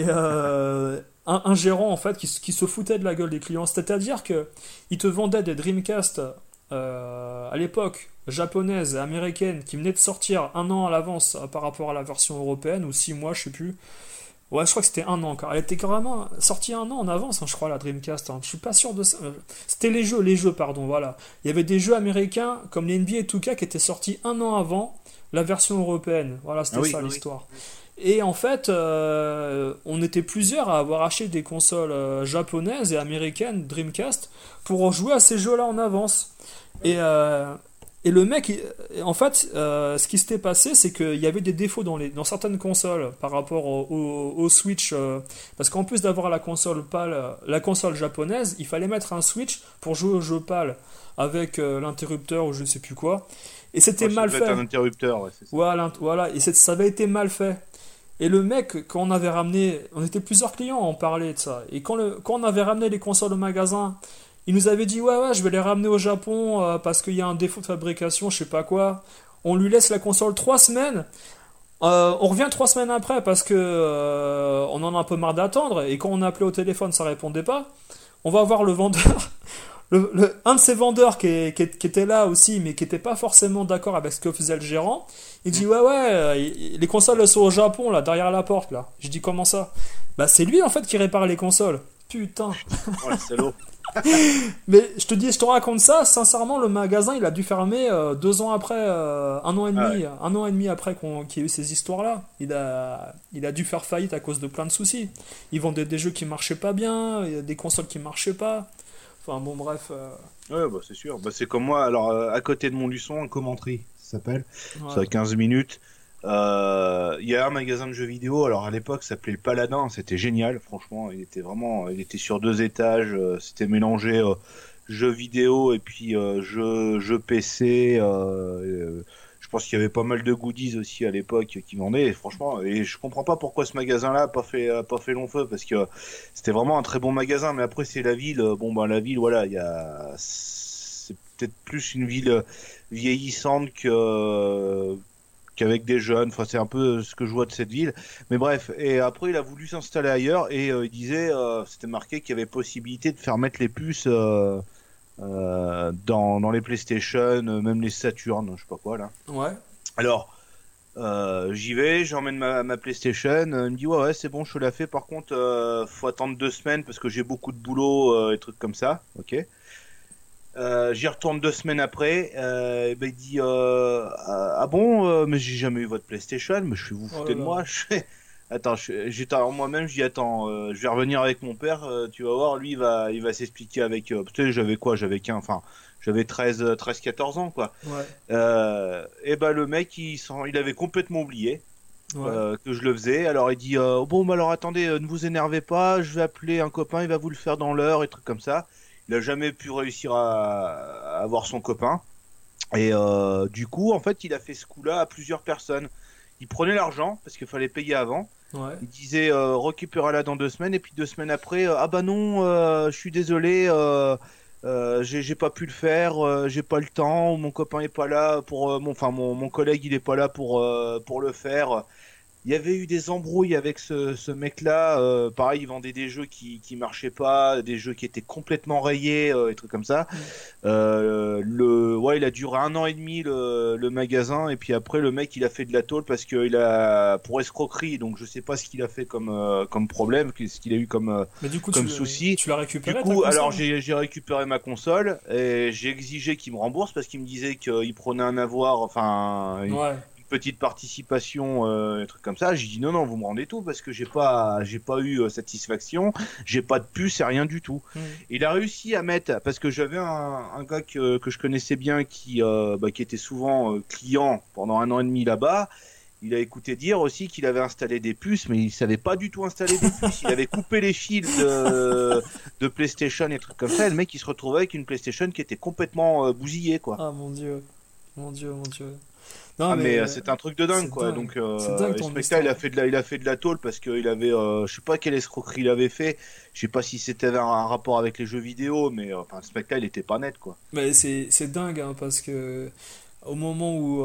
un gérant en fait qui se foutait de la gueule des clients, c'est-à-dire que il te vendait des Dreamcast à l'époque japonaises et américaines qui venaient de sortir un an à l'avance par rapport à la version européenne, ou 6 mois, je sais plus. Ouais, je crois que c'était un an encore. Elle était carrément sortie un an en avance, hein, je crois, la Dreamcast, hein. Je suis pas sûr de ça. C'était les jeux, pardon, voilà. Il y avait des jeux américains comme les NBA 2K qui étaient sortis un an avant la version européenne. Voilà, Ah c'était oui, ça oui. l'histoire. Et en fait, on était plusieurs à avoir acheté des consoles japonaises et américaines Dreamcast pour jouer à ces jeux-là en avance. Et, et le mec, en fait, ce qui s'était passé, c'est qu'il y avait des défauts dans certaines consoles par rapport au Switch. Parce qu'en plus d'avoir la console PAL, la console japonaise, il fallait mettre un Switch pour jouer au jeu PAL avec l'interrupteur ou je ne sais plus quoi. Et c'était Ouais, ça mal devait être fait. un interrupteur, ouais, c'est ça. Voilà, et ça avait été mal fait. Et le mec, quand on avait ramené, on était plusieurs clients à en parler de ça. Et quand on avait ramené les consoles au magasin, il nous avait dit ouais, je vais les ramener au Japon parce qu'il y a un défaut de fabrication, je sais pas quoi. On lui laisse la console 3 semaines. On revient 3 semaines après parce que on en a un peu marre d'attendre. Et quand on appelait au téléphone, ça répondait pas. On va voir le vendeur. Un de ces vendeurs qui était là aussi, mais qui n'était pas forcément d'accord avec ce que faisait le gérant, il dit ouais, les consoles elles sont au Japon, là, derrière la porte, là. Je dis comment ça? Bah, c'est lui en fait qui répare les consoles. Putain. Putain, oh le salaud. Mais je te raconte ça, sincèrement, le magasin il a dû fermer 2 ans après, Ah ouais. un an et demi après qu'il y ait eu ces histoires-là. Il a dû faire faillite à cause de plein de soucis. Ils vendaient des jeux qui marchaient pas bien, des consoles qui marchaient pas. Enfin bon, bref. Ouais, bah c'est sûr. Bah, c'est comme moi, alors à côté de Montluçon, un commenterie, ça s'appelle. Ça Ouais. a 15 minutes. Il y a un magasin de jeux vidéo, alors à l'époque ça s'appelait le Paladin, c'était génial, franchement, il était sur 2 étages, c'était mélangé jeux vidéo et puis jeux PC. Je pense qu'il y avait pas mal de goodies aussi à l'époque qui vendaient, et franchement, et je comprends pas pourquoi ce magasin-là a pas fait long feu, parce que c'était vraiment un très bon magasin, mais après c'est la ville, bon ben la ville, voilà, c'est peut-être plus une ville vieillissante qu'avec des jeunes. Enfin, c'est un peu ce que je vois de cette ville. Mais bref, et après, il a voulu s'installer ailleurs et il disait, c'était marqué qu'il y avait possibilité de faire mettre les puces dans les PlayStation, même les Saturn, je sais pas quoi là. Ouais. Alors, j'y vais, j'emmène ma PlayStation. Il me dit ouais, c'est bon, je te la fais. Par contre, faut attendre 2 semaines parce que j'ai beaucoup de boulot et trucs comme ça. Ok. J'y retourne 2 semaines après. Et ben, il dit ah bon, mais j'ai jamais eu votre PlayStation. Mais je suis vous Oh foutez là de là. moi. Attends, j'étais alors moi-même. Je dis attends, je vais revenir avec mon père. Tu vas voir, lui il va s'expliquer avec. Peut-être j'avais quoi, enfin j'avais 14 ans quoi. Ouais. Et ben le mec il avait complètement oublié Ouais. que je le faisais. Alors il dit bon bah alors attendez, ne vous énervez pas, je vais appeler un copain, il va vous le faire dans l'heure et trucs comme ça. Il a jamais pu réussir à avoir son copain. Et du coup, en fait, il a fait ce coup-là à plusieurs personnes. Il prenait l'argent parce qu'il fallait payer avant. Ouais. Il disait récupérez-la dans 2 semaines et puis 2 semaines après ah bah non je suis désolé j'ai pas pu le faire, j'ai pas le temps, ou mon copain est pas là pour, mon collègue il est pas là pour le faire. Il y avait eu des embrouilles avec ce mec-là. Pareil, il vendait des jeux qui marchaient pas, des jeux qui étaient complètement rayés, des trucs comme ça. Mm. Ouais, il a duré 1 an et demi le magasin, et puis après le mec il a fait de la tôle parce qu'il a pour escroquerie. Donc je sais pas ce qu'il a fait comme problème, ce qu'il a eu Mais du coup, comme souci. tu l'as Du récupéré ta coup, alors console? j'ai récupéré ma console et j'ai exigé qu'il me rembourse parce qu'il me disait qu'il prenait un avoir, enfin Ouais. une petite participation, un truc comme ça. J'ai dit non, non, vous me rendez tout parce que j'ai pas eu satisfaction, j'ai pas de puce et rien du tout. Mm. Il a réussi à mettre, parce que j'avais un gars que je connaissais bien qui était souvent client pendant 1 an et demi là-bas. Il a écouté dire aussi qu'il avait installé des puces, mais il savait pas du tout installer des puces. Il avait coupé les fils de PlayStation et trucs comme ça. Et le mec, il se retrouvait avec une PlayStation qui était complètement bousillée, quoi. Ah mon Dieu. Mon Dieu, mon Dieu. Non, Ah mais mais c'est un truc de dingue, c'est quoi. dingue. Donc C'est dingue et ton ce mec-là, histoire. il a fait de la tôle parce qu'il avait, je sais pas quelle escroquerie il avait fait. Je sais pas si c'était un rapport avec les jeux vidéo, mais enfin ce mec-là, il était pas net, quoi. Mais c'est dingue, hein, parce que au moment où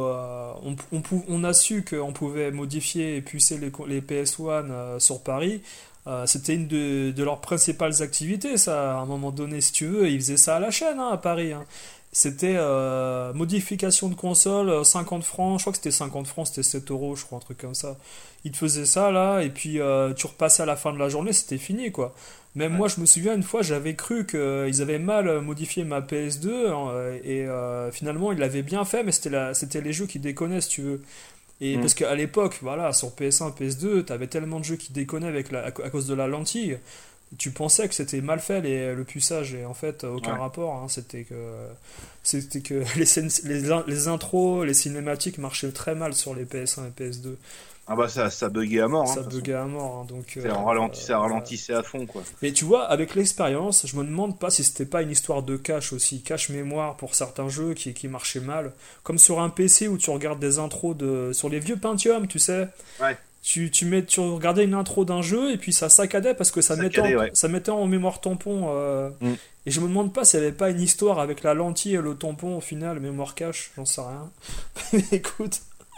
on a su qu'on pouvait modifier et pucer les PS1 sur Paris, c'était une de leurs principales activités, ça, à un moment donné, si tu veux. Ils faisaient ça à la chaîne, hein, à Paris, hein. C'était modification de console, 50 francs, je crois que c'était 50 francs, c'était 7 euros, je crois, un truc comme ça. Ils te faisaient ça, là, et puis tu repassais à la fin de la journée, c'était fini, quoi. Même Ouais. moi, je me souviens une fois, j'avais cru qu'ils avaient mal modifié ma PS2, hein, et finalement, ils l'avaient bien fait, mais c'était les jeux qui déconnaient, si tu veux. Et Mm. parce qu'à l'époque, voilà, sur PS1, PS2, t'avais tellement de jeux qui déconnaient à cause de la lentille. Tu pensais que c'était mal fait le puçage, et en fait, aucun Ouais. rapport, hein. C'était que les intros, les cinématiques marchaient très mal sur les PS1 et PS2. Ah bah ça buguait à mort, hein, de Ça toute façon. buguait à mort, hein, donc Ça voilà. ralentissait à fond, quoi. Mais tu vois, avec l'expérience, je me demande pas si c'était pas une histoire de cache aussi, cache mémoire pour certains jeux qui marchaient mal. Comme sur un PC où tu regardes des intros sur les vieux Pentium, tu sais. Ouais. Tu regardais une intro d'un jeu et puis ça saccadait parce que Saccadé, ouais. ça mettait en mémoire tampon. Mm. Et je me demande pas s'il n'y avait pas une histoire avec la lentille et le tampon au final, mémoire cache, j'en sais rien. Mais écoute.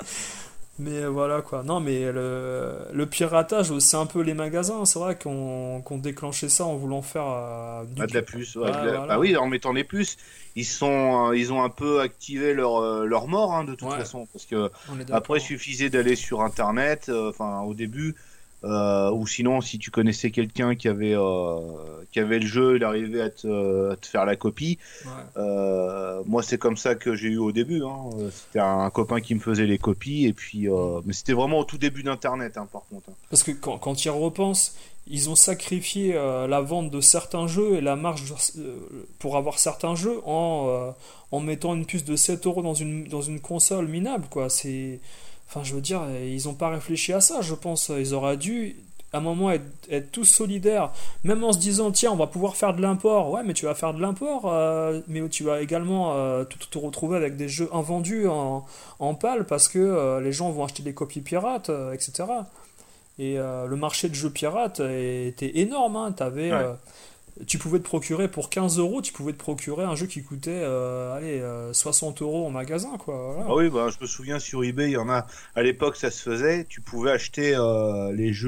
Mais voilà quoi. Non, mais le piratage, c'est un peu les magasins. C'est vrai qu'on déclenchait ça en voulant faire Ah, de la puce, ouais, Ouais, bah voilà. oui, en mettant les puces, ils ont un peu activé leur mort, hein, de toute Ouais, façon, parce que on est après, il d'accord. suffisait d'aller sur Internet, enfin, au début, ou sinon, si tu connaissais quelqu'un qui avait le jeu, il arrivait à te faire la copie. Ouais. Moi, c'est comme ça que j'ai eu au début, hein. C'était un copain qui me faisait les copies, et puis, Mm. mais c'était vraiment au tout début d'Internet, hein, par contre, hein. Parce que quand tu y repenses, ils ont sacrifié la vente de certains jeux et la marge pour avoir certains jeux en mettant une puce de 7 euros dans une console minable, quoi. Enfin, je veux dire, ils n'ont pas réfléchi à ça, je pense. Ils auraient dû, à un moment, être tous solidaires, même en se disant, tiens, on va pouvoir faire de l'import. Ouais, mais tu vas faire de l'import, mais tu vas également te retrouver avec des jeux invendus en pâle parce que les gens vont acheter des copies pirates, etc. Et le marché de jeux pirates était énorme, hein. Ouais. Tu pouvais te procurer pour 15 euros, tu pouvais te procurer un jeu qui coûtait allez, 60 euros en magasin, quoi. Ah Voilà. oui, bah, je me souviens sur eBay, il y en a. À l'époque, ça se faisait. Tu pouvais acheter les jeux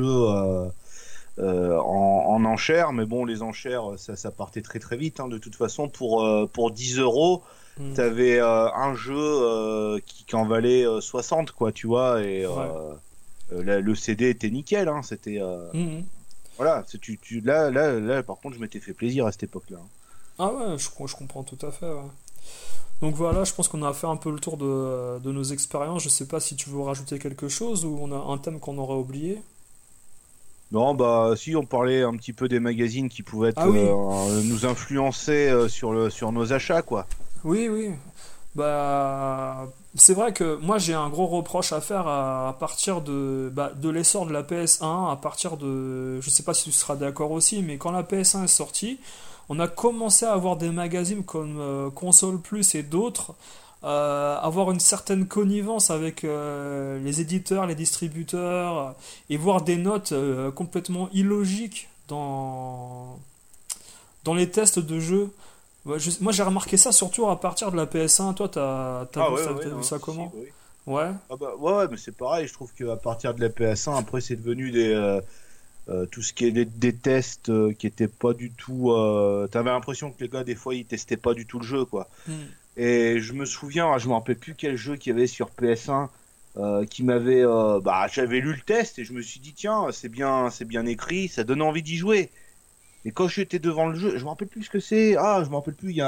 en enchères, mais bon, les enchères, ça partait très très vite, hein. De toute façon, pour 10 euros, Mm. t'avais un jeu qui en valait 60, quoi, tu vois, et Ouais. le CD était nickel, hein. C'était Mm. voilà, là, par contre, je m'étais fait plaisir à cette époque-là, hein. Ah ouais, je comprends tout à fait, ouais. Donc voilà, je pense qu'on a fait un peu le tour de nos expériences. Je sais pas si tu veux rajouter quelque chose ou on a un thème qu'on aurait oublié. Non, bah si on parlait un petit peu des magazines qui pouvaient Ah oui, nous influencer sur nos achats, quoi. oui, oui. Bah, c'est vrai que moi j'ai un gros reproche à faire à partir de l'essor de la PS1, à partir de, je sais pas si tu seras d'accord aussi, mais quand la PS1 est sortie, on a commencé à avoir des magazines comme Console Plus et d'autres, avoir une certaine connivence avec les éditeurs, les distributeurs, et voir des notes complètement illogiques dans les tests de jeux. Ouais, moi j'ai remarqué ça surtout à partir de la PS1. Toi, Ah ouais, t'as ouais, vu non, ça si, si, comment? oui. Ouais. Ah bah, ouais, ouais, mais c'est pareil, je trouve qu'à partir de la PS1, après c'est devenu tout ce qui est des tests qui étaient pas du tout. T'avais l'impression que les gars, des fois, ils testaient pas du tout le jeu, quoi. Hmm. Et je me souviens, je me rappelle plus quel jeu qu'il y avait sur PS1 qui m'avait. Bah, j'avais lu le test et je me suis dit, tiens, c'est bien écrit, ça donne envie d'y jouer. Et quand j'étais devant le jeu, je me rappelle plus ce que c'est. Ah, je me rappelle plus.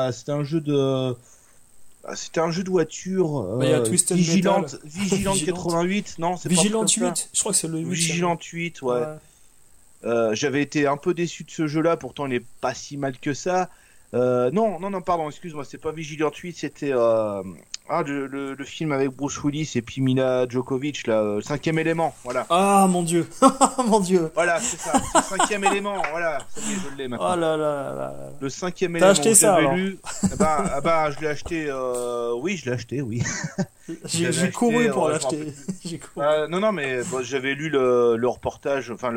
C'était un jeu de voiture. Bah, il y a Twisted Metal. Vigilante Vigilante. 88. Non, c'est pas un truc comme Vigilante ça. 8. Je crois que c'est le huitième. Vigilante 8, ouais. Ouais. J'avais été un peu déçu de ce jeu-là, pourtant il n'est pas si mal que ça. Non, non, non, pardon, excuse-moi, c'est pas Vigilante 8, c'était le film avec Bruce Willis et puis Mila Djokovic, là, Cinquième élément, voilà. Ah mon dieu. Mon dieu. Voilà, c'est ça, c'est Cinquième élément, voilà, ça y est, je l'ai Oh maintenant. là là là là. Le Cinquième T'as élément, acheté ça j'avais alors? lu. Je l'ai acheté, oui, je l'ai acheté, oui. Je l'avais J'ai couru acheté, pour je me rappelle l'acheter. plus. J'ai couru. Non, non, mais bon, j'avais lu le reportage, enfin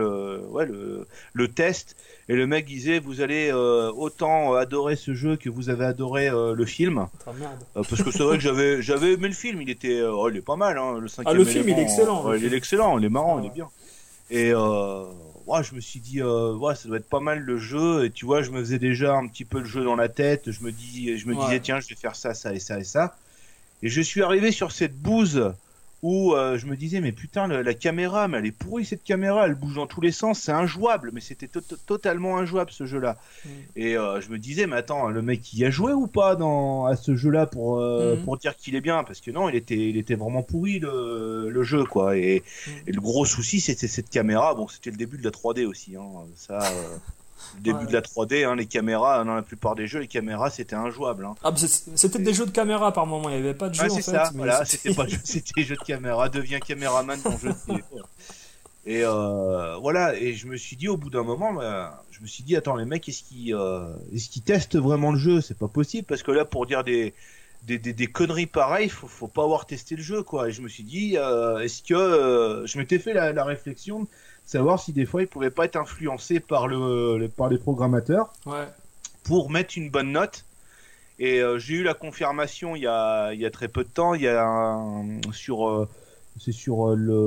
le test, et le mec disait vous allez autant adorer ce jeu que vous avez adoré le film, Putain, merde. parce que c'est vrai que j'avais aimé le film, il est pas mal, hein, le Ah, cinquième le film, il est élément, excellent. Le il est film. excellent, il est marrant, Ah, il est ouais. bien. Et ouais, je me suis dit ouais, ça doit être pas mal le jeu, et tu vois, je me faisais déjà un petit peu le jeu dans la tête, je me disais Ouais. tiens, je vais faire ça, ça et ça et ça. Et je suis arrivé sur cette bouse où je me disais, mais putain, la caméra, mais elle est pourrie cette caméra, elle bouge dans tous les sens, c'est injouable, mais c'était totalement injouable ce jeu-là. Mm. Et je me disais, mais attends, le mec il a joué ou pas à ce jeu-là Mm. pour dire qu'il est bien? Parce que non, il était vraiment pourri le jeu, quoi. Et Mm. le gros souci, c'était cette caméra. Bon, c'était le début de la 3D aussi, hein. Ça, le début de Ouais. la 3D, hein, les caméras, dans la plupart des jeux, les caméras, c'était injouable, hein. Ah, bah, c'était des jeux de caméra par moment. Il n'y avait pas de Ouais, jeu en c'est fait, ça, mais voilà, c'était c'était. pas c'était jeu de caméra, deviens caméraman dans jeu de vidéo. Et voilà, et je me suis dit au bout d'un moment, bah, je me suis dit, attends, les mecs, est-ce qu'ils testent vraiment le jeu? C'est pas possible, parce que là, pour dire des conneries pareilles, faut pas avoir testé le jeu, quoi. Et je me suis dit, est-ce que je m'étais fait la réflexion de savoir si des fois ils pouvaient pas être influencés par par les programmateurs Ouais. pour mettre une bonne note. Et j'ai eu la confirmation il y a très peu de temps. Il y a c'est sur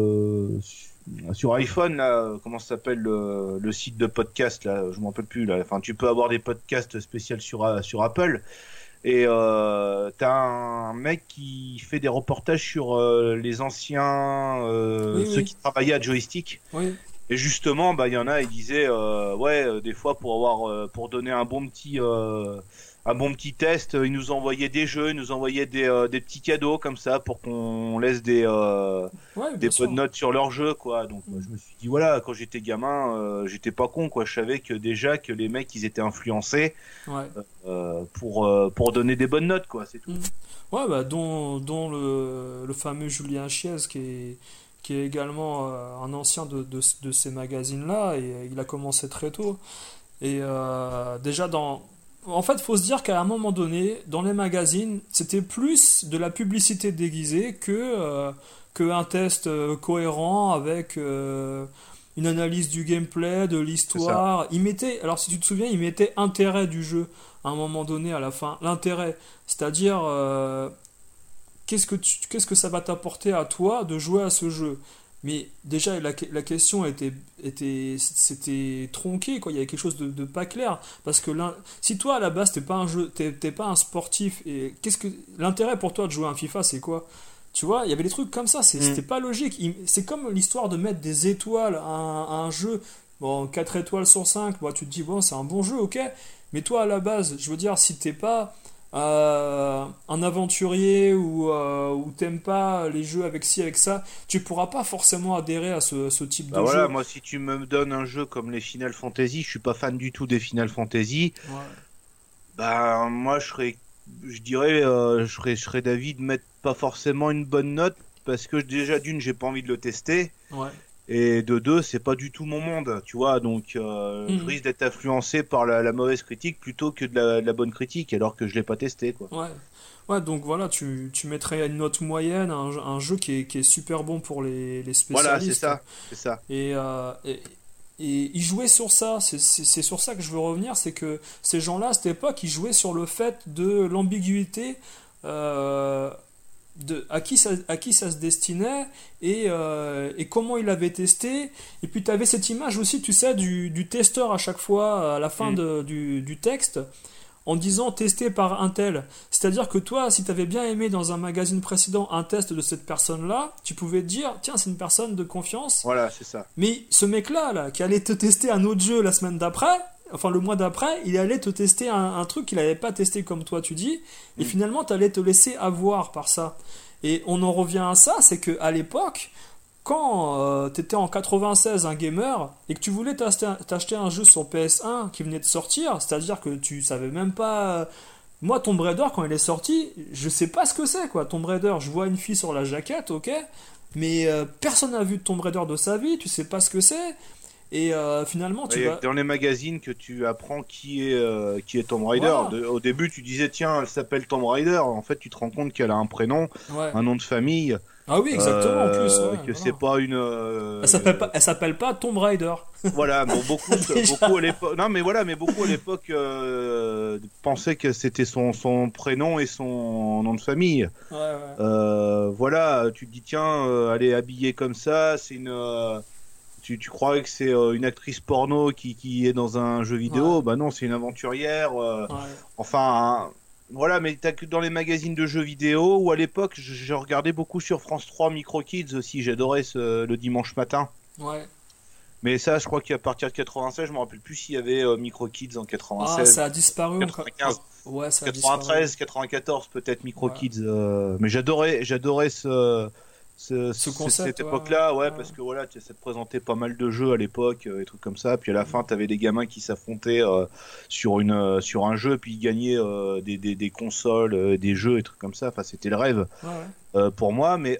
sur iPhone là, comment ça s'appelle le site de podcast là, je m'en rappelle plus là. Enfin, tu peux avoir des podcasts spéciaux sur Apple. Et t'as un mec qui fait des reportages sur les anciens Oui, ceux oui. qui travaillaient à Joystick. Oui. Et justement, bah il y en a, il disait ouais, des fois pour donner un bon petit test, ils nous envoyaient des jeux, ils nous envoyaient des petits cadeaux comme ça pour qu'on laisse Ouais, des bien bonnes sûr. notes sur leur jeu, quoi. Donc Mm. je me suis dit voilà, quand j'étais gamin, j'étais pas con, quoi. Je savais que déjà que les mecs ils étaient influencés Ouais. pour donner des bonnes notes, quoi. C'est tout. Mm. Ouais, bah, dont le fameux Julien Chiez qui est également un ancien de ces magazines-là, et il a commencé très tôt. Et déjà En fait, faut se dire qu'à un moment donné, dans les magazines, c'était plus de la publicité déguisée que un test cohérent avec une analyse du gameplay, de C'est ça. l'histoire. Il mettait, alors si tu te souviens, il mettait intérêt du jeu à un moment donné à la fin. L'intérêt, c'est-à-dire qu'est-ce que ça va t'apporter à toi de jouer à ce jeu? Mais déjà, la question c'était tronqué, quoi. Il y avait quelque chose de pas clair. Parce que si toi, à la base, t'es pas un sportif, et l'intérêt pour toi de jouer à un FIFA, c'est quoi? Tu vois, il y avait des trucs comme ça, Mm. c'était pas logique. C'est comme l'histoire de mettre des étoiles à un jeu. Bon, 4 étoiles sur 5, bon, tu te dis, bon, c'est un bon jeu, ok. Mais toi, à la base, je veux dire, si t'es pas un aventurier ou t'aimes pas les jeux avec ci, avec ça, tu pourras pas forcément adhérer à ce type Bah de voilà, jeu. moi si tu me donnes un jeu comme les Final Fantasy, je suis pas fan du tout des Final Fantasy. Ouais. Bah moi je dirais, je serais d'avis de mettre pas forcément une bonne note parce que déjà d'une j'ai pas envie de le tester Ouais. et de deux c'est pas du tout mon monde, tu vois, donc je Mhm. risque d'être influencé par la mauvaise critique plutôt que de la bonne critique alors que je l'ai pas testé, quoi. Ouais. Ouais, donc voilà, tu mettrais une note moyenne, un jeu qui est super bon pour les Voilà, c'est spécialistes. ça, c'est ça. Et ils jouaient sur ça, c'est sur ça que je veux revenir, c'est que ces gens-là, à cette époque, ils jouaient sur le fait de l'ambiguïté, euh, à qui ça se destinait et comment il avait testé. Et puis tu avais cette image aussi, tu sais, du testeur à chaque fois, à la fin Mm. du texte, en disant testé par un tel. C'est-à-dire que toi, si tu avais bien aimé dans un magazine précédent un test de cette personne-là, tu pouvais te dire, tiens, c'est une personne de confiance. Voilà, c'est ça. Mais ce mec-là, là, qui allait te tester un autre jeu la semaine d'après, enfin le mois d'après, il allait te tester un truc qu'il n'avait pas testé comme toi tu dis, et Mm. finalement tu allais te laisser avoir par ça. Et on en revient à ça, c'est qu'à l'époque, quand tu étais en 96 un gamer, et que tu voulais t'acheter un jeu sur PS1 qui venait de sortir, c'est-à-dire que tu savais même pas... Moi, Tomb Raider, quand il est sorti, je sais pas ce que c'est, quoi. Tomb Raider, je vois une fille sur la jaquette, ok, mais personne n'a vu de Tomb Raider de sa vie, tu sais pas ce que c'est, et finalement, tu Et vas... dans les magazines que tu apprends qui est Tomb Raider. Voilà, Au début, tu disais, tiens, elle s'appelle Tomb Raider. En fait, tu te rends compte qu'elle a un prénom, ouais. un nom de famille, Ah oui, exactement, en plus, ouais, que c'est voilà. pas une. Elle s'appelle pas Tomb Raider. Voilà, bon, Déjà. beaucoup à l'époque. Non, mais voilà, mais beaucoup à l'époque pensaient que c'était son prénom et son nom de famille. Ouais, ouais. Voilà, tu te dis, tiens, elle est habillée comme ça, c'est une. Tu crois que c'est une actrice porno qui est dans un jeu Ouais, vidéo? Bah non, c'est une aventurière. ouais. Enfin, voilà, mais t'as que dans les magazines de jeux vidéo ou à l'époque, je regardais beaucoup sur France 3 Micro Kids aussi. J'adorais le dimanche matin. Ouais. Mais ça, je crois qu'à partir de 96, je me rappelle plus s'il y avait Micro Kids en Ah, 96, ça a disparu. 95, Ouais, ça a disparu. 93, 94 peut-être Micro Ouais. Kids. Mais j'adorais Ce cette concept, ouais, époque-là, ouais, ouais. parce que voilà, ça te présentait pas mal de jeux à l'époque, et trucs comme ça. Puis à la fin, t'avais des gamins qui s'affrontaient sur un jeu, puis ils gagnaient des consoles, des jeux et trucs comme ça. Enfin, c'était le rêve Ouais, ouais. pour moi. Mais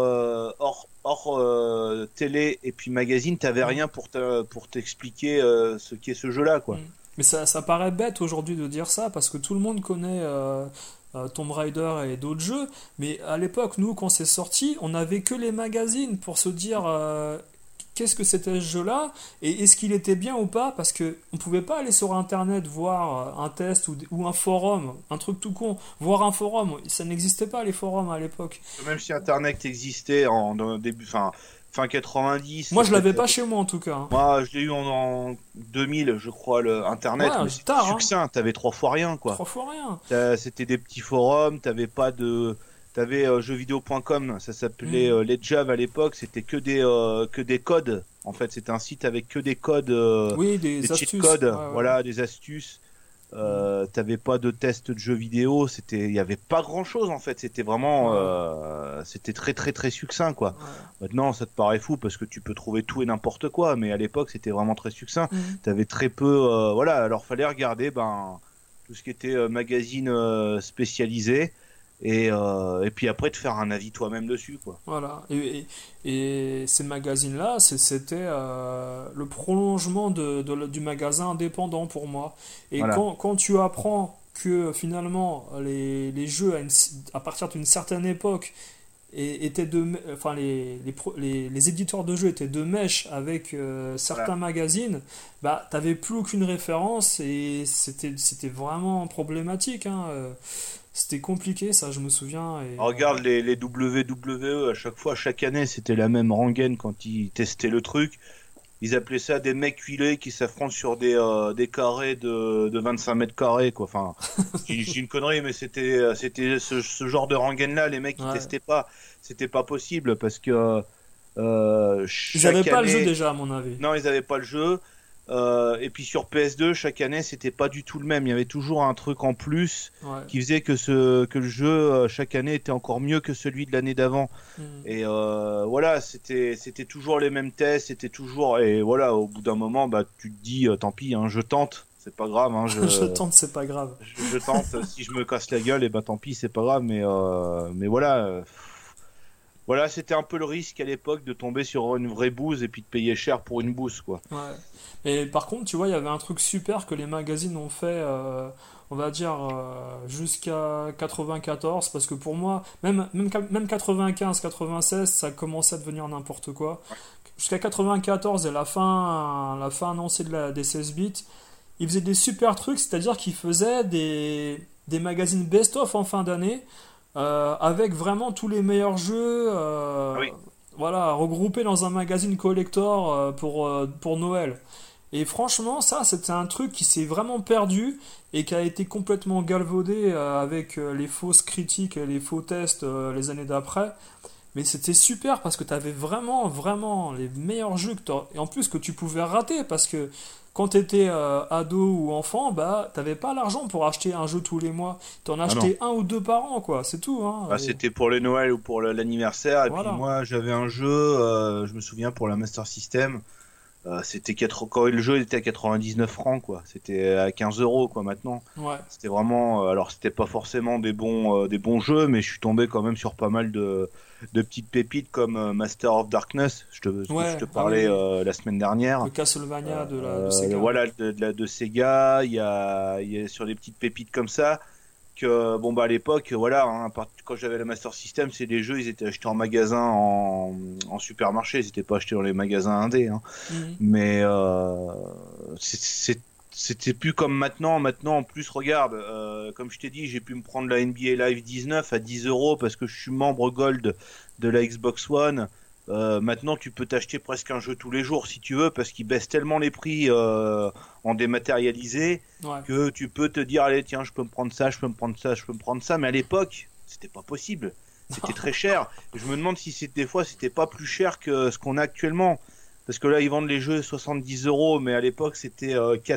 hors télé et puis magazine, t'avais Mm, rien pour t'expliquer ce qu'est ce jeu-là, mm. quoi. Mais ça paraît bête aujourd'hui de dire ça parce que tout le monde connaît Tomb Raider et d'autres jeux. Mais à l'époque, nous, quand c'est sorti, on n'avait que les magazines pour se dire qu'est-ce que c'était ce jeu-là et est-ce qu'il était bien ou pas parce que on pouvait pas aller sur internet voir un test ou un forum, un truc tout con, voir un forum, ça n'existait pas les forums à l'époque. Même si Internet existait dans le début, fin 90, Moi je l'avais peut-être. pas chez moi en tout cas, hein. Moi, je l'ai eu en 2000, je crois, le Internet, Ouais, mais c'était tard, hein. succinct, t'avais trois fois rien, quoi. Trois fois rien. C'était des petits forums, t'avais pas de... T'avais jeuxvideo.com, ça s'appelait Hmm. Lejav à l'époque, c'était que des codes. En fait, c'était un site avec que des codes, Oui, des des cheat astuces. Ouais, codes, ouais. voilà, des astuces. Hmm. T'avais pas de test de jeux vidéo, il y avait pas grand chose en fait, c'était vraiment, Ouais, c'était très très très succinct quoi. ouais. Maintenant ça te paraît fou parce que tu peux trouver tout et n'importe quoi, mais à l'époque c'était vraiment très succinct. Hmm. T'avais très peu, voilà, alors fallait regarder tout ce qui était magazine spécialisé et puis après te faire un avis toi-même dessus quoi. Voilà. Et ces magazines-là, c'était le prolongement du magasin indépendant pour moi. Et Voilà, quand tu apprends que finalement les jeux à partir d'une certaine époque étaient enfin les éditeurs de jeux étaient de mèche avec voilà. certains magazines, bah t'avais plus aucune référence et c'était vraiment problématique, hein. C'était compliqué ça, je me souviens. Regarde les WWE à chaque fois, chaque année c'était la même rengaine quand ils testaient le truc. Ils appelaient ça des mecs huilés qui s'affrontent sur des carrés de 25 mètres carrés, quoi. Enfin, j'ai une connerie, mais c'était ce genre de rengaine-là, les mecs, ils Ouais. testaient pas. C'était pas possible parce que Ils avaient chaque pas le jeu année, déjà, à mon avis. non, ils avaient pas le jeu. Et puis sur PS2, chaque année, c'était pas du tout le même. Il y avait toujours un truc en plus Ouais. qui faisait que le jeu chaque année était encore mieux que celui de l'année d'avant. Hmm. Et voilà, c'était toujours les mêmes tests, c'était toujours et voilà, au bout d'un moment, bah tu te dis tant pis, hein, je tente, c'est pas grave, hein, Je tente, c'est pas grave. je tente. Si je me casse la gueule, et ben tant pis, c'est pas grave, mais voilà. Voilà, c'était un peu le risque à l'époque de tomber sur une vraie bouse et puis de payer cher pour une bouse, quoi. Ouais. Et par contre, tu vois, il y avait un truc super que les magazines ont fait, on va dire, jusqu'à 94, parce que pour moi, même 95, 96, ça commençait à devenir n'importe quoi. jusqu'à 94 et la fin annoncée des 16 bits, ils faisaient des super trucs, c'est-à-dire qu'ils faisaient des magazines best-of en fin d'année, avec vraiment tous les meilleurs jeux, Ah oui. voilà, regroupés dans un magazine collector pour Noël. Et franchement, ça, c'était un truc qui s'est vraiment perdu et qui a été complètement galvaudé avec les fausses critiques et les faux tests les années d'après. Mais c'était super parce que tu avais vraiment, vraiment les meilleurs jeux et en plus que tu pouvais rater parce que quand tu étais ado ou enfant, bah, t'avais pas l'argent pour acheter un jeu tous les mois. T'en Ah non. achetais un ou deux par an, quoi. C'est tout, hein. Ah, c'était pour les Noël ou pour l'anniversaire. Et puis Voilà. moi, j'avais un jeu, je me souviens, pour la Master System. C'était quand le jeu était à 99 francs, quoi. C'était à 15 euros, quoi, maintenant. Ouais. C'était vraiment. Alors, c'était pas forcément des bons jeux, mais je suis tombé quand même sur pas mal de petites pépites comme Master of Darkness, que je Ouais. te Ah oui, parlais oui. la semaine dernière. Le Castlevania de Sega. Voilà, de Sega. Il y a sur des petites pépites comme ça que bon bah à l'époque voilà hein, quand j'avais la Master System c'est des jeux ils étaient achetés en magasin en supermarché ils étaient pas achetés dans les magasins indés hein. Mhm. Mais c'était plus comme maintenant en plus regarde comme je t'ai dit j'ai pu me prendre la NBA Live 19 à 10 euros parce que je suis membre Gold de la Xbox One. Maintenant, tu peux t'acheter presque un jeu tous les jours si tu veux, parce qu'ils baissent tellement les prix en dématérialisé Ouais. que tu peux te dire, allez, tiens, je peux me prendre ça, je peux me prendre ça, je peux me prendre ça. Mais à l'époque, c'était pas possible. C'était très cher. Je me demande si des fois, c'était pas plus cher que ce qu'on a actuellement. Parce que là, ils vendent les jeux 70 euros, mais à l'époque, c'était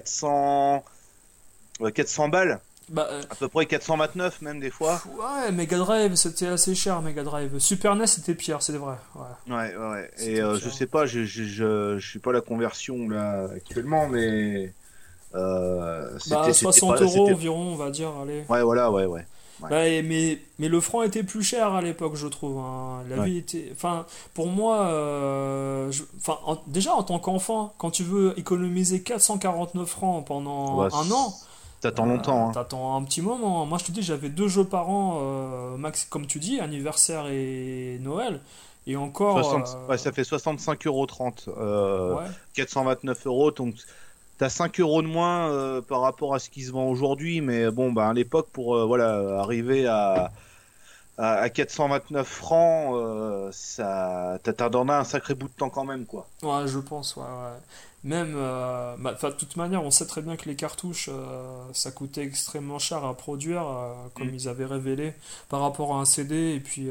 400 balles. Bah, À peu près 429 même des fois. ouais, Mega Drive, c'était assez cher, Mega Drive. Super NES, c'était pire, c'est vrai. Ouais, Ouais. Et c'était je pire. sais pas, je suis pas la conversion là actuellement, mais Bah, c'était 60 pas, euros c'était, environ, on va dire, allez. ouais, voilà, ouais. Bah, mais le franc était plus cher à l'époque, je trouve, hein. La Ouais. vie était. Enfin, pour moi, enfin, déjà en tant qu'enfant, quand tu veux économiser 449 francs Ah bah, pendant un an, t'attends longtemps, hein. t'attends un petit moment. Moi, je te dis, j'avais deux jeux par an, max, comme tu dis, anniversaire et Noël. Et encore, 60, ouais, ça fait 65,30 €, ouais. 429 euros, donc t'as 5 euros de moins par rapport à ce qui se vend aujourd'hui, mais bon, bah, à l'époque, pour voilà, arriver à 429 francs, t'attendais un sacré bout de temps quand même, quoi. Ouais, je pense, ouais. Même, bah, 'fin, de toute manière, on sait très bien que les cartouches, ça coûtait extrêmement cher à produire, comme Mm. ils avaient révélé, par rapport à un CD. Et puis,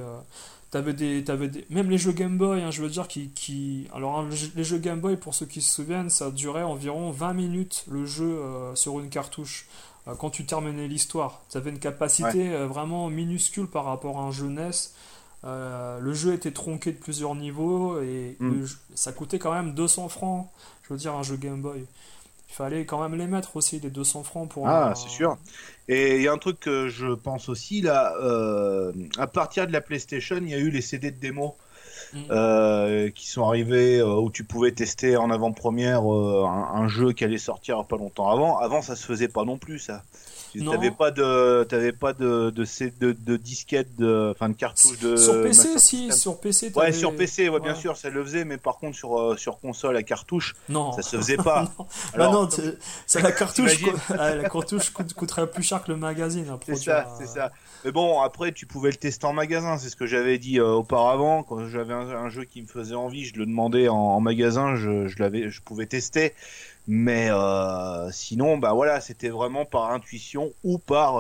même les jeux Game Boy, hein, je veux dire, alors, hein, les jeux Game Boy, pour ceux qui se souviennent, ça durait environ 20 minutes le jeu sur une cartouche. Quand tu terminais l'histoire, ça avait une Ouais. capacité vraiment minuscule par rapport à un jeu NES. Le jeu était tronqué de plusieurs niveaux et Mm. ça coûtait quand même 200 francs. Je veux dire, un jeu Game Boy. Il fallait quand même les mettre aussi, les 200 francs pour Ah, un. c'est sûr. Et il y a un truc que je pense aussi là, à partir de la PlayStation, il y a eu les CD de démo Mm. qui sont arrivés où tu pouvais tester en avant-première un jeu qui allait sortir pas longtemps avant. Avant, ça se faisait pas non plus, ça. Tu Non. t'avais pas de disquette, enfin de cartouche Sur de PC, Master si, System. sur PC, Ouais, sur t'avais. PC, ouais, bien Ouais. sûr, ça le faisait, mais par contre sur console à cartouche, Non. ça se faisait pas. Non. Bah Alors, non, c'est la cartouche. t'imagines? La cartouche coûterait plus cher que le magazine à C'est produire. ça, c'est ça. Mais bon, après, tu pouvais le tester en magasin, c'est ce que j'avais dit auparavant. Quand j'avais un jeu qui me faisait envie, je le demandais en magasin, je pouvais tester. Mais sinon, bah voilà, c'était vraiment par intuition ou par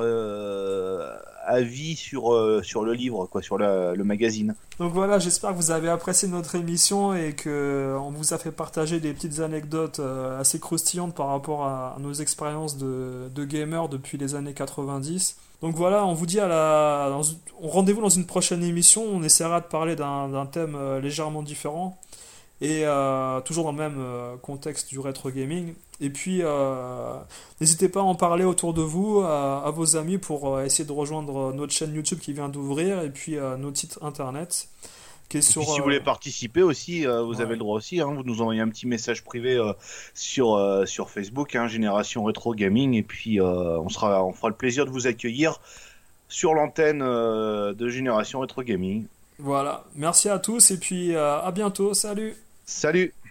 avis sur le livre, quoi, sur le magazine. Donc voilà, j'espère que vous avez apprécié notre émission et que on vous a fait partager des petites anecdotes assez croustillantes par rapport à nos expériences de gamers depuis les années 90. Donc voilà, on vous dit rendez-vous dans une prochaine émission. On essaiera de parler d'un thème légèrement différent et toujours dans le même contexte du rétro gaming. Et puis, n'hésitez pas à en parler autour de vous, à vos amis, pour essayer de rejoindre notre chaîne YouTube qui vient d'ouvrir, et puis notre site internet qui est Et puis sur... si vous voulez participer aussi, vous avez ouais, le droit aussi, hein, vous nous envoyez un petit message privé sur Facebook, hein, Génération Rétro Gaming, et puis on fera le plaisir de vous accueillir sur l'antenne de Génération Rétro Gaming. voilà. Merci à tous, et puis à bientôt. Salut! Salut!